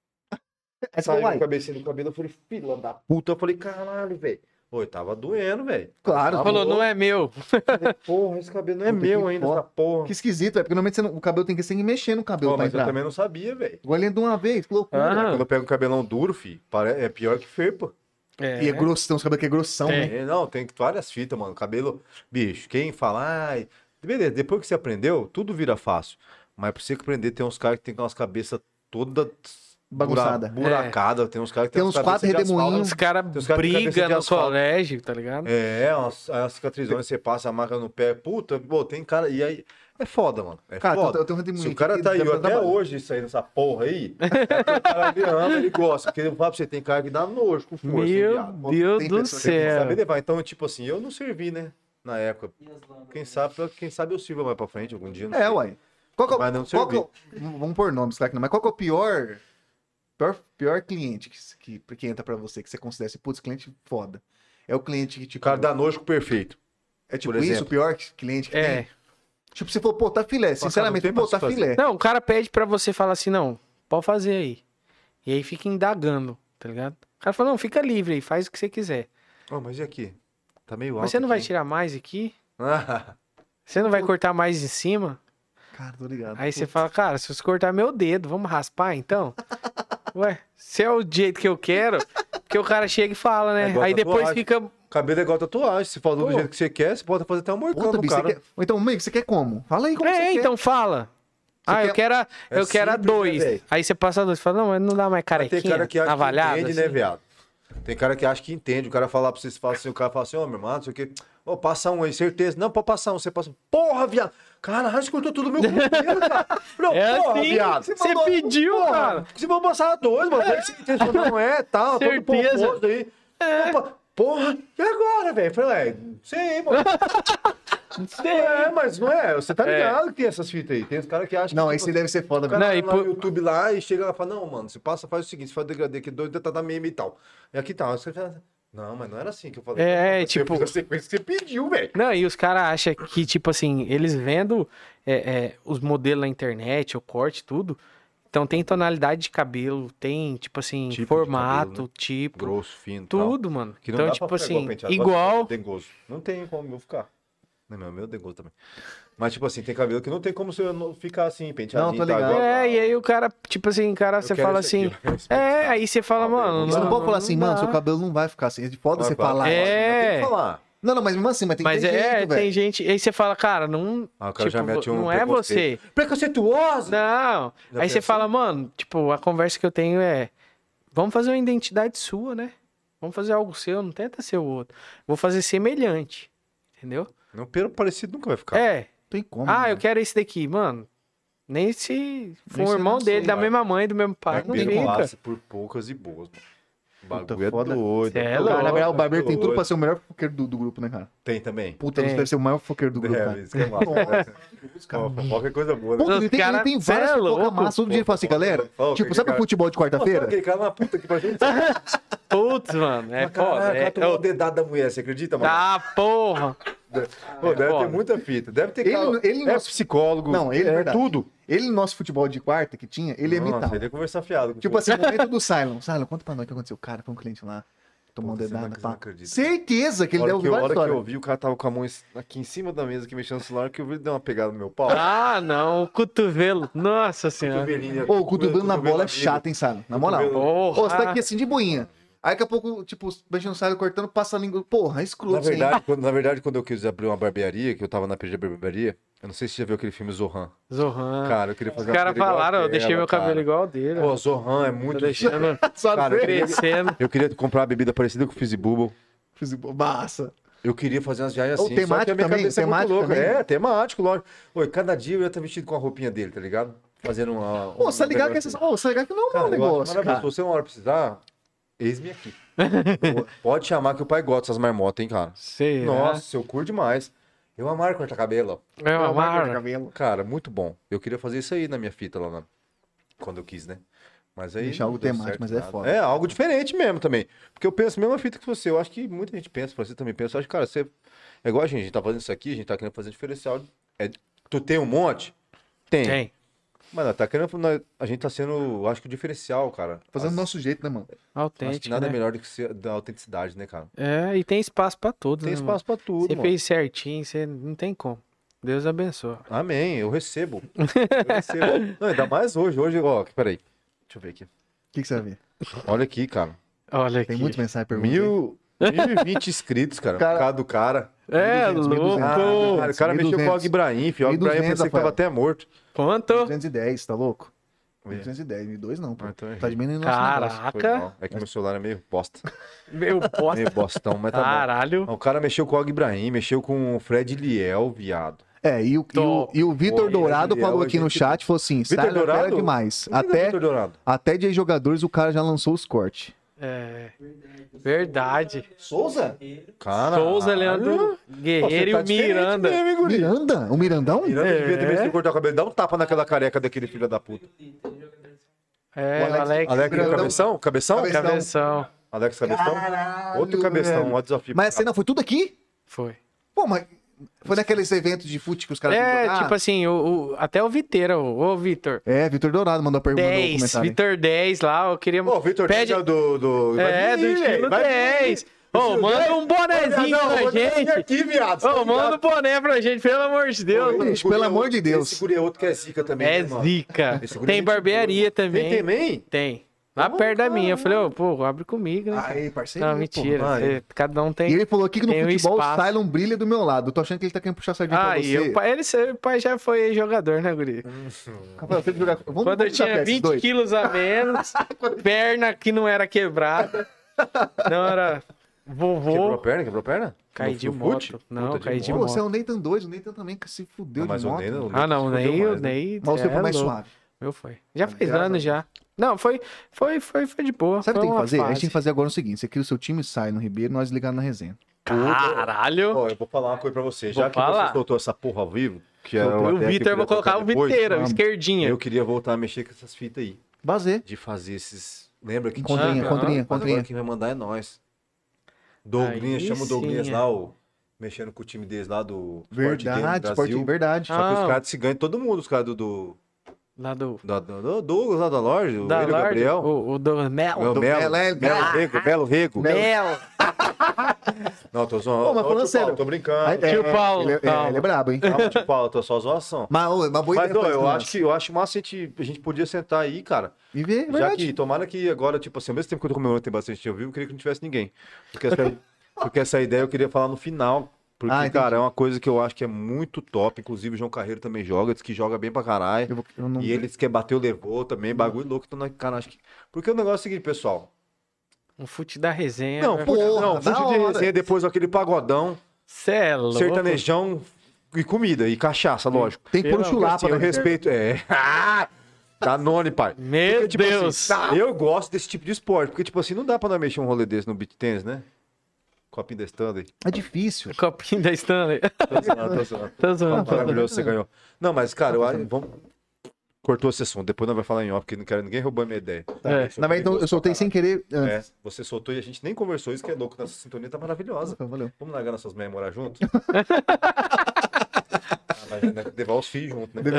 S2: Saiu a cabecinha do cabelo, eu falei, filha da puta. Eu falei, caralho, velho. Oi, tava doendo, velho.
S1: Claro.
S3: Falou, não é meu.
S2: Falei, porra, esse cabelo não é meu ainda, essa porra.
S1: Que esquisito, porque normalmente o cabelo tem que ser mexer no cabelo pra
S2: mas
S1: entrar.
S2: Eu também não sabia, velho.
S1: Olhando de uma vez, que loucura.
S2: Quando eu pego um cabelão duro, filho, é pior que ferpa.
S1: E é grosso, tem uns cabelos que é grossão, né?
S2: Não, tem várias fitas, mano. Cabelo, bicho, quem fala, ai... Beleza, depois que você aprendeu, tudo vira fácil. Mas pra você aprender, tem uns caras que tem umas cabeças todas...
S1: bagunçada.
S2: Buracada, tem uns caras que
S1: tem uns 4 redemoinhos.
S3: Os caras brigam no colégio, tá ligado?
S2: Uma cicatrizona, você passa a marca no pé, puta, pô, tem cara, e aí, é foda, mano,
S1: cara,
S2: foda.
S1: Eu tenho um redemoinho.
S2: Se o cara tá aí até hoje, isso aí, nessa porra aí, o cara me ama, ele gosta, porque eu falo pra você, tem cara que dá nojo com força.
S3: Meu Deus do céu.
S2: Saber levar. Então, tipo assim, eu não servi, né, na época. Quem sabe eu sirva mais pra frente algum dia.
S1: Uai.
S2: Mas não servi.
S1: Vamos pôr nomes, claro que não, mas qual que é o pior cliente que entra pra você, que você considera esse putz, cliente foda? É o cliente que, tipo...
S2: O cara dá nojo com perfeito.
S1: É tipo isso, o pior cliente que tem? Tipo, você falou, pô, tá filé. Sinceramente,
S2: pô, tá
S1: filé.
S3: Não, o cara pede pra você falar assim, não, pode fazer aí. E aí fica indagando, tá ligado? O cara fala, não, fica livre aí, faz o que você quiser.
S2: Mas e aqui? Tá meio alto.
S3: Mas você não vai tirar mais aqui? Você não vai cortar mais em cima?
S1: Cara, tô ligado.
S3: Aí você fala, cara, se você cortar meu dedo, vamos raspar então? Ué, se é o jeito que eu quero, porque o cara chega e fala, né? Aí depois fica...
S2: Cabelo é igual tatuagem. Se for do jeito que você quer, você pode fazer até um morcão no cara.
S1: Ou então, meio, você quer como? Fala aí como você quer.
S3: Então fala. Eu quero a 2. Né, aí você passa a 2 e fala, não, mas não dá mais carequinha,
S2: tem cara que acha
S3: navalhada,
S2: que entende,
S3: assim.
S2: né, viado? Tem cara que acha que entende. O cara fala pra você, o cara fala assim, meu irmão, não sei o quê. Passa um aí, certeza. Não, pode passar um. Você passa um. Porra, viado. Caralho, você cortou tudo meu cabelo, cara. Não,
S3: porra, assim, viado. Você pediu, porra, cara.
S2: Você vai passar 2, mano. Não é, tal.
S3: Certeza.
S2: Todo pomposo aí. Porra, e agora, velho? Falei, sei, mano. Mas não é, você tá ligado que tem essas fitas aí. Tem os caras que acham
S1: não,
S2: que...
S1: Não, esse deve ser foda.
S2: O cara vai no YouTube lá e chega lá e fala, não, mano, você passa, faz o seguinte, você faz o degradê aqui, 2 tá meme e tal. E aqui tá, você fala, não, mas não era assim que eu falei.
S3: Tipo...
S2: A sequência que você pediu, velho.
S3: Não, e os caras acham que, tipo assim, eles vendo os modelos na internet, o corte, tudo... Então tem tonalidade de cabelo, tem, tipo assim, tipo formato, cabelo, né? Tipo...
S2: Grosso, fino,
S3: tudo,
S2: tal.
S3: mano.
S2: Que não
S3: então,
S2: dá
S3: tipo assim,
S2: penteado,
S3: igual...
S2: Dengoso. Não tem como eu ficar. Não, meu dengoso também. Mas, tipo assim, tem cabelo que não tem como você ficar assim, penteadinho.
S1: Não, tô ligado.
S3: E aí o cara, tipo assim, você fala assim... aí você fala, mano...
S1: Você não pode falar assim, mano, seu cabelo não vai ficar assim. É foda você falar.
S2: Tem que falar.
S1: Não, mas mesmo assim, mas tem jeito, velho.
S3: Tem gente... Aí você fala, cara, não...
S2: o cara já mete
S3: não é você.
S2: Preconceituoso!
S3: Não. Aí você fala, mano, tipo, a conversa que eu tenho é... Vamos fazer uma identidade sua, né? Vamos fazer algo seu, não tenta ser o outro. Vou fazer semelhante. Entendeu?
S2: Não, pelo parecido nunca vai ficar.
S1: Tem como.
S3: Eu quero esse daqui, mano. Nem se for o irmão dele, da mesma mãe, do mesmo pai. Não fica.
S2: Por poucas e boas, mano. O bagulho é doido.
S1: Na verdade, o Barbeiro tem tudo pra ser o melhor fofoqueiro do grupo, né, cara?
S2: Tem também.
S1: Puta, você deve ser o maior fofoqueiro do grupo, cara.
S2: Isso que é massa. Fofoca é coisa boa, né?
S1: Puta, ele tem várias fofocas massas. Todo dia ele fala assim, galera, tipo, sabe o futebol de quarta-feira?
S2: Aquele cara na puta aqui pra gente.
S3: Putz, mano, é foda.
S2: Cara, tomou o dedado da mulher, você acredita, mano?
S3: Porra!
S2: Pô, deve ter muita fita. Deve ter
S1: ele
S2: é psicólogo.
S1: Não, ele
S2: é tudo.
S1: Ele no nosso futebol de quarta que tinha, ele imitava.
S2: Ele ia conversar fiado.
S1: Tipo assim, no momento do Silon, conta pra nós o que aconteceu. Cara, foi um cliente lá. Tomou dedada, pá. Certeza que ele deu
S2: várias histórias. A hora que eu vi, o cara tava com a mão aqui em cima da mesa, aqui mexendo no celular, que eu vi ele deu uma pegada no meu pau.
S3: Ah, não, o cotovelo. Nossa senhora.
S1: O cotovelo na bola é chato, hein, Salo? Na moral. Você tá aqui assim de boinha. Aí daqui a pouco, tipo, mexendo no saio, cortando, passa a língua. Porra, escroto.
S2: Na verdade, quando eu quis abrir uma barbearia, que eu tava na PG Barbearia, eu não sei se você já viu aquele filme Zohan.
S3: Cara,
S2: eu queria fazer
S3: Os caras falaram, eu deixei meu cabelo igual dele.
S2: Pô, Zohan é muito...
S3: Tô deixando
S1: cara,
S3: crescendo.
S2: Eu queria comprar uma bebida parecida com o Fizzy Bubble.
S1: Massa.
S2: Eu queria fazer umas viagens assim.
S1: Temático também, temático também.
S2: É, temático, lógico. Oi, cada dia eu ia estar vestido com a roupinha dele, tá ligado? Fazendo uma...
S1: Pô, você tá ligado que essas... Você tá ligado que não é um negócio, cara.
S2: Se você uma hora precisar... Eis-me aqui. Pode chamar que o pai gosta dessas marmotas, hein, cara?
S3: Sei.
S2: Nossa, eu curto demais. Eu amaro corta-cabelo.
S3: Eu amaro corta-cabelo.
S2: Cara, muito bom. Eu queria fazer isso aí na minha fita lá, quando eu quis, né? Mas aí.
S1: Deixa algo temático, mas é foda.
S2: É, algo diferente mesmo também. Porque eu penso a mesma fita que você. Eu acho que muita gente pensa, você também pensa. Eu acho que, cara, você. É igual a gente tá fazendo isso aqui, a gente tá querendo fazer diferencial. Tu tem um monte? Tem. Mano, tá querendo. A gente tá sendo, acho que o diferencial, cara.
S1: Fazendo do nosso jeito, né, mano?
S3: Autêntico.
S2: Acho que nada é melhor do que ser da autenticidade, né, cara?
S3: É, e tem espaço pra todos,
S2: Tem espaço pra tudo.
S3: Você fez certinho, você não tem como. Deus abençoe.
S2: Amém, eu recebo. Não, ainda mais hoje. Hoje, ó, peraí. Deixa eu ver aqui.
S1: O que você vai ver?
S2: Olha aqui, cara.
S3: Olha aqui.
S1: Tem muita mensagem perguntando.
S2: 1020 inscritos, cara. Por causa do cara.
S3: É, louco.
S2: O cara mexeu com o Og Ibrahim, filho. O Og Ibrahim eu pensei que tava até morto.
S3: Quanto?
S1: 210, tá louco? 210, 1002 não, pô.
S2: Então
S1: tá diminuindo
S3: nosso negócio. Caraca.
S2: É que meu celular é meio bosta.
S3: Meio bosta.
S2: Meio bostão, mas tá
S3: Caralho.
S2: bom. O cara mexeu com o Og Ibrahim, mexeu com o Fred Liel, viado.
S1: É, e o Vitor Dourado falou aqui no chat, falou assim,
S2: Vitor Dourado?
S1: É demais. Até de jogadores o cara já lançou os cortes.
S3: É, verdade.
S1: Souza?
S2: Cara,
S3: Souza, Leandro Guerreiro e o Miranda.
S1: Miranda? O Mirandão?
S2: Miranda devia ter mexido cortar o cabelo. Dá um tapa naquela careca daquele filho da puta.
S3: É, o Alex.
S2: Alex Cabeção?
S3: Cabeção.
S2: Alex Cabeção?
S1: Caralho,
S2: outro cabeção, um desafio.
S1: Mas a cena foi tudo aqui?
S3: Foi.
S1: Pô, mas foi naqueles eventos de fute que os caras
S3: tipo assim, até o Viteira, o Vitor.
S1: É, Vitor Dourado mandou a pergunta no comentário.
S3: Vitor 10 lá, eu queria...
S2: Pô, Vitor 10 é do...
S3: do estilo 10. Ô, manda um bonezinho pra gente.
S2: Aqui, viado.
S3: Ô, manda um boné pra gente, pelo amor de Deus.
S1: Pelo amor de Deus.
S2: Esse guri é outro que é zica também.
S3: É zica. Tem barbearia também.
S2: Tem também?
S3: Tem. Lá perto da minha. Eu falei, pô, abre comigo, né?
S1: Aí, parceiro.
S3: Não, mentira. Cada um tem.
S1: E ele falou aqui que no futebol
S3: o
S1: Cylon brilha do meu lado. Eu tô achando que ele tá querendo puxar a sardinha pra você.
S3: O pai já foi jogador, né, guri? Quando eu tinha 20 quilos a menos, perna que não era quebrada, não era vovô.
S2: Quebrou a perna?
S3: Caí de moto. Não, caí de moto.
S1: Você é o Nathan 2, o Nathan também se fudeu de moto.
S3: O Ney.
S1: Mas você foi mais suave.
S3: Meu foi. Já faz anos já. Não, foi de boa.
S1: Sabe o que tem que fazer? A gente tem que fazer agora o seguinte: você cria o seu time, sai no Ribeiro, nós ligamos na resenha.
S3: Caralho!
S2: Ó, eu vou falar uma coisa pra você. Já que você soltou essa porra ao vivo, que é
S3: o Vitor, eu vou colocar o Viteira, esquerdinha.
S2: Eu queria voltar a mexer com essas fitas aí.
S1: Bazer.
S2: De fazer esses... Lembra que
S1: tinha? Contrinha.
S2: Agora quem vai mandar é nós. Douglinhas, chama o Douglinhas lá, mexendo com o time deles lá do
S1: Verdade, Sporting, verdade.
S2: Só que os caras se ganham todo mundo, os caras do...
S3: Lá do
S2: Douglas, lá da loja, o Gabriel.
S3: O Douglas Melo.
S2: Melo Rego.
S3: Melo.
S2: Não, tô zoando.
S1: Pô, mas falando sério.
S2: Tô brincando.
S3: Tio Paulo.
S1: Ele é brabo, hein?
S2: Calma, tio Paulo, tô só zoação.
S1: Mas boa ideia.
S2: Eu acho massa a gente podia sentar aí, cara.
S1: E ver,
S2: já que, tomara que agora, tipo assim, ao mesmo tempo que eu tô comemorando tem bastante gente ao vivo, eu queria que não tivesse ninguém. Porque essa ideia eu queria falar no final. Porque, cara, é uma coisa que eu acho que é muito top. Inclusive, o João Carreiro também joga, diz que joga bem pra caralho. E ele disse que bateu, levou também, bagulho louco. Então, cara, acho que... Porque o negócio é o seguinte, pessoal.
S3: Um fute da resenha.
S2: Não, fute de resenha, depois aquele pagodão.
S3: Cê é louco.
S2: Sertanejão e comida, e cachaça, lógico.
S1: Tem que pôr o chulapa.
S2: Eu respeito... Danone, pai.
S3: Meu Deus.
S2: Assim, eu gosto desse tipo de esporte. Porque, tipo assim, não dá pra nós mexer um rolê desse no beach tennis, né? Copinho da Stanley.
S1: É difícil.
S3: Copinho da Stanley.
S2: Tô zoando. Maravilhoso, você ganhou. Não, mas, cara, vamos... Cortou esse assunto. Depois não vai falar em off, porque não quero ninguém roubando minha ideia.
S1: Na verdade, então, eu soltei sem querer antes.
S2: Você soltou e a gente nem conversou. Isso que é louco. Nossa sintonia tá maravilhosa.
S1: Valeu.
S2: Vamos largar nossas meias morar junto? Vai levar os filhos junto, né?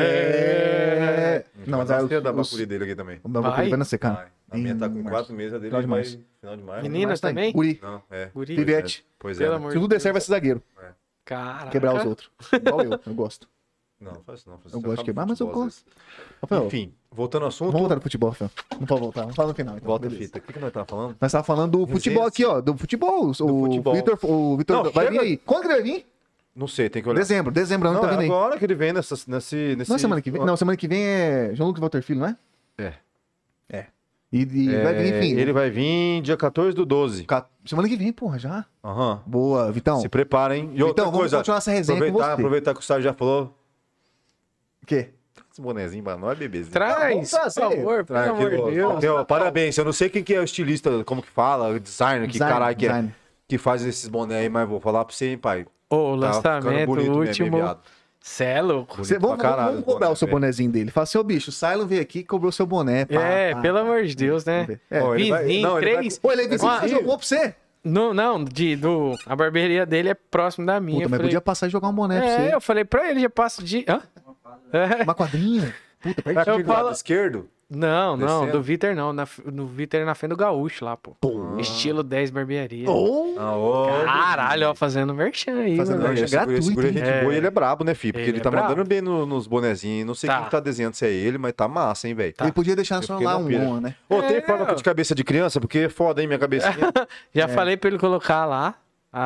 S1: Não, mas
S2: aí da bacuri dele aqui também.
S1: O bacuri vai nascer, cara.
S2: A minha tá com 4 meses, a dele vai final de maio.
S3: Meninas também?
S1: Guri.
S2: Não,
S3: Guri.
S1: Pivete.
S2: Pois
S3: Pelo
S2: é.
S3: amor
S1: Se tudo der certo, vai ser zagueiro.
S3: Caraca.
S1: Quebrar os outros. Igual eu gosto.
S2: Não, faz isso não.
S1: Eu gosto de quebrar, mas eu gosto.
S2: Enfim, voltando ao assunto.
S1: Vamos voltar no futebol, Rafael. Não pode voltar. Vamos falar no final. Então.
S2: Volta a fita. O que nós tava falando?
S1: Nós tava falando do futebol aqui, ó. Do futebol. O Vitor vai vir aí. Quando que ele vai vir?
S2: Não sei, tem que olhar.
S1: Dezembro ano
S2: não,
S1: tá vindo aí.
S2: Agora que ele vem nesse...
S1: Não é semana que vem? Não, semana que vem é João Lucas Walter Filho, não é?
S2: É.
S1: E vai vir, enfim.
S2: Ele vai vir dia 14/12.
S1: Semana que vem, porra, já.
S2: Aham.
S1: Boa, Vitão.
S2: Se prepara, hein? E outra
S1: Vitão, vamos continuar essa resenha com você.
S2: Aproveitar que o Sérgio já falou.
S1: O quê?
S2: Esse bonezinho pra nós, bebezinho.
S3: Traz, por favor, pelo amor de Deus.
S2: Parabéns. Eu não sei quem que é o estilista, como que fala, designer, que caralho que é. Que faz esses bonés aí, mas vou falar pra você, hein, pai.
S3: O lançamento último. Cê é louco.
S1: Vamos cobrar o seu bonezinho dele. Fala assim, ô bicho, o Cylon veio aqui e cobrou seu boné.
S3: Pelo amor de Deus, né? Vizinho, 3.
S1: Pô, ele é vizinho, você jogou pra você?
S3: Não, a barbearia dele é próximo da minha.
S1: Puta, mas podia passar e jogar um boné pra você.
S3: Eu falei pra ele, já passo de... Hã?
S1: Uma quadrinha. Puta,
S2: perto do lado esquerdo?
S3: Não, do Vitor não. No Vitor é na frente do Gaúcho lá, pô. Estilo 10 barbearia. Caralho, ó, fazendo merchan aí.
S1: Fazendo merchan gratuito.
S2: E ele é brabo, né, filho? Porque ele tá mandando bem nos bonezinhos. Não sei quem tá desenhando, se é ele, mas tá massa, hein, velho.
S1: Ele podia deixar só lá um, né?
S2: Tem forma de cabeça de criança? Porque é foda, hein, minha cabecinha.
S3: Já falei pra ele colocar lá.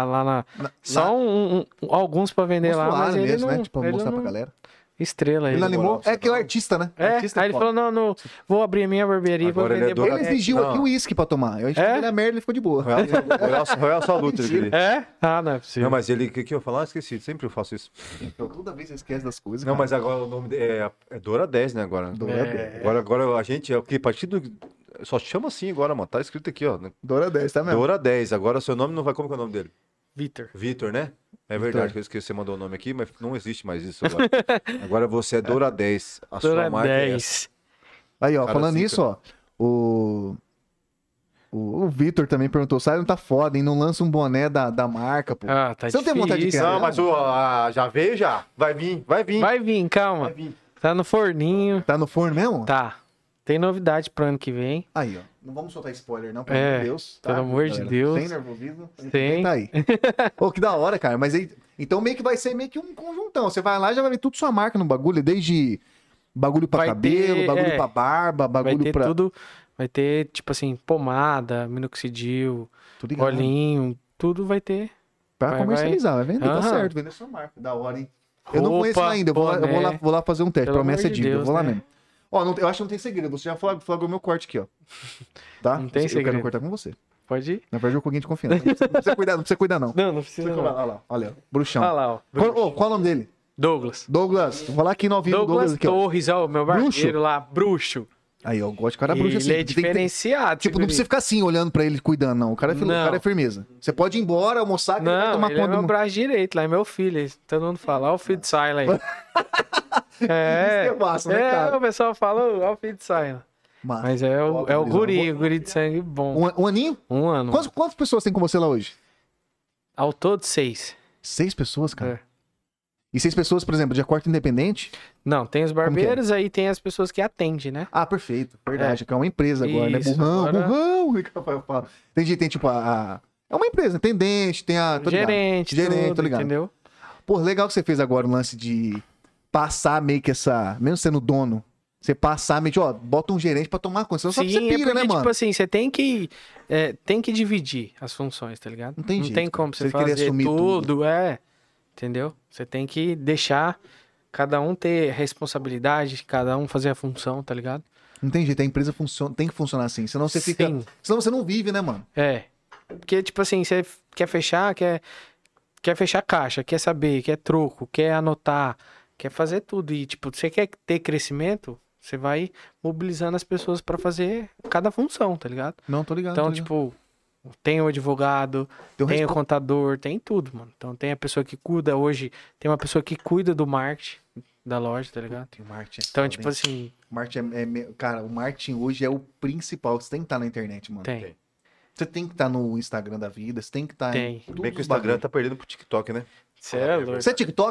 S3: Só alguns pra vender lá, mas ele
S1: mesmo,
S3: não...
S1: né? Tipo, mostrar pra galera.
S3: Estrela aí.
S1: Ele animou. É que é o artista, né? Artista
S3: aí ele falou, não, vou abrir a minha barbearia e vou vender boné.
S1: Ele exigiu aqui o uísque pra tomar. Eu acho que ele é merda, ele ficou de boa.
S2: Royal Salute, ele queria.
S3: Não é possível.
S2: Não, mas ele, o que eu ia falar? Esqueci, sempre eu faço isso.
S1: Então, toda vez você esquece das coisas.
S2: Não, mas agora o nome é Dora 10, né, agora?
S1: Dora 10.
S2: Agora a gente, é o que? Partido... Só chama assim agora, mano. Tá escrito aqui, ó.
S1: Dora 10, tá mesmo?
S2: Dora 10. Agora seu nome não vai... Como que é o nome dele?
S3: Vitor,
S2: né? É verdade que eu esqueci, você mandou o nome aqui, mas não existe mais isso agora. Agora você é Dora 10. A
S3: Dora
S2: sua marca
S3: 10.
S2: é essa.
S1: Aí, ó, falando nisso, ó. O Vitor também perguntou, Cylon tá foda, hein? Não lança um boné da marca, pô.
S3: Tá
S1: você não tem vontade de criar?
S2: Não, mas já veio já. Vai vir.
S3: Vai vir, calma. Vai vir. Tá no forninho.
S1: Tá no forno mesmo?
S3: Tá. Tem novidade pro ano que vem.
S1: Aí, ó. Não vamos soltar spoiler, não, pelo amor de Deus.
S3: Tá? Pelo amor de Deus.
S1: Sem nervosismo.
S3: Tem.
S1: Tá aí. Pô, que da hora, cara. Mas aí, então meio que vai ser meio que um conjuntão. Você vai lá e já vai ver tudo sua marca no bagulho, desde bagulho pra cabelo, bagulho pra barba, bagulho pra...
S3: Tudo, vai ter, tipo assim, pomada, minoxidil, olhinho, tudo vai ter.
S1: Pra comercializar, vai vender, tá certo, vender sua marca. Da hora, hein? Eu não conheço ainda, eu vou lá fazer um teste, promessa é dívida, eu vou lá mesmo. Ó, eu acho que não tem segredo. Você já flagrou meu corte aqui, ó. Tá?
S3: Não tem segredo.
S1: Eu quero cortar com você.
S3: Pode ir?
S1: Na verdade, eu coguinho de confiança. Não precisa cuidar, não.
S3: Não precisa.
S1: Olha lá, olha. Bruxão.
S3: Olha lá, ó.
S1: Qual o nome dele?
S3: Douglas.
S1: Vou falar aqui no ao vivo.
S3: Douglas
S1: aqui,
S3: Torres, ó, meu barbeiro lá, bruxo.
S1: Aí, eu gosto de cara bruxo assim.
S3: Ele é diferenciado.
S1: Tipo, não precisa ficar assim, olhando pra ele, cuidando, não. O cara é firmeza. Você pode ir embora, almoçar, que ele vai tomar
S3: conta. Não, ele é meu braço direito, lá é meu filho. Todo mundo fala, ó o filho de Saila aí.
S1: Isso é massa, né, cara?
S3: O pessoal fala, ó o filho de Saila. Mas é o guri de sangue bom.
S1: Um aninho?
S3: Um ano.
S1: Quantas pessoas tem com você lá hoje?
S3: Ao todo, 6.
S1: 6 pessoas, cara? E 6 pessoas, por exemplo, de corte independente?
S3: Não, tem os barbeiros, aí tem as pessoas que atendem, né?
S1: Ah, perfeito. Verdade, que é uma empresa agora, né? Burrão. Entendi, tem tipo é uma empresa, atendente, tem a...
S3: Gerente,
S1: tô ligado.
S3: Entendeu?
S1: Pô, legal que você fez agora o lance de passar meio que mesmo sendo dono, você passar meio que, ó, bota um gerente pra tomar conta. Senão só você pira, né, mano?
S3: Tipo assim, você tem que dividir as funções, tá ligado?
S1: Não tem jeito.
S3: Não tem como você fazer tudo, entendeu? Você tem que deixar cada um ter responsabilidade, cada um fazer a função, tá ligado?
S1: Não tem jeito, a empresa tem que funcionar assim, senão você fica... Senão você não vive, né, mano?
S3: Porque, tipo assim, você quer fechar, quer fechar caixa, quer saber, quer troco, quer anotar, quer fazer tudo. E, tipo, você quer ter crescimento, você vai mobilizando as pessoas pra fazer cada função, tá ligado?
S1: Não, tô ligado.
S3: Então, tipo... Tem o advogado, tem o contador, tem tudo, mano. Então tem a pessoa que cuida hoje, tem uma pessoa que cuida do marketing da loja, tá ligado?
S1: Tem o marketing.
S3: Então, tipo assim...
S1: Cara, o marketing hoje é o principal. Você tem que estar na internet, mano.
S3: Tem.
S1: Você tem que estar no Instagram da vida, você tem que estar
S3: em
S2: tudo. Bem que o Instagram tá perdendo pro TikTok, né?
S3: Você é louco.
S1: Você é TikToker?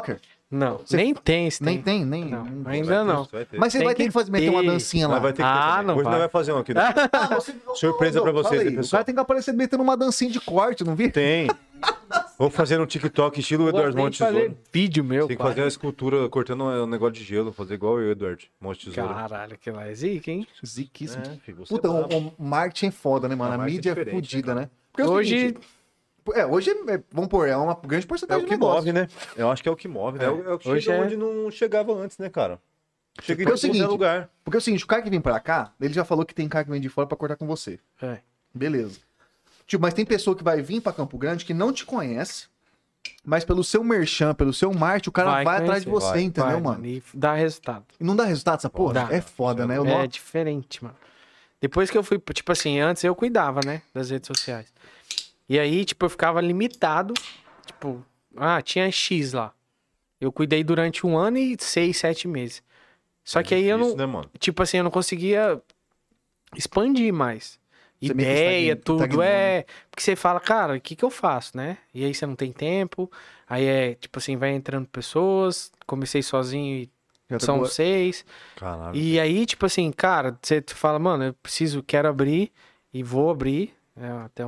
S3: Não, nem tem.
S1: Nem tem?
S3: Não, ainda não.
S1: Mas você vai ter que meter uma dancinha lá.
S2: Vai ter que
S3: não
S2: hoje
S3: vai.
S2: Nós vai fazer um aqui. Né? Surpresa pra vocês, pessoal.
S1: O cara tem que aparecer metendo uma dancinha de corte, não vi?
S2: Tem. Vamos fazer um TikTok estilo Eduardo Monte Tesouro.
S3: Fazer vídeo meu,
S2: Tem que fazer uma escultura cortando um negócio de gelo, fazer igual o Eduardo Monte Tesouro.
S3: Caralho, que lá é zica, hein?
S1: Ziquíssimo.
S2: Filho,
S1: Puta, o marketing é foda, né, mano? A mídia é fodida, né? Porque
S3: Hoje...
S1: Hoje, vamos pôr, é uma grande porcentagem
S2: do negócio. É o que move, né? Eu acho que é o que move, né? É o que chega onde não chegava antes, né, cara? Chega em todo lugar.
S1: Porque é o seguinte, o cara que vem pra cá, ele já falou que tem cara que vem de fora pra cortar com você. Beleza. Tipo, mas tem pessoa que vai vir pra Campo Grande que não te conhece, mas pelo seu merchan, pelo seu marketing, o cara vai atrás de você, entendeu, mano?
S3: E dá resultado.
S1: E não dá resultado essa porra?
S3: Dá.
S1: É foda, né?
S3: É diferente, mano. Depois que eu fui, tipo assim, antes eu cuidava, né, das redes sociais. E aí, tipo, eu ficava limitado, tipo, tinha X lá. Eu cuidei durante 1 ano e 6, 7 meses. Só que aí eu não,
S2: né, mano?
S3: tipo assim, eu não conseguia expandir mais.
S1: Você
S3: Ideia, tudo, porque você fala, cara, o que eu faço, né? E aí você não tem tempo, aí tipo assim, vai entrando pessoas, comecei sozinho e são 6.
S2: Caralho.
S3: E aí, tipo assim, cara, você fala, mano, quero abrir e vou abrir. É até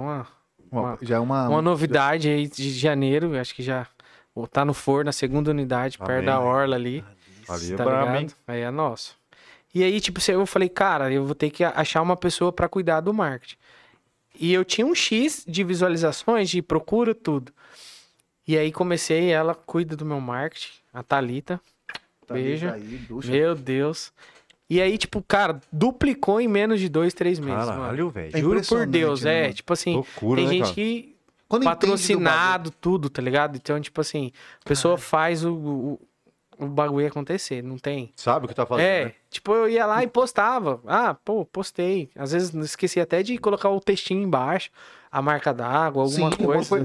S1: já é uma
S3: novidade aí de janeiro, acho que já tá no forno, a segunda unidade, perto da Orla ali.
S2: Ali
S3: tá ligado? Aí é nosso. E aí, tipo, eu falei, cara, eu vou ter que achar uma pessoa pra cuidar do marketing. E eu tinha um X de visualizações, de procura, tudo. E aí comecei, ela cuida do meu marketing, a Thalita. Beijo. Meu Deus. E aí, tipo, cara, duplicou em menos de 2, 3 meses.
S2: Caralho, velho.
S3: Juro por Deus,
S1: né,
S3: tipo assim,
S2: loucura,
S3: tem
S2: né,
S3: gente
S2: cara?
S3: que patrocinado, tudo, tá ligado? Então, tipo assim, a pessoa faz o bagulho acontecer, não tem.
S2: Sabe o que tá fazendo, né?
S3: Tipo, eu ia lá e postava. Postei. Às vezes esqueci até de colocar o textinho embaixo, a marca d'água, alguma coisa.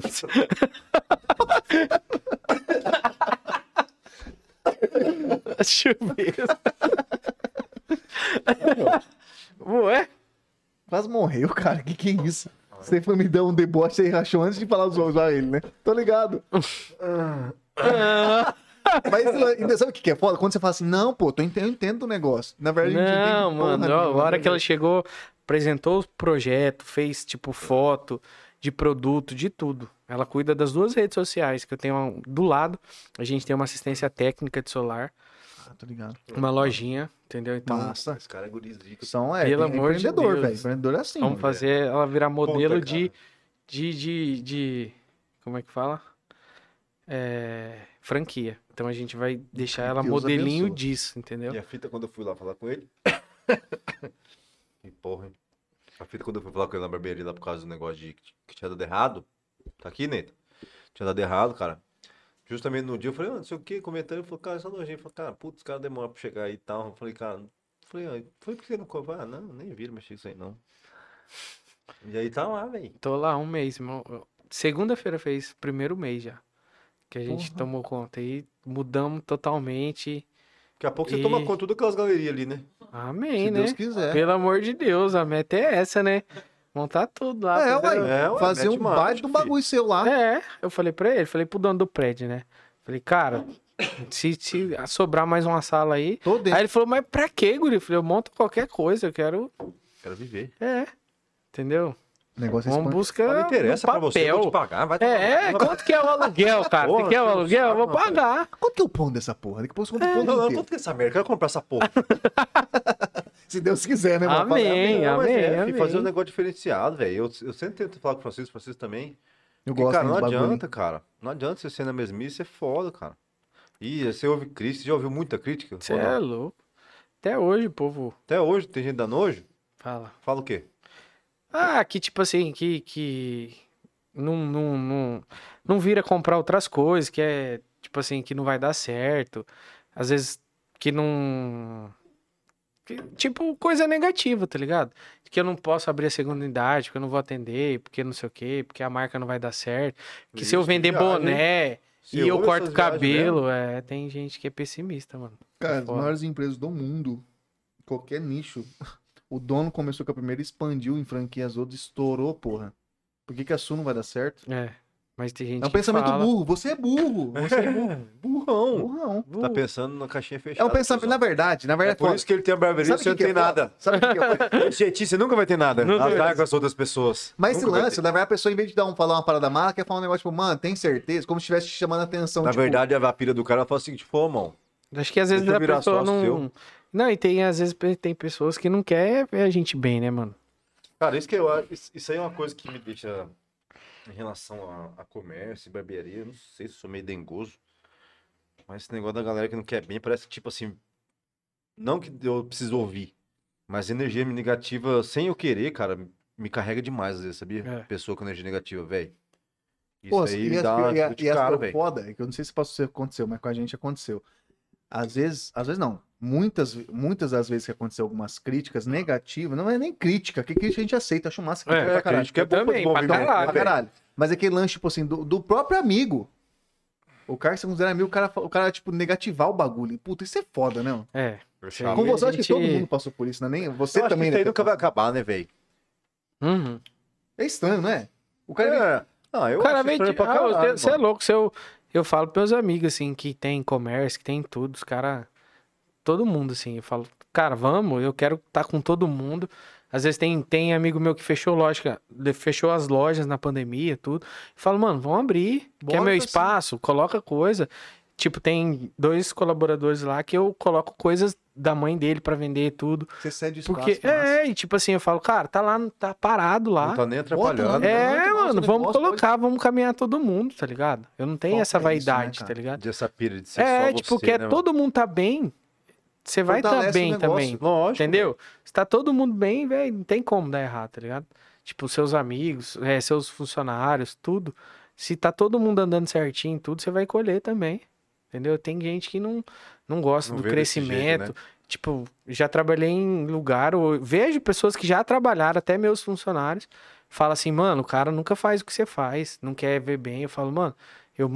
S3: Chuveiro. Ué?
S1: Quase morreu, cara. Que é isso? Você foi me dar um deboche aí, rachou antes de falar usar ele, né? Tô ligado. Mas sabe o que é foda? Quando você fala assim, não, pô, eu entendo o negócio. Na verdade, a gente entende.
S3: Não, mano, a hora que ela chegou, apresentou o projeto, fez, tipo, foto de produto, de tudo. Ela cuida das 2 redes sociais, que eu tenho do lado. A gente tem uma assistência técnica de celular.
S1: Tô ligado.
S3: Uma lojinha, entendeu? Então,
S1: massa.
S2: Esse cara é gurizico.
S1: Pelo amor de Deus, velho. Empreendedor é assim.
S3: Vamos fazer ela virar modelo
S2: Conta,
S3: de... Como é que fala? Franquia. Então a gente vai deixar ela modelinho disso, entendeu?
S2: E a fita, quando eu fui lá falar com ele... Que porra, hein? A fita, quando eu fui falar com ele na barbearia lá por causa do negócio que tinha dado errado... Tá aqui, Neto? Tinha dado errado, cara. Justamente no dia eu falei, não sei o que, comentando. Ele falou, cara, só nojinho. Eu falei, cara, putz, os caras demoram pra chegar aí e tal. Eu falei, cara, foi porque você não comprou? Não, nem viram mexer isso aí, não. E aí tá lá, velho.
S3: Tô lá 1 mês, irmão. Segunda-feira fez 1º mês já. Que a gente tomou conta. E mudamos totalmente.
S2: Daqui a pouco você toma conta de todas aquelas galerias ali, né?
S3: Amém,
S1: Se
S3: né?
S1: Deus quiser.
S3: Pelo amor de Deus, a meta é essa, né? Montar tudo lá.
S1: Fazer um baita do bagulho seu lá.
S3: Eu falei pra ele, falei pro dono do prédio, né? Falei, cara, se sobrar mais uma sala aí...
S1: Tô dentro.
S3: Aí ele falou, mas pra quê, guri? Eu falei, eu monto qualquer coisa, eu quero...
S2: Quero viver.
S3: Entendeu?
S1: O negócio
S3: Vamos buscar
S2: não interessa pra você, eu vou te pagar. Vai
S3: quanto que é o aluguel, cara? Você quer o aluguel? Eu vou pagar.
S1: Quanto que é o pão dessa porra? Daqui a pouco você compra o pão inteiro.
S2: Quanto que é essa merda? Eu quero comprar essa porra.
S1: Se Deus quiser, né, mano?
S3: Amém.
S2: Fazer um negócio diferenciado, velho. Eu sempre tento falar com o Francisco também.
S1: Eu gosto,
S2: cara, não adianta, cara. Não adianta você ser na mesmice, é foda, cara. E você ouve crítica, você já ouviu muita crítica?
S3: Você é louco. Até hoje, povo.
S2: Até hoje, tem gente dando nojo?
S3: Fala.
S2: Fala o quê?
S3: Que tipo assim, que não vira comprar outras coisas, que é, tipo assim, que não vai dar certo. Às vezes, que não... tipo, coisa negativa, tá ligado? Que eu não posso abrir a segunda unidade, porque eu não vou atender, porque não sei o quê, porque a marca não vai dar certo. Que se eu vender boné e eu corto o cabelo, tem gente que é pessimista, mano.
S1: Cara, as maiores empresas do mundo, qualquer nicho, o dono começou com a primeira, expandiu em franquias outras, estourou, porra. Por que a sua não vai dar certo?
S3: Mas tem gente
S1: É um pensamento
S3: fala...
S1: burro. Você é burro. Você é burro.
S2: Burrão. Tá pensando na caixinha fechada.
S1: É um pensamento, na verdade.
S2: É por isso que ele tem a barbearia e você não tem nada.
S1: Sabe o que é?
S2: Jeitinho, você nunca vai ter nada. Azar com as outras pessoas.
S1: Mas esse lance, na verdade, a pessoa, em vez de falar uma parada mala, quer falar um negócio tipo, mano, tem certeza? Como se estivesse te chamando a atenção.
S2: Na verdade, a vapira do cara fala o seguinte, pô, irmão.
S3: Acho que às vezes a pessoa não... Não, e tem, às vezes, tem pessoas que não querem ver a gente bem, né, mano?
S2: Cara, isso que eu acho, isso aí é uma coisa que me deixa... Em relação a comércio e barbearia, eu não sei se sou meio dengoso, mas esse negócio da galera que não quer bem, parece que, tipo assim, não que eu preciso ouvir, mas energia negativa, sem eu querer, cara, me carrega demais, às vezes, sabia? Pessoa com energia negativa, velho. Isso aí me dá uma criticada, velho.
S1: Foda, é que eu não sei se aconteceu, mas com a gente aconteceu. Às vezes não. Muitas das vezes que aconteceu algumas críticas negativas, não é nem crítica, que a gente aceita, acho massa.
S2: Crítica é bom
S1: pra caralho. Mas é aquele lance, tipo assim, do próprio amigo. O cara que você considera amigo, o cara, tipo, negativar o bagulho. Puta, isso é foda, né?
S3: É.
S1: Com você, acho que todo mundo passou por isso, não é nem... Você
S2: eu
S1: também,
S2: acho que isso aí nunca vai acabar, né, velho?
S3: Uhum.
S1: É estranho, não é? O cara...
S2: eu
S3: cara
S2: acho estranho pra caralho,
S3: você é louco, eu falo pros meus amigos, assim, que tem comércio, que tem tudo, os caras... Todo mundo, assim, eu falo, cara, vamos, eu quero estar com todo mundo. Às vezes tem amigo meu que fechou as lojas na pandemia, tudo. Eu falo, mano, vamos abrir, quer meu espaço, coloca coisa. Tipo, tem 2 colaboradores lá que eu coloco coisas da mãe dele pra vender tudo.
S1: Você cede espaço.
S3: Porque, e tipo assim, eu falo, cara, tá lá, tá parado lá.
S2: Não tá nem atrapalhando.
S3: Mano, vamos colocar, vamos caminhar todo mundo, tá ligado? Eu não tenho essa vaidade, né, tá ligado?
S2: Dessa pira de ser só
S3: tipo,
S2: você,
S3: quer
S2: né,
S3: todo mundo tá bem. Você vai estar bem também,
S2: lógico,
S3: entendeu? Véio. Se tá todo mundo bem, velho, não tem como dar errado, tá ligado? Tipo, seus amigos, seus funcionários, tudo. Se tá todo mundo andando certinho, tudo, você vai colher também, entendeu? Tem gente que não gosta do crescimento. Jeito, né? Tipo, já trabalhei em lugar, vejo pessoas que já trabalharam, até meus funcionários, falam assim, mano, o cara nunca faz o que você faz, não quer ver bem. Eu falo, mano... Eu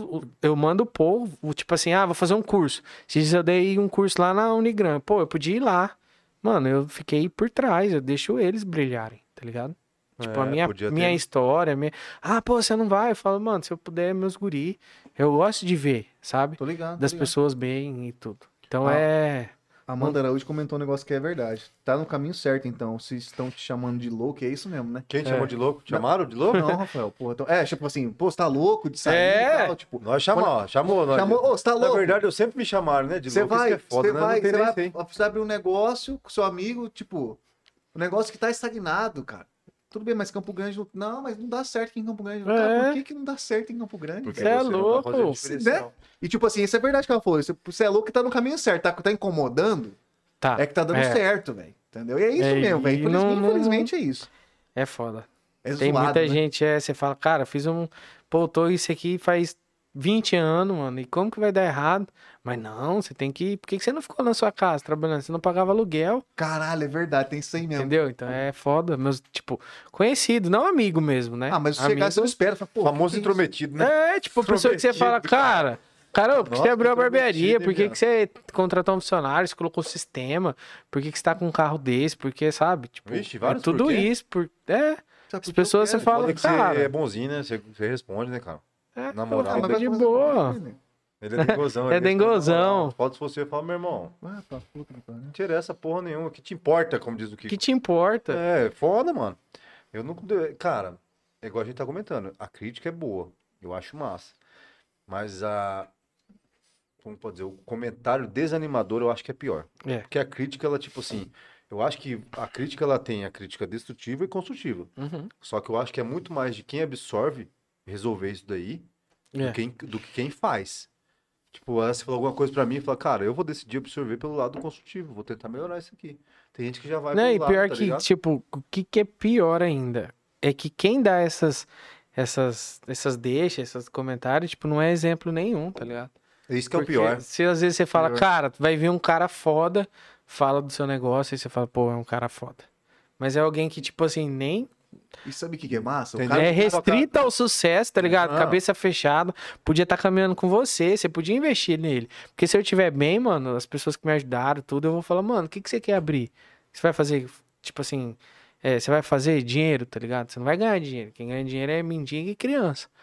S3: mando o povo, tipo assim, vou fazer um curso. Se eu dei um curso lá na Unigram, pô, eu podia ir lá. Mano, eu fiquei por trás, eu deixo eles brilharem, tá ligado? Tipo, a minha história, pô, você não vai? Eu falo, mano, se eu puder, meus guri. Eu gosto de ver, sabe?
S1: Tô ligado.
S3: Das pessoas bem e tudo. Então
S1: Amanda Araújo comentou um negócio que é verdade. Tá no caminho certo, então. Se estão te chamando de louco, é isso mesmo, né?
S2: Quem te chamou de louco? Te chamaram de louco?
S1: Não, Rafael. Porra, então, tipo assim, pô, você tá louco de sair e tal? Tipo,
S2: nós chamou.
S1: Você tá louco?
S2: Na verdade, eu sempre me chamaram, né? De louco, isso que é foda, né?
S1: Você vai abrir um negócio com seu amigo, tipo, um negócio que tá estagnado, cara. Tudo bem, mas Campo Grande... Não, mas não dá certo aqui em Campo Grande. Cara, por que não dá certo em Campo Grande?
S3: Porque você é louco.
S1: Né? E tipo assim, isso é verdade que ela falou. Você é louco que tá no caminho certo, tá incomodando.
S3: Tá.
S1: É que tá dando certo, velho. Entendeu? E é isso mesmo, velho. Infelizmente é isso.
S3: É foda.
S1: É
S3: tem
S1: zoado,
S3: muita
S1: né?
S3: gente, você fala, cara, fiz Pô, tô isso aqui faz 20 anos, mano. E como que vai dar errado? Mas não, você tem que... Por que você não ficou na sua casa trabalhando? Você não pagava aluguel.
S1: Caralho, é verdade, tem isso aí mesmo.
S3: Entendeu? Então é foda. Meus, tipo, conhecido, não amigo mesmo, né?
S1: Mas se chegar, você não espera. Fala, pô,
S2: famoso intrometido, né?
S3: Tipo, a pessoa que você fala, cara, por que você abriu a barbearia? Por que você contratou um funcionário? Você colocou o sistema? Por que você tá com um carro desse? Porque, sabe? Tipo,
S2: vixe, vários
S3: tudo isso. As pessoas você fala, cara...
S2: Você é bonzinho, né? Você responde, né, cara? Na moral.
S3: Mas de boa.
S2: Ele é dengozão.
S3: É dengozão.
S2: Pode se você falar, meu irmão. Não tira essa porra nenhuma. O que te importa, como diz o Kiko.
S3: O que te importa?
S2: É, foda, mano. Eu não... Cara, é igual a gente tá comentando. A crítica é boa. Eu acho massa. Mas como pode dizer? O comentário desanimador eu acho que é pior. Porque a crítica, ela, tipo assim... Eu acho que a crítica, ela tem a crítica destrutiva e construtiva.
S3: Uhum.
S2: Só que eu acho que é muito mais de quem absorve resolver isso daí do que quem faz. Tipo, você falou alguma coisa pra mim e fala, cara, eu vou decidir absorver pelo lado construtivo, vou tentar melhorar isso aqui. Tem gente que já vai
S3: pelo lado, pior tá ligado? Tipo, o que é pior ainda é que quem dá essas deixas, esses comentários, tipo, não é exemplo nenhum, tá ligado?
S2: Isso que é o pior.
S3: Se às vezes você fala, cara, vai vir um cara foda, fala do seu negócio e você fala, pô, é um cara foda. Mas é alguém que, tipo assim, nem...
S1: E sabe o que é massa?
S3: O cara é restrita ao sucesso, tá ligado? Cabeça fechada. Podia estar caminhando com você podia investir nele. Porque se eu estiver bem, mano, as pessoas que me ajudaram, tudo, eu vou falar, mano, o que você quer abrir? Você vai fazer, tipo assim, você vai fazer dinheiro, tá ligado? Você não vai ganhar dinheiro. Quem ganha dinheiro é mendigo e criança.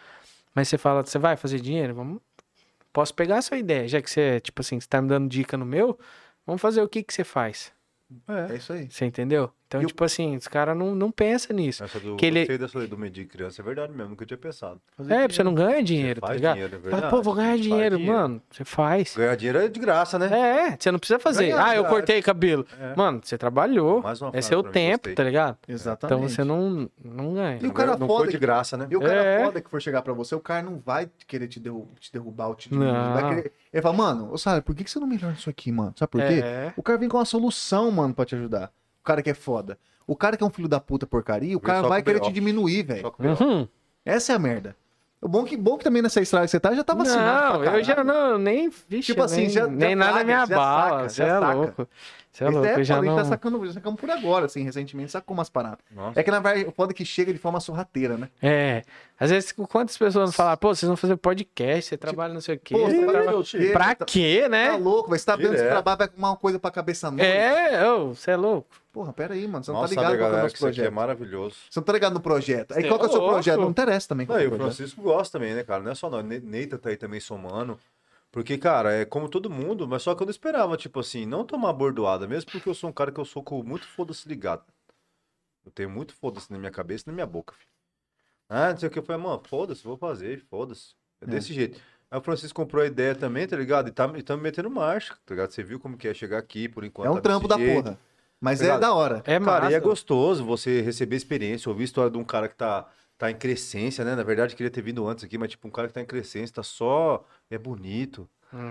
S3: Mas você fala, você vai fazer dinheiro? Vamos. Posso pegar a sua ideia, já que você, tipo assim, você tá me dando dica no meu, vamos fazer o que você faz.
S1: É isso aí.
S3: Você entendeu? Então, tipo assim, os caras não pensam nisso.
S2: Essa do,
S3: que ele...
S2: gostei dessa lei do meio de criança, é verdade mesmo, nunca tinha pensado.
S3: Você não ganha dinheiro, tá ligado?
S2: Dinheiro, é verdade.
S3: Pô, vou ganhar dinheiro, mano. Você faz.
S2: Ganhar dinheiro é de graça, né?
S3: Você não precisa fazer. Eu cortei cabelo. Mano, você trabalhou. É seu tempo, tá ligado?
S1: Exatamente.
S3: Então você não ganha.
S1: E o cara
S2: não
S1: foda
S2: foi de graça, né?
S1: E o cara foda que for chegar pra você, o cara não vai querer te derrubar ou te diminuir. Ele fala, mano, sabe, por que você não melhora isso aqui, mano? Sabe por quê? O cara vem com uma solução, mano, pra te ajudar. O cara que é foda. O cara que é um filho da puta porcaria, o cara vai querer te diminuir, velho. Essa é a merda. O bom que também nessa estrada que você tá, já tá vacinado.
S3: Não, eu já não, nem, vixe,
S1: tipo assim,
S3: nem nada na minha bala. Você é louco. Você é louco, eu já não...
S1: A gente tá sacando por agora, assim, recentemente, sacou umas paradas. Nossa. É que na verdade, o foda é que chega de forma sorrateira, né?
S3: Às vezes, quantas pessoas falam, pô, vocês vão fazer podcast, você trabalha não sei o quê.
S1: Pô,
S3: pra quê, né?
S1: Tá louco, vai estar vendo que você trabalha, vai arrumar uma coisa pra cabeça nova.
S3: Você é louco.
S1: Porra, pera aí, mano, você não tá ligado
S2: qual
S1: é o nosso
S2: projeto. Isso aqui é maravilhoso.
S1: Você não tá ligado no projeto. Aí qual que é o seu projeto? Não interessa também.
S2: Não, e o Francisco gosta também, né, cara? Não é só nós. Neita tá aí também somando. Porque, cara, é como todo mundo, mas só que eu não esperava, tipo assim, não tomar bordoada, mesmo porque eu sou um cara que eu sou com muito foda-se ligado. Eu tenho muito foda-se na minha cabeça e na minha boca, filho. Não sei o que. Eu falei, mano, foda-se, vou fazer, foda-se. É desse jeito. Aí o Francisco comprou a ideia também, tá ligado? E tá me metendo marcha, tá ligado? Você viu como que é chegar aqui, por enquanto.
S1: É um trampo da porra. Mas tá é da hora.
S3: É massa.
S2: Cara, e é gostoso você receber experiência, ouvir a história de um cara que tá em crescência, né? Na verdade, queria ter vindo antes aqui, mas tipo, um cara que tá em crescência, tá só... É bonito.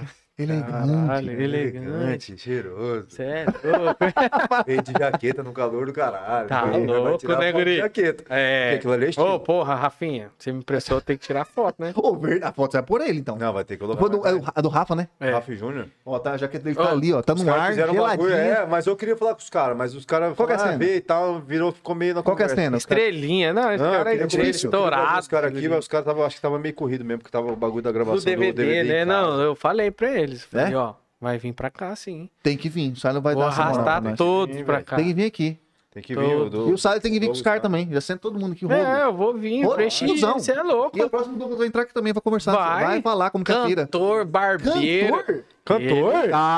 S1: Elegante,
S2: cheiroso.
S3: Sério?
S2: Veio de jaqueta no calor do caralho.
S3: Tá louco, né, guri?
S2: Jaqueta.
S3: Aquilo ali é estilo. Porra, Rafinha, você me impressionou, tem que tirar foto, né?
S1: A foto vai por ele, então.
S2: Não, vai ter que colocar.
S1: A do Rafa, né?
S2: Rafa Júnior.
S1: Ó, tá, a jaqueta dele tá ali, ó, tá no ar,
S2: geladinha. Mas eu queria falar com os caras, mas os caras
S1: falaram,
S2: ver e tal, ficou meio na
S1: conversa. Qual que é a cena?
S3: Estrelinha, não, esse cara é estourado.
S2: Os caras aqui, mas os caras acho que tava meio corrido mesmo, porque tava o bagulho da gravação do
S3: DVD, né? Não, eu falei pra eles, falei, ó, vai vir pra cá, sim.
S1: Tem que vir, o Silent vai dar essa moral.
S3: Vou arrastar todos pra cá.
S1: Tem que vir aqui.
S2: Tem que vir.
S1: E o Silent tem que vir com os caras também. Já senta todo mundo aqui.
S3: Eu vou vir. Você é louco.
S1: E o próximo Douglas vai entrar aqui também pra conversar. Vai falar como que é a pira.
S3: Cantor, barbeiro.
S1: Cantor?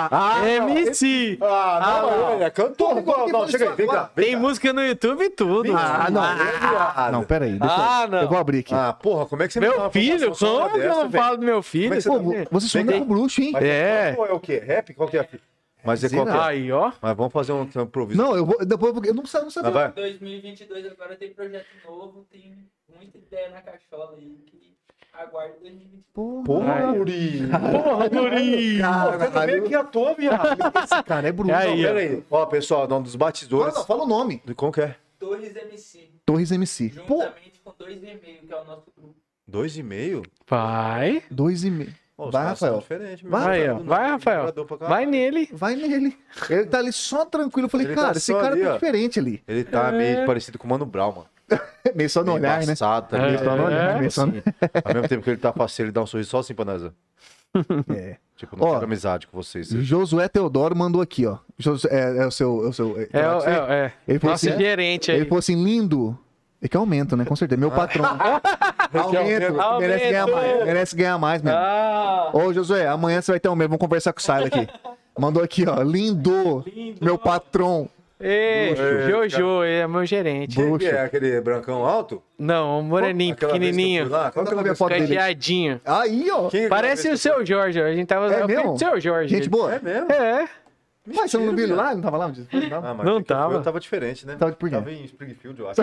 S3: MC.
S2: Não, é cantor. Não, chega aí, vem cá.
S3: Tem música no YouTube e tudo.
S1: Não, peraí.
S3: Não.
S1: Eu vou abrir aqui.
S2: Porra, como é que você
S3: Meu filho? Como que eu não falo do meu filho?
S1: Você sonha com bruxo, hein?
S2: É o quê? Rap? Qual que é? Mas é qualquer.
S3: Aí, ó.
S2: Mas vamos fazer um improviso.
S1: Não, eu vou. Depois eu não sei.
S2: Vai.
S4: 2022 agora tem projeto novo, tem muita ideia na cachola aí que aguarde 2022.
S2: Porra, Guri!
S3: Porra, Guri!
S2: Cara, meio que ator, viado.
S1: Esse cara é bruxo.
S2: Peraí. Ó, pessoal, nome dos batidores.
S1: Fala o nome.
S2: Como que é?
S4: Torres MC.
S1: Torres MC.
S4: Juntamente com 2,5, que é o nosso grupo.
S2: 2,5?
S3: Vai.
S1: 2,5. Vai, Rafael.
S3: Vai, Rafael. Vai nele.
S1: Vai nele. Ele tá ali só tranquilo. Eu falei, cara, esse cara tá diferente ali.
S2: Ele tá meio parecido com o Mano Brown, mano.
S1: Meio só no olhar, né?
S2: Tá
S1: meio só no olhar.
S2: Ao mesmo tempo que ele tá faceiro, ele dá um sorriso só assim pra nós. Tipo, não quero amizade com vocês.
S1: Josué Teodoro mandou aqui, ó. É o seu...
S3: Ele nosso gerente aí.
S1: Ele falou assim, lindo... É que aumento, né? Com certeza. Meu patrão. Aumento. Merece ganhar mais. Merece ganhar mais mesmo. Ô, Josué, amanhã você vai ter aumento. Vamos conversar com o Sila aqui. Mandou aqui, ó. Lindo. Meu patrão.
S3: Jojo, ele é meu gerente.
S2: Quem é aquele brancão alto?
S3: Não, um moreninho, pequenininho.
S1: Qual que é a foto dele?
S3: Cacheadinho.
S1: Aí, ó.
S3: Parece o seu Jorge. A gente tava
S1: usando
S3: o seu Jorge.
S1: Gente boa?
S2: É mesmo?
S3: É.
S1: Mas você não viu ele lá? Ele não tava lá?
S3: Não tava.
S2: Eu tava diferente, né?
S1: Tava por quê?
S2: Tava em Springfield, eu acho.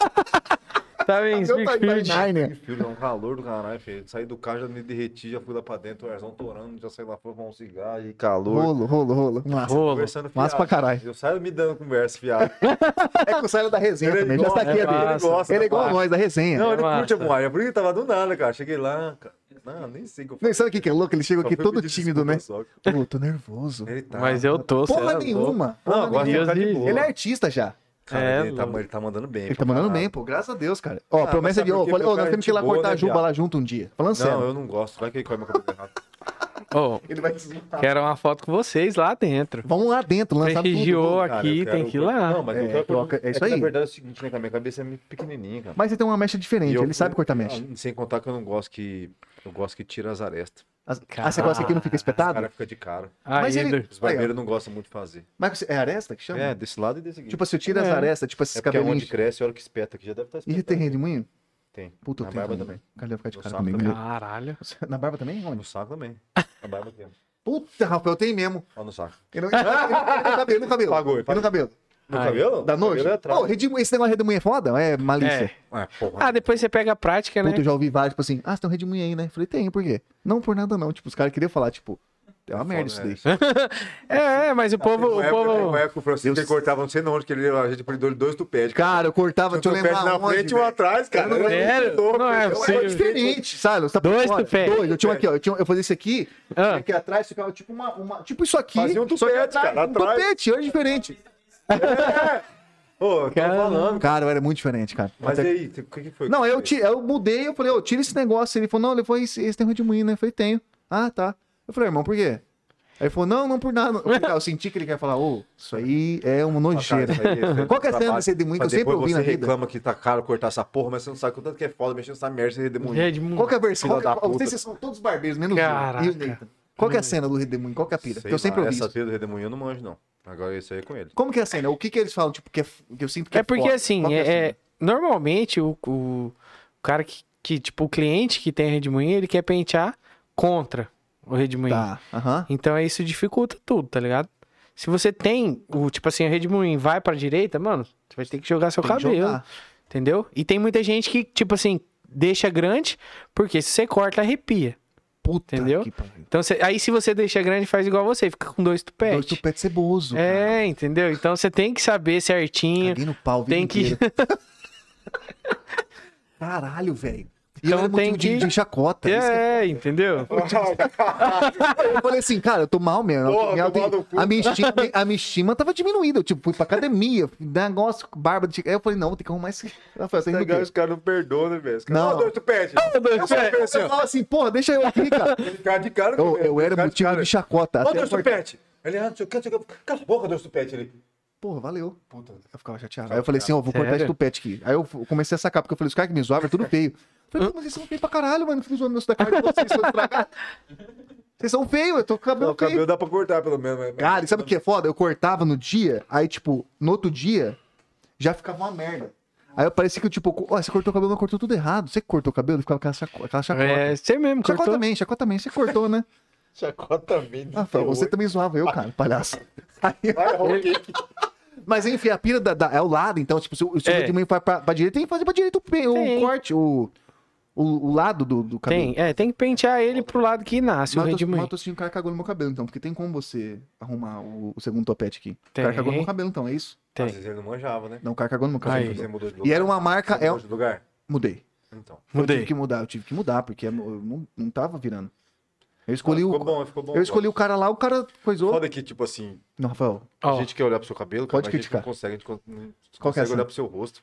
S3: Tava em Springfield.
S2: Springfield é um calor do caralho, filho. Saí do carro, já me derreti, já fui lá pra dentro, o arzão torando, já saí lá fora pra um cigarro e calor.
S1: Rolo.
S2: Conversando fiado.
S1: Massa pra caralho.
S2: Eu saio me dando conversa, fiado.
S1: É que o Silo da resenha também. Já está aqui, ele é igual a nós, da resenha.
S2: Não, ele curte a moagem. Por que tava do nada, cara? Cheguei lá, cara. Não, nem sei o que eu faço.
S1: Sabe o que é louco? Ele chegou aqui todo tímido, né? Pô, tô nervoso.
S3: Mas eu tô,
S1: porra nenhuma.
S2: Não, agora ele tá de boa.
S1: Ele é artista já.
S2: Cara, ele tá mandando bem.
S1: Ele tá mandando bem, pô. Graças a Deus, cara. Ó, promessa de... Falei, nós temos que ir lá cortar a juba lá junto um dia. Falando sério.
S2: Não, eu não gosto. Vai que ele come meu cabelo errado.
S3: Ô,
S1: Ele vai desmontar.
S3: quero uma foto com vocês lá dentro.
S1: Vamos lá dentro, lançar
S3: Prestigiou
S1: tudo.
S3: aqui, tem que ir lá.
S2: Não, mas
S1: É,
S2: eu quero
S1: troca- é isso aí.
S2: Na verdade é o seguinte, né, cara? Minha cabeça é muito pequenininha, cara.
S1: Mas você tem uma mecha diferente,
S2: E eu-
S1: ele sabe cortar mecha.
S2: Sem contar que eu não gosto que... Eu gosto que tira as arestas.
S1: Você gosta que não fica
S2: Os
S1: espetado?
S2: caras ficam de cara.
S1: Mas
S3: Aí,
S1: ele-
S2: Os barbeiros não gostam muito de fazer.
S1: Mas é aresta que chama?
S2: É, desse lado e desse aqui.
S1: Tipo, se eu tiro as
S3: É.
S1: arestas, tipo esses
S2: é porque
S1: cabelinhos...
S2: onde cresce, a hora que espeta, que já deve estar
S1: E
S2: espetando.
S1: tem redemoinho?
S2: Tem.
S1: Puta, eu
S2: Na
S1: tenho
S2: barba
S1: redemoinho.
S2: também.
S1: O cara vai ficar de
S2: No
S1: cara
S2: saco
S1: comigo.
S2: também.
S3: Caralho.
S1: Na barba também? Onde?
S2: No saco também. Na barba tem.
S1: Puta, Rafael, tem mesmo.
S2: Ó, no saco.
S1: E no cabelo, no cabelo.
S2: Pagou,
S1: E no cabelo.
S2: No
S3: Ai.
S2: cabelo?
S1: Da noite?
S2: Cabelo é atrás.
S1: Pô, esse negócio de redemoinho é foda? É malícia?
S2: Porra.
S3: Ah, depois você pega a prática, né?
S1: Puta, eu já ouvi vários, tipo assim, você tem um redemoinho aí, né? Falei, tenho, por quê? Não por nada não. Tipo, os caras queriam falar, tipo, é uma merda isso daí.
S3: Mas o povo...
S2: Tem uma época que o Francisco
S1: Deus.
S2: ele cortava, não sei onde, que ele a gente prendeu dois tupetes.
S1: Cara, eu cortava, deixa eu lembrar
S2: na
S1: onde,
S2: frente e um
S1: velho.
S2: atrás, cara.
S1: Eu não-
S3: Sério? Não é
S1: É
S3: possível.
S1: diferente, sabe? Você tá
S3: Dois
S1: fora.
S3: tupetes.
S1: Dois. Eu tinha aqui, ó. Eu fazia isso aqui,
S3: Ah.
S1: aqui atrás ficava tipo tipo isso aqui.
S2: Fazia um
S1: só que
S2: tupete,
S1: atrás,
S2: cara,
S1: um
S2: atrás.
S1: tupete, era diferente.
S2: Ô, eu tô falando.
S1: Cara, eu era muito diferente, cara.
S2: Mas
S1: Até-
S2: e aí, o que foi?
S1: Não, eu mudei, eu falei, ô, tira esse negócio. Ele falou, não, ele falou, esse tem redemoinho, né? Eu falei, tenho. Ah, tá. Eu falei, irmão, por quê? Aí ele falou, não por nada. Eu falei, cara, eu senti que ele quer falar, ô, isso aí é uma nojeira. Qual que é a cena desse redemoinho que eu sempre ouvi na
S2: Você
S1: vida?
S2: reclama que tá caro cortar essa porra, mas você não sabe o tanto que é foda mexer nessa merda, esse redemoinho.
S3: Redemoinho.
S1: Qual que é a versão?
S2: Filha da puta.
S1: Vocês são todos barbeiros, menos
S3: Caraca.
S1: eu e o Nathan. Qual que é a cena do redemoinho? Qual que é a pira?
S2: Sei
S1: Porque eu sempre
S2: lá,
S1: ouvi
S2: essa
S1: isso.
S2: pira do redemoinho eu não manjo, não. Agora isso aí é com ele.
S1: Como que é a cena? O que que eles falam, tipo, que eu sinto que
S3: É porque
S1: foda?
S3: assim,
S1: Qual que a cena?
S3: normalmente o cara tipo, o cliente que tem redemoinho, ele quer pentear contra o redemoinho.
S1: Tá, aham.
S3: Então isso dificulta tudo, tá ligado? Se você tem tipo assim, o redemoinho vai pra direita, mano, você vai ter que jogar seu
S1: Tem que
S3: cabelo.
S1: jogar.
S3: Entendeu? E tem muita gente que, tipo assim, deixa grande, porque se você corta, arrepia.
S1: Puta
S3: Entendeu?
S1: que pariu.
S3: Então, aí se você deixa grande, faz igual você, fica com dois tupetes.
S1: Dois tupetes ceboso. cara.
S3: É, entendeu? Então você tem que saber certinho.
S1: Caguei no pau, a vida
S3: Tem que.
S1: inteira. Caralho, velho. E
S3: Então
S1: era
S3: tem
S1: motivo de
S3: que-
S1: chacota. Isso que é
S3: Entendeu?
S1: Eu falei assim, cara, eu tô mal mesmo.
S2: Porra,
S1: Minha-
S2: tomar no cu.
S1: a minha estima tava diminuída. Eu, tipo, fui pra academia, negócio, barba de... Aí eu falei, não, vou ter que arrumar esse... Ela falou, você tá indo o
S2: Legal,
S1: quê?
S2: os caras não perdoam, né, velho?
S1: Não.
S2: Não, dois tupetes.
S1: Eu falo assim, porra, deixa eu aqui, cara.
S2: Ele cara de cara.
S1: Eu era motivo de chacota.
S2: Ó,
S1: até
S2: dois
S1: cortar.
S2: tupetes. Ele, não sei o que, cala a boca, dois tupetes. Ele,
S1: Porra, valeu.
S2: puta.
S1: Eu ficava chateado. Aí eu falei assim, ó, vou cortar
S3: Sério?
S1: esse tupete aqui. Aí eu comecei a sacar, porque eu falei, os caras que me zoavam é tudo feio. Eu falei, pô, mas vocês são feios pra caralho, mano. Eu fiz zoando meus da cara de vocês, vão estragar. Vocês são feios, eu tô com o
S2: Não,
S1: cabelo
S2: o cabelo
S1: feio.
S2: dá pra cortar, pelo menos. mas-
S1: Cara, e sabe o que é foda? Eu cortava no dia, aí, tipo, no outro dia, já ficava uma merda. Aí eu parecia que, tipo, ó, você cortou o cabelo, não cortou tudo errado. Você que cortou o cabelo, ficava aquela chacota.
S3: É, você mesmo
S1: Chacota
S3: cortou.
S1: também, você cortou, né?
S2: Chacota também.
S1: Ah, você também zoava eu, cara, palhaço. Aí-
S2: Vai, ok.
S1: Mas enfim, a pira é o lado, então, tipo, se o seu
S3: É.
S1: redemoinho vai pra direita, tem que fazer pra direita o
S3: Tem.
S1: corte, o lado do cabelo.
S3: Tem que pentear ele pro lado que nasce o
S1: Mas eu
S3: redemoinho.
S1: tô sentindo que o cara cagou no meu cabelo, então, porque tem como você arrumar o segundo topete aqui. O
S3: Tem.
S1: cara cagou no meu cabelo, então, é isso?
S3: Tem.
S2: Às vezes ele não manjava, né?
S1: Não, o cara cagou no meu cabelo.
S3: Aí.
S2: Você mudou de lugar.
S1: E era uma marca.
S2: Você mudou de lugar?
S1: Mudei.
S2: Então.
S1: Eu tive que mudar, porque eu não tava virando. Eu escolhi
S2: ficou
S1: o.
S2: bom, ficou bom.
S1: Eu escolhi o cara lá, o cara coisou.
S2: Foda que, tipo assim,
S1: Não, Rafael.
S2: a
S3: Ó,
S2: gente quer olhar pro seu cabelo, cara,
S1: Pode
S2: mas a gente
S1: criticar.
S2: não consegue, a gente não
S1: Qual que é
S2: consegue
S1: essa?
S2: olhar pro seu rosto.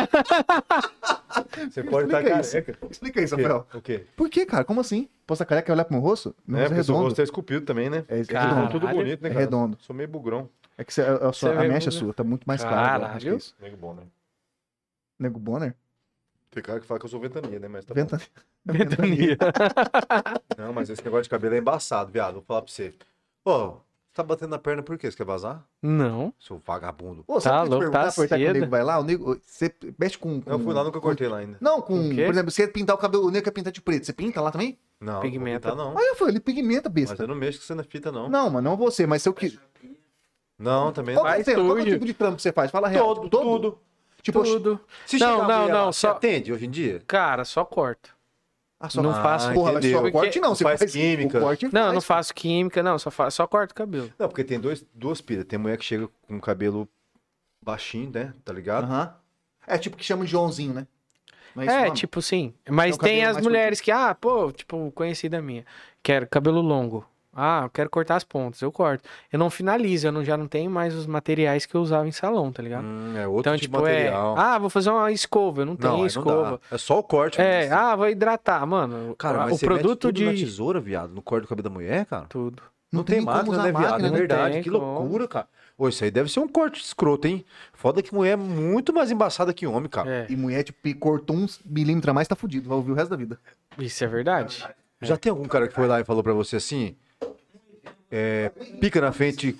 S2: Você pode estar
S1: Explica isso.
S2: careca.
S1: Explica isso,
S2: O quê?
S1: Rafael.
S2: O quê?
S1: Por que, cara? Como assim? Posso careca e olhar pro meu rosto? Meu
S2: É,
S1: rosto
S2: porque seu
S1: redondo.
S2: rosto é esculpido também, né?
S1: É,
S3: Caralho.
S2: Tudo bonito, né,
S1: É
S2: cara?
S1: redondo.
S2: Sou meio bugrão.
S1: É que a
S3: Você
S1: a
S3: vê
S1: mecha
S3: muito-
S1: sua tá muito mais clara. agora,
S3: Caralho.
S1: acho que é isso.
S2: Nego bom, né?
S1: Nego Bonner?
S2: Tem cara que fala que eu sou ventania, né? Mas tá
S1: Ventania.
S3: ventania.
S2: bom. Não, mas esse negócio de cabelo é embaçado, viado. Vou falar pra você. Pô, você tá batendo na perna por quê? Você quer vazar?
S3: Não.
S2: Seu vagabundo.
S1: Ô, sabe o que eu te
S3: louco,
S1: perguntar?
S3: tá
S1: Aproveitar que o
S3: cedo.
S1: nego vai lá, o nego. Você mexe com.
S2: Eu fui lá, nunca cortei lá ainda.
S1: Não, com.
S3: O quê?
S1: Por exemplo, você pintar o cabelo, o nego quer pintar de preto. Você pinta lá também?
S2: Não,
S3: Pigmenta.
S2: não vou pintar, não.
S1: Olha, foi, ele pigmenta,
S2: Mas
S1: besta.
S2: eu não mexo com você na fita, não.
S1: Não, mas não você, mas se eu que.
S2: Não, também
S1: Qual,
S2: não.
S1: que é, qual que é o
S3: estúdio.
S1: tipo de trampo que você faz? Fala real.
S2: Todo,
S1: Todo?
S2: tudo.
S1: Tipo,
S3: Tudo.
S2: Se
S3: Não,
S2: chegar a
S3: não,
S2: mulher
S3: não,
S2: lá,
S3: só-
S2: você atende hoje em dia?
S3: Cara, só corto.
S1: Ah, só
S3: não
S1: ah,
S3: faço-
S1: Porra, mas só
S2: entendeu?
S1: corte não. Você
S2: Faz química.
S1: O corte
S3: Não,
S1: faz,
S3: eu não faço química, não. Só corto o cabelo.
S2: Não, porque tem duas piras. Tem mulher que chega com o cabelo baixinho, né? Tá ligado?
S1: Aham. É tipo que chama de Joãozinho, né? Não isso o
S3: É,
S1: nome?
S3: tipo, sim. Mas
S1: Então, cabelo
S3: tem as
S1: mais
S3: mulheres que, pô, tipo, conhecida minha. Quero cabelo longo. Ah, eu quero cortar as pontas, eu corto. Eu não finalizo, já não tenho mais os materiais que eu usava em salão, tá ligado?
S2: É outro
S3: Então,
S2: tipo de material.
S3: vou fazer uma escova, eu não tenho
S2: Não, aí
S3: escova.
S2: não dá. É só o corte.
S3: Vou hidratar, mano.
S2: Cara, mas
S3: o
S2: você
S3: produto
S2: mete tudo na
S3: de
S2: tesoura, viado, no corte do cabelo da mulher, cara?
S3: tudo.
S2: Não tem
S1: nem como
S2: máquina,
S1: usar
S2: né, viado?
S1: máquina,
S2: É
S1: não
S2: verdade,
S3: tem
S2: que
S3: como.
S2: loucura, cara. Ô, isso aí deve ser um corte escroto, hein? Foda que mulher é muito mais embaçada que homem, cara.
S3: É,
S1: E mulher, tipo, cortou uns milímetros a mais, tá fudido. Vai ouvir o resto da vida.
S3: isso é verdade.
S2: Já tem algum cara que foi lá e falou pra você assim? Pica na frente.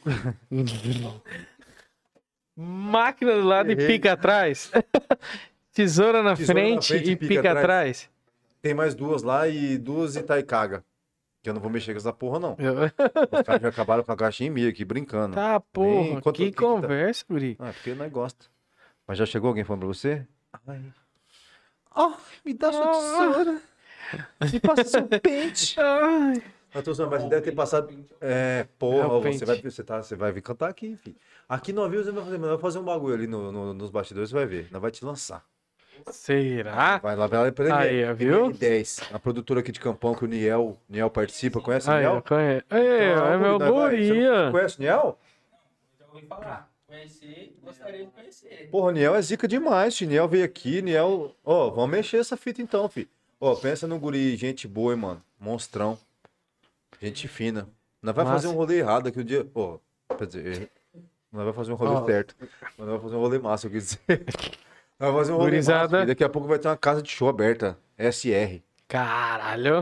S3: Máquina do lado
S2: Errei.
S3: e pica atrás. Tesoura na frente e pica atrás.
S2: Tem mais duas lá e duas Itaicaga. Que eu não vou mexer com essa porra, não. Os caras já acabaram com a caixinha meia aqui, brincando.
S3: Tá, porra.
S2: Nem- quanto-
S3: Que
S2: que tá-
S3: conversa, guri.
S2: Ah, é porque nós gosta. Mas já chegou alguém falando pra você? Ai. Oh, me dá sua tesoura. Me passa seu pente.
S3: Ai.
S2: Mas você deve ter passado. Porra,
S3: É o
S2: você
S3: pente.
S2: você vai vir cantar aqui, filho. Aqui no avião você vai fazer, mas vai fazer um bagulho ali nos bastidores, você vai ver. Nós vai te lançar.
S3: Será?
S2: Vai lá pela
S3: Aí, ó, viu?
S2: 10. A produtora aqui de Campão que o Niel participa. Conhece o
S3: Aí,
S2: Niel?
S3: eu conheço. É meu
S2: Você
S3: guria.
S2: conhece o Niel?
S4: Já ouvi falar. Conhecer, gostaria de conhecer.
S2: Porra, o Niel é zica demais. O Niel veio aqui, Niel. Ó, vamos mexer essa fita então, filho. Ó, pensa no guri, gente boa, hein, mano. Monstrão. Gente fina. Nós vai
S3: Massa.
S2: fazer um rolê errado aqui o dia. Ó, quer dizer, nós vai fazer um rolê
S3: Ó.
S2: certo. Mas nós vai fazer um rolê massa, eu quis dizer. Nós vai fazer um rolê
S3: Gurizada.
S2: massa. Filho. Daqui a pouco vai ter uma casa de show aberta. SR.
S3: Caralho.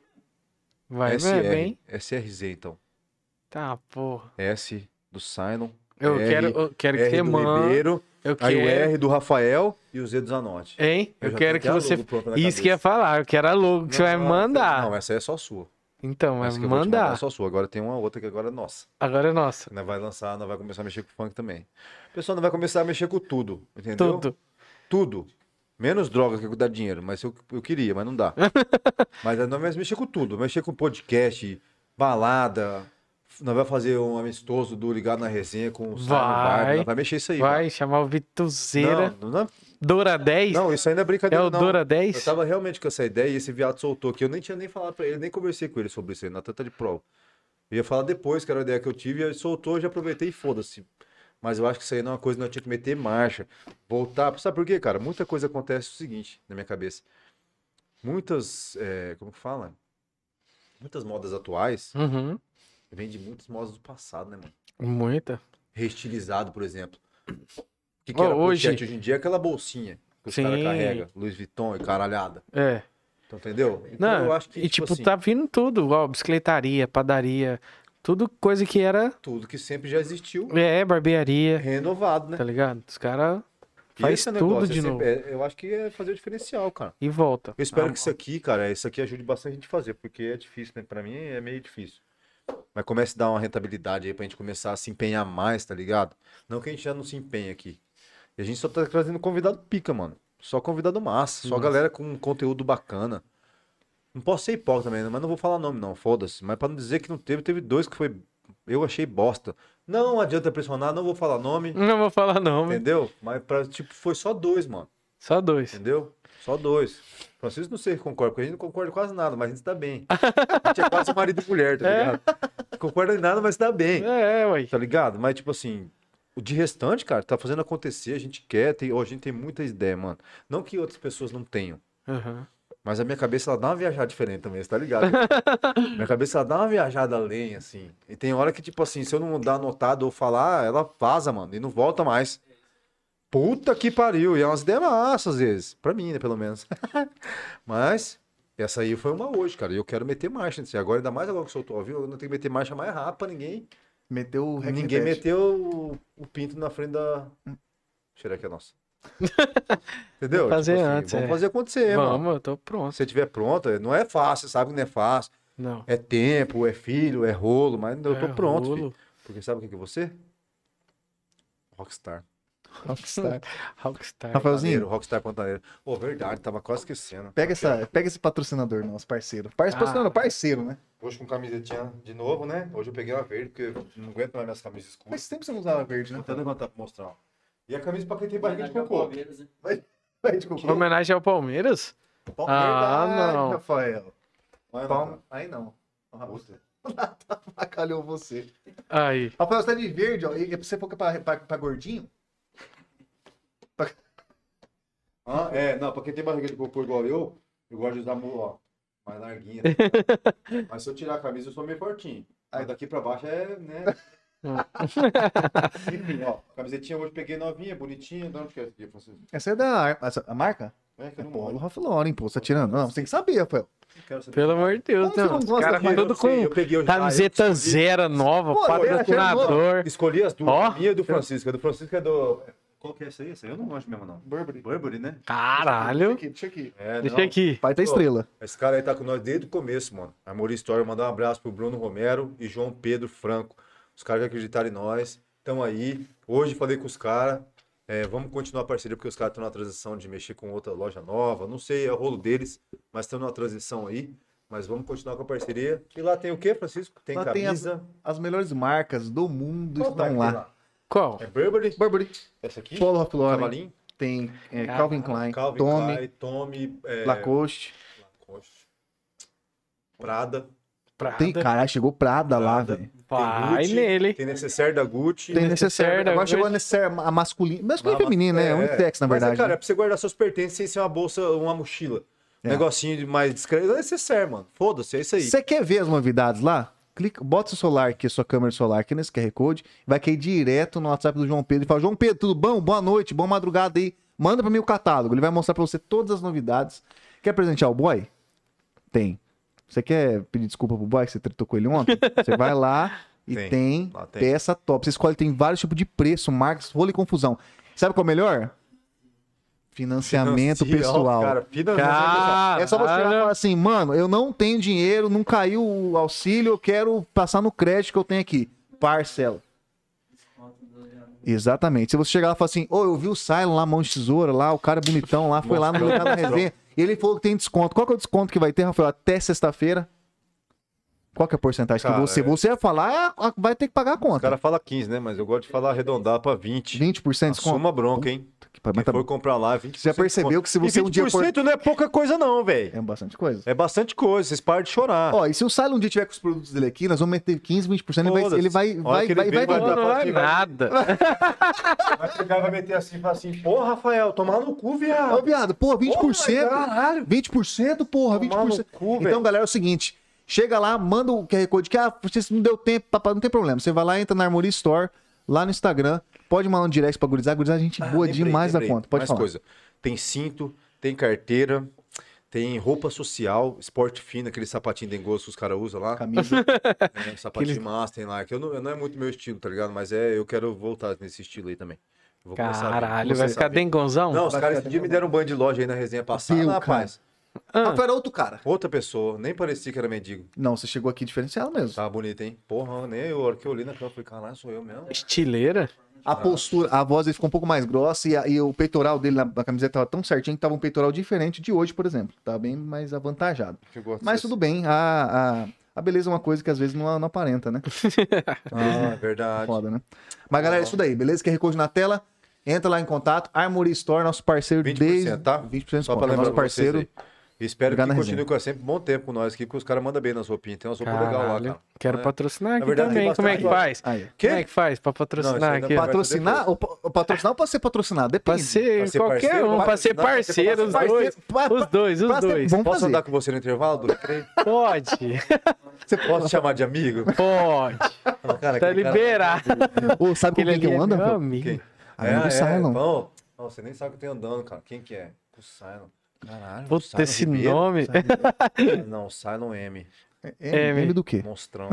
S3: Vai
S2: SR.
S3: mesmo, hein?
S2: SRZ, então.
S3: Tá, porra.
S2: S do Simon.
S3: Eu
S2: R,
S3: quero que
S2: R
S3: você
S2: do
S3: mande.
S2: Ribeiro.
S3: Eu
S2: Aí o
S3: quero.
S2: R do Rafael e o Z do Zanotti.
S3: Hein? Eu
S2: já
S3: quero
S2: tenho
S3: que
S2: até a
S3: você.
S2: logo pronta na
S3: Isso
S2: cabeça.
S3: que ia falar, eu quero a logo que você vai mandar.
S2: Não, essa aí é só sua.
S3: Então, vai
S2: Essa que eu vou te mandar
S3: mandar.
S2: é só sua. Agora tem uma outra que agora é nossa.
S3: Agora é nossa.
S2: Nós vai lançar, nós vai começar a mexer com funk também. O pessoal não vai começar a mexer com tudo, entendeu?
S3: Tudo.
S2: Tudo. Menos droga que dá dinheiro, mas eu queria, mas não dá. Mas nós vamos mexer com tudo. Mexer com podcast, balada. Nós vamos fazer um amistoso do Ligado na Resenha com o Simon Barber. Nós vai mexer isso aí.
S3: Vai chamar o Vituzeira.
S2: Não,
S3: Dora 10?
S2: não, isso ainda é
S3: É
S2: brincadeira,
S3: o
S2: não.
S3: Dora
S2: Eu
S3: 10?
S2: tava realmente com essa ideia e esse viado soltou aqui. Eu nem tinha nem falado pra ele, nem conversei com ele sobre isso aí, na tanta de prova. Eu ia falar depois, que era a ideia que eu tive, e ele soltou, eu já aproveitei e foda-se. Mas eu acho que isso aí não é uma coisa que nós tínhamos que meter marcha. Voltar. Sabe por quê, cara? Muita coisa acontece o seguinte, na minha cabeça. Muitas, como que fala? Muitas modas atuais
S3: Uhum.
S2: vêm de muitas modas do passado, né, mano?
S3: Muita.
S2: Reestilizado, por exemplo. O que
S3: Ó,
S2: era
S3: hoje-
S2: pochete hoje em dia? É aquela bolsinha que os
S3: Sim.
S2: caras carregam. Louis Vuitton e caralhada.
S3: É.
S2: Então, entendeu? Então
S3: Não,
S2: eu acho que,
S3: e tipo,
S2: assim,
S3: tá vindo tudo, ó, bicicletaria, padaria, tudo coisa que era,
S2: tudo que sempre já existiu,
S3: barbearia,
S2: renovado, né?
S3: tá ligado? Os caras
S2: E
S3: faz
S2: esse é o
S3: tudo
S2: negócio,
S3: de
S2: é
S3: novo.
S2: sempre- eu acho que é fazer o diferencial, cara.
S3: E volta.
S2: Eu espero
S3: Ah,
S2: que isso aqui, cara, isso aqui ajude bastante a gente a fazer, porque é difícil, né? Pra mim é meio difícil. Mas comece a dar uma rentabilidade aí pra gente começar a se empenhar mais, tá ligado? Não que a gente já não se empenhe aqui. E a gente só tá trazendo convidado pica, mano. Só convidado massa, só galera com conteúdo bacana. Não posso ser hipócrita também, mas não vou falar nome não, foda-se. Mas pra não dizer que não teve, teve dois que foi... Eu achei bosta. Não adianta pressionar, não vou falar nome,
S3: Não vou falar não,
S2: entendeu? Mas tipo, foi só dois, mano.
S3: só dois.
S2: Entendeu? Só dois. Francisco não sei se concorda, porque a gente não concorda quase nada, mas a gente tá bem. A gente é quase marido e mulher, tá ligado? Não concorda em nada, mas tá bem.
S3: Ué.
S2: Tá ligado? Mas, tipo assim, o de restante, cara, tá fazendo acontecer, a gente quer, a gente tem muitas ideias, mano. Não que outras pessoas não tenham,
S3: Uhum.
S2: mas a minha cabeça, ela dá uma viajada diferente também, você tá ligado? Minha cabeça, ela dá uma viajada além, assim. E tem hora que, tipo assim, se eu não dar anotado ou falar, ela vaza, mano, e não volta mais. Puta que pariu. E é umas ideias massas, às vezes. Pra mim, né, pelo menos. Mas, essa aí foi uma hoje, cara. E eu quero meter marcha. Assim. Agora, ainda mais agora que soltou, viu? Eu não tenho que meter marcha mais rápido pra ninguém.
S1: Meteu o hack
S2: Ninguém
S1: repete.
S2: meteu o pinto na frente da... Será que é nossa? Entendeu?
S3: Vamos fazer
S2: Tipo assim,
S3: antes,
S2: vamos
S3: é.
S2: fazer acontecer, mano.
S3: Vamos, eu tô pronto.
S2: Se você estiver pronta, não é fácil, sabe que não é fácil.
S3: Não.
S2: É tempo, é filho, é rolo, mas eu tô
S3: É
S2: pronto,
S3: rolo.
S2: filho. Porque sabe o que é você? Rockstar.
S1: Rockstar.
S3: Rockstar.
S1: Rafaelzinho,
S2: Pantaneiro, Rockstar Pantaneiro. Pô, verdade, tava quase esquecendo.
S1: pega esse patrocinador nosso, parceiro. Patrocinador, parceiro, né?
S2: Hoje com camisetinha de novo, né? Hoje eu peguei uma verde, porque eu não aguento mais minhas camisas escuras.
S1: Faz tempo que você não usava verde, né?
S2: Vou até levantar pra mostrar, ó. E a camisa pra quem tem barriga de
S4: Homenagem ao
S2: cocô.
S4: Palmeiras, né?
S1: Verde com
S3: Em homenagem ao Palmeiras?
S1: Verdade,
S3: não.
S1: Rafael.
S2: Olha,
S1: Palma... Aí não.
S2: Puta.
S1: Avacalhou você.
S3: Aí.
S1: Rafael, você tá de verde, ó. E você for pra gordinho?
S2: Não, pra quem tem barriga de cocô igual eu gosto de usar ó, mais larguinha. Mas se eu tirar a camisa, eu sou meio fortinho. Aí daqui pra baixo né? Enfim, ó, a camisetinha hoje peguei novinha, bonitinha. De onde que é essa aqui, Francisco?
S1: Essa é a marca?
S2: Que eu não
S1: Polo
S2: gosto.
S1: Ralph Lauren, pô. Você tá tirando? Não, você tem que saber, Rafael.
S3: Pelo amor de Deus,
S1: Como
S3: não.
S1: você
S3: Os
S1: não gosta
S3: caras
S1: de-
S3: tudo com camiseta zero nova,
S1: Pô,
S3: patrocinador.
S2: Escolhi as duas.
S3: Ó.
S2: A minha é do Francisco. A do Francisco é do... Qual que é essa aí? Essa aí eu não gosto mesmo, não. Burberry, né?
S3: Caralho.
S1: Deixa aqui.
S3: Deixa aqui.
S1: Pai tá estrela.
S2: Esse cara aí tá com nós desde o começo, mano. Amor e História, mandar um abraço pro Bruno Romero e João Pedro Franco. Os caras que acreditaram em nós. Estão aí. Hoje falei com os caras. Vamos continuar a parceria, porque os caras estão na transição de mexer com outra loja nova. Não sei, é o rolo deles, mas estão numa transição aí. Mas vamos continuar com a parceria. E lá tem o quê, Francisco? Tem
S1: Lá
S2: camisa.
S1: tem as melhores marcas do mundo
S2: Qual
S1: estão
S2: marca
S1: lá.
S2: tem lá?
S3: Qual?
S2: É Burberry?
S1: Burberry,
S2: Essa aqui?
S1: Polo Ralph Lauren,
S2: Cavalinho?
S1: tem Calvin Klein,
S2: Calvin
S1: Tommy,
S2: Klein, Tommy,
S1: Lacoste.
S2: Lacoste, Prada.
S1: Tem, caralho, chegou Prada lá,
S2: Prada.
S1: velho.
S3: Vai
S2: Gucci,
S3: nele.
S2: Tem necessaire da Gucci.
S1: Tem necessaire.
S3: da
S1: Agora
S3: Gucci.
S1: chegou a necessaire a masculina. Masculino e feminino, né? É um intex, na
S2: Mas,
S1: verdade.
S2: cara,
S1: né?
S2: é pra você guardar seus pertences sem ser uma bolsa, uma mochila.
S1: É.
S2: Negocinho de mais discreto. Não é necessaire, mano. Foda-se, é isso aí.
S1: Você quer ver as novidades lá? Clica, bota o celular aqui, sua câmera solar aqui nesse QR Code, vai cair direto no WhatsApp do João Pedro e fala: João Pedro, tudo bom? Boa noite, boa madrugada aí. Manda pra mim o catálogo. Ele vai mostrar pra você todas as novidades. Quer presentear o boy? Tem. Você quer pedir desculpa pro boy que você tretou com ele ontem? Você vai lá e tem
S2: Lá tem.
S1: peça top. Você escolhe, tem vários tipos de preço, marcas, rolo e confusão. Sabe qual é o melhor? Financiamento pessoal.
S2: Cara, financiamento pessoal.
S1: É só você chegar e falar assim, mano, eu não tenho dinheiro, não caiu o auxílio, eu quero passar no crédito que eu tenho aqui. Parcela. Exatamente. Se você chegar lá e falar assim, eu vi o Cylon lá, mão de tesoura, lá, o cara bonitão lá, foi lá no lugar da resenha, e ele falou que tem desconto. Qual que é o desconto que vai ter, Rafael? Até sexta-feira. Qual que é a porcentagem
S2: Cara,
S1: que você vai falar, vai ter que pagar a
S2: O
S1: conta.
S2: cara fala 15, né? Mas eu gosto de falar arredondar pra 20.
S1: 20% de desconto.
S2: Assuma bronca, hein?
S1: Mas
S2: Quem
S1: tá-
S2: for comprar lá, 20%.
S1: Você já percebeu que se você
S2: e 20%
S1: um dia for...
S2: não é pouca coisa não, velho.
S1: É bastante coisa.
S2: É bastante coisa, vocês param de chorar.
S1: Ó, e se o Cylon um dia tiver com os produtos dele aqui, nós vamos meter 15, 20%, ele vai
S2: Hora que ele vem, vai
S3: Não,
S2: dar
S3: não é
S2: vai-
S3: nada.
S2: Vai chegar e vai meter assim e falar assim, pô, Rafael, tomar no cu, viado.
S1: Ô, viado, porra, 20%.
S2: Caralho.
S1: 20%, porra,
S2: Tomar
S1: 20%.
S2: no cu,
S1: Então,
S2: velho.
S1: galera, é o seguinte. Chega lá, manda o QR Code que, você não deu tempo, papai, não tem problema. Você vai lá, entra na Armory Store, lá no Instagram, pode mandar um direct pra gurizar. Gurizar, a gente boa demais da conta. Pode
S2: Mais
S1: falar.
S2: coisa. Tem cinto, tem carteira, tem roupa social, esporte fino, aquele sapatinho dengoso que os caras usam lá.
S1: Camisa.
S2: Sapatinho massa tem lá, que eu não é muito meu estilo, tá ligado? Mas eu quero voltar nesse estilo aí também. Eu vou começar a ver.
S3: Caralho, vai
S2: Começar
S3: ficar
S2: a ver.
S3: dengonzão?
S2: Não, os caras esse dia me deram um banho de loja aí na resenha passada,
S1: Meu,
S2: rapaz.
S1: Rafael era outro cara.
S2: Outra pessoa, nem parecia que era mendigo.
S1: Não, você chegou aqui diferenciado mesmo.
S2: Tava bonito, hein? Porra, nem eu, a hora que eu olhei na cama, falei, caralho, sou eu mesmo.
S3: Estileira?
S1: A postura, a voz dele ficou um pouco mais grossa e o peitoral dele na camiseta tava tão certinho que tava um peitoral diferente de hoje, por exemplo. Tava bem mais avantajado. Mas tudo bem, a beleza é uma coisa que às vezes não aparenta, né?
S2: Ah, verdade.
S1: Foda, né? Mas galera, é isso daí, beleza? QR Code na tela, entra lá em contato. Armory Store, nosso parceiro
S2: 20%,
S1: desde...
S2: tá?
S1: 20% de
S2: Só
S1: desconto,
S2: pra lembrar
S1: nosso parceiro.
S2: vocês aí. E espero
S1: Ligar
S2: que
S1: na
S2: continue
S1: resenha.
S2: com sempre um bom tempo com nós aqui, porque os caras mandam bem nas roupinhas. Tem umas roupas legais lá,
S3: Caralho.
S2: cara.
S3: Quero
S2: É.
S3: patrocinar aqui
S2: verdade,
S3: também.
S2: tem
S3: Como é que
S2: bastante.
S3: faz?
S1: Aí.
S2: Quê?
S3: Como é que faz pra
S2: Não,
S3: patrocinar
S2: isso
S3: aqui?
S2: ainda
S1: Patrocinar? Ou patrocinar ou pode ser patrocinado?
S3: Pra
S1: Depende.
S3: ser
S2: Pra ser
S3: qualquer
S2: parceiro,
S3: um, pra ser
S2: patrocinar,
S3: parceiro, os
S1: parceiro.
S3: dois. Os dois, os
S1: Pra ser-
S3: dois.
S1: Vamos
S2: Posso
S1: fazer.
S2: andar com você no intervalo, do recreio?
S3: Pode,
S1: Você
S2: Posso te chamar de amigo?
S3: pode.
S2: Cara,
S3: Tá
S2: aquele cara-
S3: liberado.
S1: Ô, sabe com
S3: Aquele
S1: quem que
S3: ali
S1: eu
S3: é
S1: ando?
S3: meu
S1: Rafael?
S3: amigo.
S2: Quem?
S1: Amigo do Cylon.
S2: Não, você nem sabe o que eu tenho andando, cara. Quem que é? O Cylon. Caralho.
S3: Puta,
S2: Cylon
S3: esse
S2: Ribeiro?
S3: nome.
S2: Não, Cylon M.
S1: M do quê?
S2: Monstrão.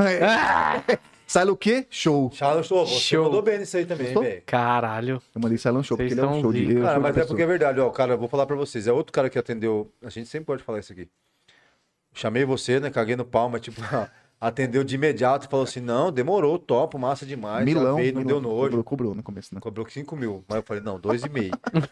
S1: Sai o quê? Show.
S2: Cylon Show. Você
S3: Show.
S2: mandou bem nisso aí também,
S1: Gostou?
S2: velho.
S3: Caralho.
S1: Eu mandei Cylon Show, porque
S3: Vocês
S1: ele é um
S3: são
S1: show de...
S3: zica.
S2: Cara,
S1: show de
S2: mas é
S1: pessoa.
S2: porque é verdade, ó. Cara, eu vou falar pra vocês. É outro cara que atendeu. A gente sempre pode falar isso aqui. Chamei você, né? Caguei no pau, mas tipo, atendeu de imediato e falou assim: não, demorou, topo, massa demais.
S1: Milão.
S2: Já veio, não deu nojo.
S1: Cobrou no começo, né?
S2: Cobrou 5 mil. Mas eu falei, não, 2,5.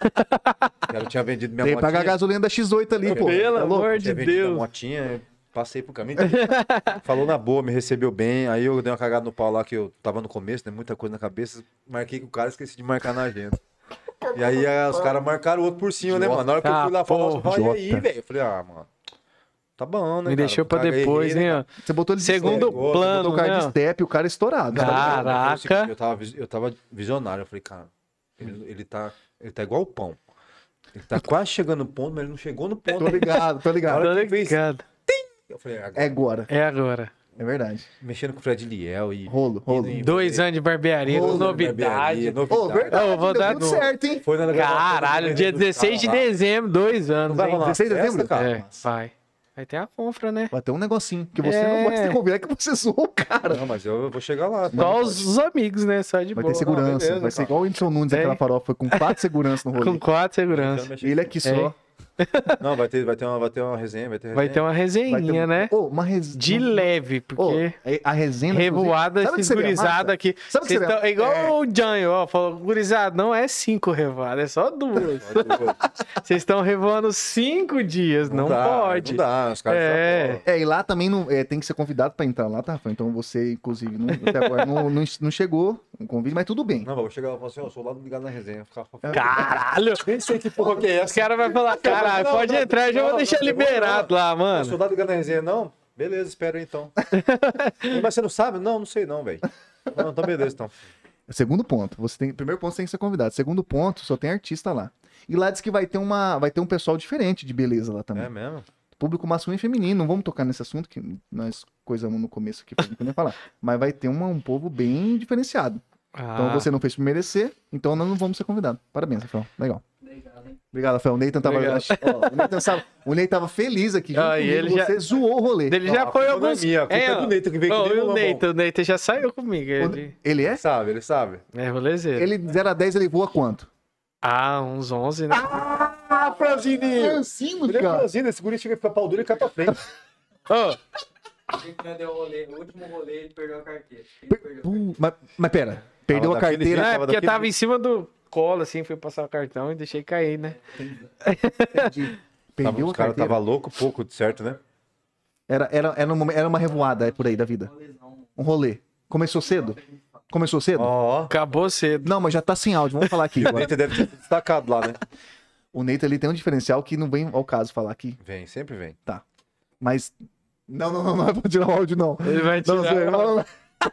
S2: Eu tinha vendido minha
S1: Tem que pagar a
S2: motinha.
S1: gasolina da X8 ali, pô.
S3: Pelo
S1: Tá louco?
S3: amor
S2: Tinha
S3: de
S2: vendido a
S3: Deus.
S2: motinha, passei pro caminho. Falou na boa, me recebeu bem. Aí eu dei uma cagada no pau lá, que eu tava no começo, né? Muita coisa na cabeça. Marquei com o cara, esqueci de marcar na agenda. E aí os caras marcaram o outro por cima, né, mano? Na hora que eu fui lá falar,
S1: porra.
S2: e aí, velho? Eu falei, mano. Tá bom, né?
S3: Me deixou pra depois, hein, ó.
S1: Você botou ele de
S3: Segundo
S1: step.
S3: plano,
S1: Botou o cara
S3: né?
S1: de step e o cara estourado.
S3: Caraca.
S2: Eu tava visionário. Eu falei, cara, ele tá igual o pão. Ele tá quase chegando no ponto, mas ele não chegou no ponto.
S1: Tô ligado, tô ligado.
S2: Na hora que fez,
S3: Ligado.
S2: eu falei,
S1: É agora.
S3: É agora.
S1: É verdade.
S2: mexendo com o Fred Liel e...
S1: Rolo.
S3: 2 anos de barbearia, novidade.
S1: Ô, verdade.
S3: Eu vou
S1: deu
S3: dar
S1: muito certo, hein?
S2: Foi na
S3: Caralho, dia 16 de dezembro, 2 anos,
S2: Vai
S3: hein?
S2: rolar
S1: 16 de
S2: festa,
S1: dezembro?
S2: cara?
S3: É, vai. Vai ter a confra, né?
S1: Vai ter um negocinho. Que você não
S3: É.
S1: pode ter convidar, que você zoou o cara.
S2: Não, mas eu vou chegar lá.
S3: Só os amigos, né? Só de
S1: Vai
S3: boa.
S1: ter segurança.
S2: beleza,
S1: vai ser
S2: cara.
S1: igual o Whindersson Nunes,
S3: Tem.
S1: aquela farofa com 4 seguranças no rolê.
S3: Com 4 segurança.
S1: Ele aqui só.
S2: Não, vai ter uma resenha, vai ter resenha.
S3: Vai ter uma
S1: Vai ter
S3: resenha, né?
S1: Ô, uma resenha.
S3: De leve, porque...
S1: A resenha.
S3: Revoada,
S1: Sabe o que
S3: esses
S1: seria
S3: gurizados
S1: massa?
S3: aqui.
S1: Sabe o que
S3: Vocês
S1: seria-
S3: tão, igual o Janho, ó. Falou, gurizada, não é 5 revoadas, é só 2. Vocês estão revoando 5 dias, não
S2: dá,
S3: pode.
S2: Não dá, os caras
S3: É.
S1: E lá também não, tem que ser convidado pra entrar lá, tá, Rafael? Então você, inclusive, até agora não chegou o convite, mas tudo bem.
S2: Não, vou chegar lá e falar assim, ó, sou lá ligado na resenha.
S3: Caralho!
S2: Nem sei que porra que é
S3: Os
S2: essa.
S3: caras vão falar, caralho, pode entrar, já vou deixar liberado lá,
S2: Sou
S3: mano.
S2: lá ligado na resenha, não? Beleza, espera aí então. Mas você não sabe? Não sei não, velho. Não, então beleza então.
S1: Segundo ponto, primeiro ponto você tem que ser convidado. Segundo ponto, só tem artista lá. E lá diz que vai ter um pessoal diferente de beleza lá também.
S2: É mesmo?
S1: Público masculino e feminino. Não vamos tocar nesse assunto que nós coisamos no começo aqui pra não falar. Mas vai ter um povo bem diferenciado. Então você não fez por merecer, então nós não vamos ser convidados. Parabéns, Rafael. Legal.
S4: Legal, hein?
S1: Obrigado, Rafael. O Neitan tava,
S3: Obrigado.
S1: o Neitan tava feliz aqui.
S3: Ah, e ele já-
S1: Você zoou o rolê.
S3: Ele já foi alguns...
S2: A culpa é do Neito que veio aqui.
S3: o Neito já saiu comigo. Ele
S1: Ele é?
S2: Ele sabe.
S3: é rolezeiro.
S1: Ele de 0 a 10 ele voa quanto?
S3: Ah, uns 11, né?
S2: Ah, Franzini!
S1: Francino,
S2: Ele é
S1: cara.
S2: Franzini, esse guri chega a ficar pau duro e cai pra frente.
S3: Ô,
S4: Quando deu o rolê, o último rolê, ele perdeu a carteira. Ele perdeu a carteira.
S1: Mas pera, perdeu
S2: Tava
S1: a
S2: daquele
S1: carteira.
S3: não, é
S2: tava
S3: porque eu
S2: daquele-
S3: tava em cima do colo, assim, fui passar o cartão e deixei cair, né?
S1: Perdeu
S2: Os
S1: a
S2: caras
S1: carteira.
S2: tava louco pouco, certo, né?
S1: Era uma revoada por aí da vida. Um rolê. Começou cedo? Começou cedo?
S2: Ó,
S3: Acabou cedo.
S1: Não, mas já tá sem áudio. Vamos falar aqui
S2: o
S1: agora.
S2: Neito deve ter se destacado lá, né?
S1: O Neito ele tem um diferencial que não vem ao caso falar aqui.
S2: Vem, sempre vem.
S1: Mas. Não vou tirar o áudio, não.
S3: Ele vai
S1: Não,
S3: tirar.
S1: Zé, não.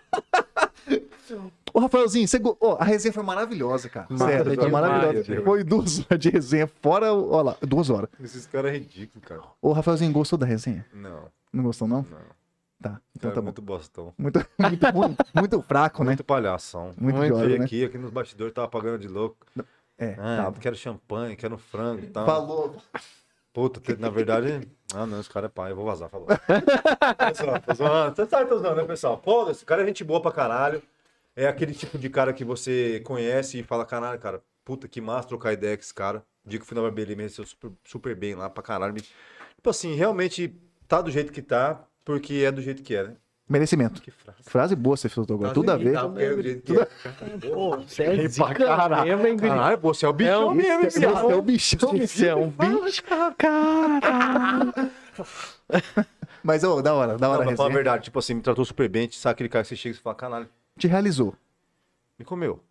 S1: Ô, Rafaelzinho, a resenha foi maravilhosa, cara.
S3: Massa
S1: Sério, foi
S3: demais,
S1: maravilhosa.
S2: Deus.
S1: Foi 2 horas de resenha, fora. Olha lá, 2 horas.
S2: Esses caras é ridículo, cara.
S1: Ô, Rafaelzinho, gostou da resenha?
S2: Não,
S1: Não gostou, não?
S2: não.
S1: Tá, então
S2: Cara,
S1: tá bom.
S2: muito bostão.
S1: Muito ruim, muito fraco, né?
S2: Muito palhação.
S1: Muito
S3: muito.
S1: jovem,
S2: Veio
S1: né?
S2: aqui nos bastidores, tava pagando de louco.
S1: É,
S2: Ah,
S1: tava.
S2: quero champanhe, quero frango e tal.
S1: Falou.
S2: Puta, na verdade... Ah, não, esse cara é pai, eu vou vazar, falou. Pessoal, tô zoando. Você sabe que eu tô zoando, né, pessoal? Pô, esse cara é gente boa pra caralho. É aquele tipo de cara que você conhece e fala, caralho, cara, puta, que massa trocar ideia com esse cara. O dia que eu fui na barbearia, me recebeu super bem lá pra caralho. Tipo assim, realmente tá do jeito que tá, porque é do jeito que é, né?
S1: Merecimento.
S2: Que frase.
S1: Frase boa você soltou agora. Tudo a ver.
S2: Tá, porque é do jeito que é.
S3: Pô, você é
S2: Pra
S3: zica
S2: caralho.
S3: mesmo, hein, guri?
S2: Caralho, pô, você é o bichão
S3: um-
S2: mesmo,
S1: Você é o bichão.
S3: Você é um bicho, cara.
S1: Mas, ô, da hora
S2: Não,
S1: a
S2: pra falar a
S1: resenha.
S2: verdade, tipo assim, me tratou super bem, sabe aquele cara que você chega e fala, caralho,
S1: Te realizou.
S2: me comeu.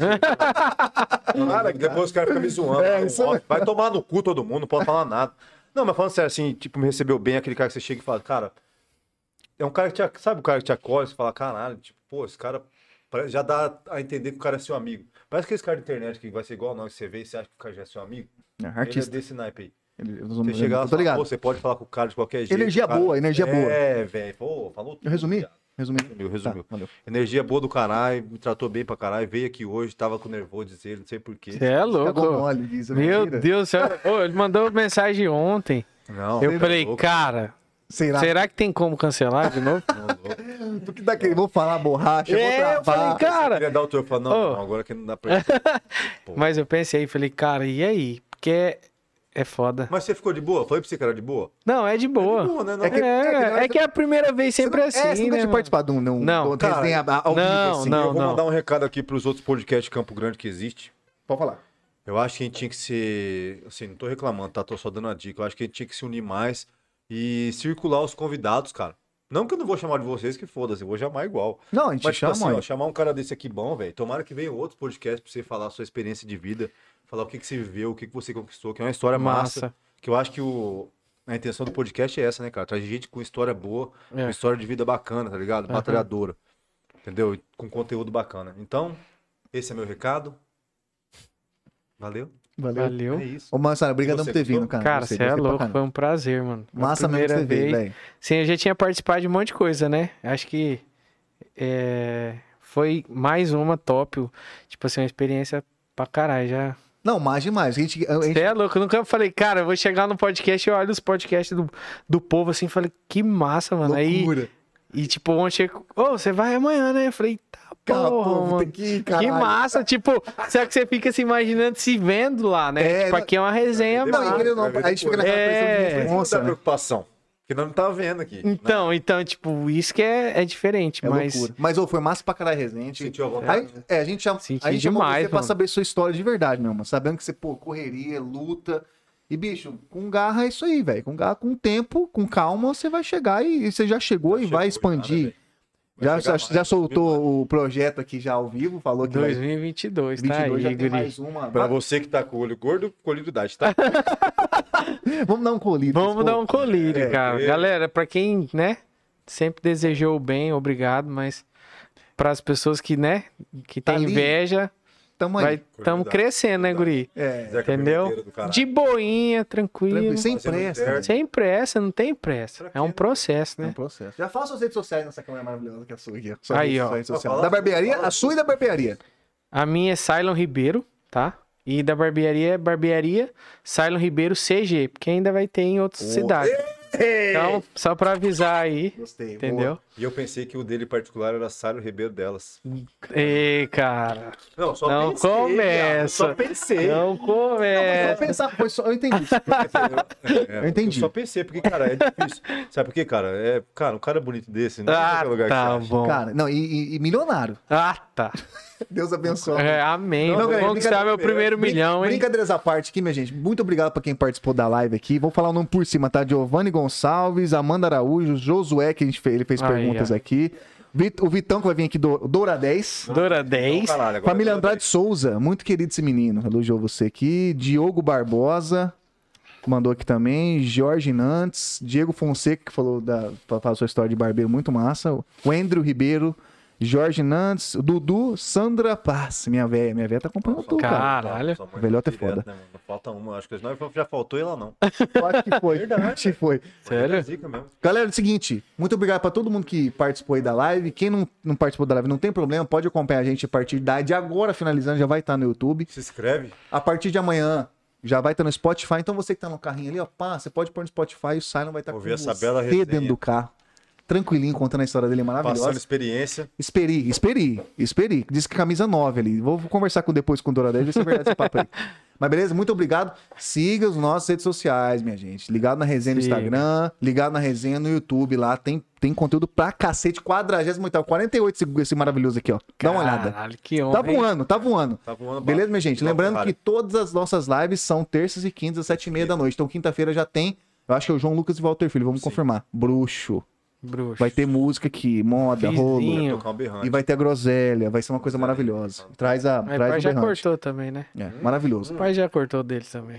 S2: Cara, depois os caras ficam me zoando.
S1: isso
S2: Ó, vai tomar no cu todo mundo, não pode falar nada. Não, mas falando sério, assim, tipo, me recebeu bem aquele cara que você chega e fala, cara, é um cara que sabe o cara que te acolhe, você fala, caralho, tipo, pô, esse cara já dá a entender que o cara é seu amigo. Parece que esse cara da internet que vai ser igual não, que você vê e você acha que o cara já é seu amigo.
S1: É,
S2: Ele é
S1: artista.
S2: desse naipe aí. Você
S1: Você
S2: chega lá e
S1: tô
S2: fala,
S1: ligado.
S2: pô, você pode falar com o cara de qualquer jeito.
S1: Energia
S2: cara.
S1: boa, energia boa.
S2: É, velho, pô, falou tudo.
S1: Eu resumi?
S2: viado.
S1: Resumi.
S2: Resumiu.
S1: Tá, valeu.
S2: Energia boa do caralho, me tratou bem pra caralho, veio aqui hoje, tava com nervoso de dizer, não sei porquê.
S3: Você é
S1: Cagou
S3: louco.
S1: mole, diz, é
S3: Meu
S1: mentira.
S3: Deus do céu. Ô, ele mandou mensagem ontem.
S2: Não,
S3: Eu
S2: você é
S3: falei,
S2: louco,
S3: cara,
S1: Será?
S3: será que tem como cancelar de novo?
S2: não, louco.
S1: Tu que dá aquele, vou falar borracha, vou
S3: É, eu falei,
S1: travar.
S3: cara.
S2: Queria dar o teu, eu falei, não,
S3: Ô.
S2: não, agora que não dá pra ir.
S3: Mas eu pensei, falei, cara, e aí? Porque é foda.
S2: Mas você ficou de boa? Falei pra você que era de boa?
S3: Não, é de boa.
S2: De boa, né? Não,
S1: É que-
S3: É que é a primeira vez sempre
S1: Você
S3: assim,
S1: não, você nunca
S3: né?
S1: tinha
S3: mano?
S1: participado de um
S3: Não,
S1: de uma resenha ao vivo,
S3: não,
S1: assim.
S3: não.
S2: eu vou mandar um recado aqui pros outros podcasts de Campo Grande que existe.
S1: Pode falar.
S2: Eu acho que a gente tinha que ser. Assim, não tô reclamando, tá? Tô só dando uma dica. Eu acho que a gente tinha que se unir mais e circular os convidados, cara. Não que eu não vou chamar de vocês, que foda-se, eu vou chamar igual.
S1: Não, a gente
S2: Mas, tipo
S1: chama,
S2: assim, ó,
S1: olha.
S2: chamar um cara desse aqui bom, velho. Tomara que venha outros podcasts pra você falar a sua experiência de vida, falar o que você viveu, o que você conquistou, que é uma história massa.
S3: Massa.
S2: Que eu acho que A intenção do podcast é essa, né, cara? Traz gente com história boa, com história de vida bacana, tá ligado? Batalhadora. Entendeu? E com conteúdo bacana. Então, esse é meu recado. Valeu.
S3: Valeu.
S2: É isso.
S1: Ô, Marcelo, obrigadão por ter vindo, cara.
S3: Cara, você é louco, foi um prazer, mano.
S1: Massa mesmo você veio, velho.
S3: Sim, eu já tinha participado de um monte de coisa, né? Acho que foi mais uma top. Tipo assim, uma experiência pra caralho, já...
S1: Não, mais demais.
S3: Você é louco, eu nunca falei, cara, eu vou chegar no podcast e eu olho os podcasts do povo assim, falei, que massa, mano.
S1: Loucura.
S3: Aí, tipo, ontem, você vai amanhã, né? Eu falei, porra, mano. Que massa, tipo, só que você fica se imaginando, se vendo lá, né? Tipo, aqui é uma resenha, mano.
S1: A gente fica naquela pressão de
S2: preocupação. Que nós não tá vendo aqui.
S3: Então, tipo, isso que é diferente, mas...
S1: loucura. Mas, foi massa pra caralho a resenha.
S2: Sentiu a vontade?
S1: A gente chamou você pra saber sua história de verdade, meu, mano. Sabendo que você, correria, luta. E, bicho, com garra é isso aí, velho. Com garra, com tempo, com calma, você vai chegar e você já chegou e vai expandir. Já soltou o projeto aqui já ao vivo, falou que
S3: 2022, tá aí,
S1: já tem mais uma.
S2: Pra você que tá com o olho gordo, colhido-idade, tá?
S1: Vamos dar um colírio.
S3: Vamos dar um colírio, cara. Galera, pra quem, né, sempre desejou o bem, obrigado, mas pras pessoas que, né, que tem inveja... Estamos crescendo, né, guri? Entendeu? De boinha, tranquilo.
S1: Sem pressa.
S3: Sem pressa, não tem pressa. É um processo, né?
S1: É um processo. Já faça suas redes sociais nessa câmera maravilhosa que é a sua aqui.
S3: Aí, ó.
S1: Da barbearia, a sua e da barbearia.
S3: A minha é Cylon Ribeiro, tá? E da barbearia é Barbearia Cylon Ribeiro CG, porque ainda vai ter em outras cidades. Então, só pra avisar aí.
S1: Gostei.
S3: Entendeu?
S2: Boa. E eu pensei que o dele particular era Cylon Ribeiro delas.
S3: Ei, cara.
S2: Não, só
S3: não
S2: pensei.
S3: Começa.
S2: Só pensei.
S3: Não começa.
S1: Eu entendi. Eu entendi.
S2: Eu só pensei, porque, cara, é difícil. Sabe por quê, cara? Um cara bonito desse, não é qualquer lugar
S3: tá
S2: que
S3: bom.
S1: Cara, não, e milionário.
S3: Tá.
S1: Deus abençoe.
S3: Amém. Vou conquistar meu primeiro milhão, hein?
S1: Brincadeiras à parte aqui, minha gente. Muito obrigado pra quem participou da live aqui. Vou falar o nome por cima, tá? Giovanni Gonçalves, Amanda Araújo, Josué, que ele fez perguntas aqui. O Vitão, que vai vir aqui do Doura 10.
S3: Doura 10.
S1: Família Andrade Souza, muito querido esse menino. Elogiou você aqui. Diogo Barbosa mandou aqui também. Jorge Nantes. Diego Fonseca, que falou a sua história de barbeiro muito massa. O Andrew Ribeiro. Jorge Nantes, Dudu, Sandra Paz, minha velha tá acompanhando tudo, cara.
S3: Caralho.
S1: A velhota é foda.
S2: Né, não falta uma, acho que já faltou ela não.
S1: Acho que foi, acho que foi.
S3: Sério?
S1: Galera, é o seguinte, muito obrigado pra todo mundo que participou aí da live. Quem não participou da live não tem problema, pode acompanhar a gente a partir de agora, finalizando, já vai estar no YouTube.
S2: Se inscreve.
S1: A partir de amanhã já vai estar no Spotify, então você que tá no carrinho ali, ó, você pode pôr no Spotify e o Silon vai estar com você dentro do carro. Tranquilinho, contando a história dele, maravilhosa.
S2: Passando experiência.
S1: Esperi. Diz que camisa 9 ali. Vou conversar depois com o Doura 10, ver se é verdade esse papo aí. Mas beleza, muito obrigado. Siga as nossas redes sociais, minha gente. Ligado na resenha no Instagram, ligado na resenha no YouTube lá. Tem conteúdo pra cacete. 48º, 48 esse maravilhoso aqui, ó. Dá uma olhada.
S3: Caralho, que honra.
S1: Tá voando. Beleza, minha gente? Lembrando que todas as nossas lives são terças e quintas às 7h30 da noite. Então quinta-feira já tem, eu acho que é o João Lucas e Walter Filho. Vamos confirmar. Bruxo. Vai ter música aqui, moda, rolo. E vai ter a groselha, vai ser uma coisa maravilhosa. Traz o
S3: pai já cortou também, né?
S1: Maravilhoso.
S3: O pai já cortou dele também.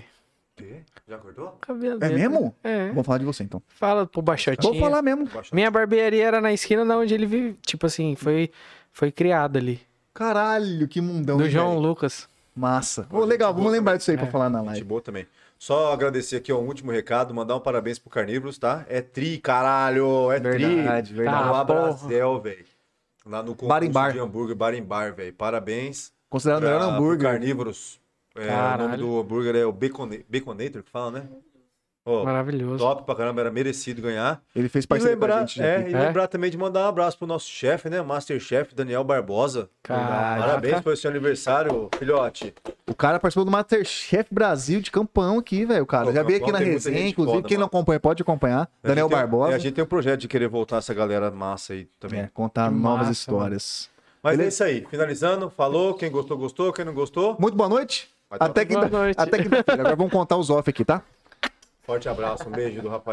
S2: Já cortou?
S3: Cabelo
S1: dele.
S3: Mesmo?
S1: Vamos falar de você então.
S3: Fala pro Baixotinho.
S1: Vou falar mesmo.
S3: Minha barbearia era na esquina de onde ele vive. Tipo assim, foi criado ali.
S1: Caralho, que mundão.
S3: Do João Lucas.
S1: Massa. Legal, vamos lembrar disso aí pra falar na live.
S2: Gente boa também. Só agradecer aqui, ó, um último recado, mandar um parabéns pro Carnívoros, tá? É caralho! É
S1: verdade.
S2: Lá Brasil, velho. Lá no
S1: concurso
S2: de hambúrguer, Bar em Bar, velho. Parabéns.
S1: Considerado o melhor hambúrguer.
S2: Carnívoros. O nome do hambúrguer é o Baconator, que fala, né?
S3: Maravilhoso.
S2: Top pra caramba, era merecido ganhar.
S1: Ele fez parceria com a gente.
S2: E lembrar também de mandar um abraço pro nosso chefe, né? Masterchef, Daniel Barbosa. Parabéns pelo seu aniversário, filhote.
S1: O cara participou do Masterchef Brasil de Campão aqui, velho. Cara, já veio aqui na resenha, inclusive. Quem não acompanha, pode acompanhar. Daniel Barbosa.
S2: A gente tem um projeto de querer voltar essa galera massa aí também.
S1: Contar novas histórias.
S2: Mas é isso aí. Finalizando, falou. Quem gostou, gostou. Quem não gostou.
S1: Muito boa noite. Até quinta-feira. Agora vamos contar os off aqui, tá?
S2: Forte abraço, um beijo do rapaz.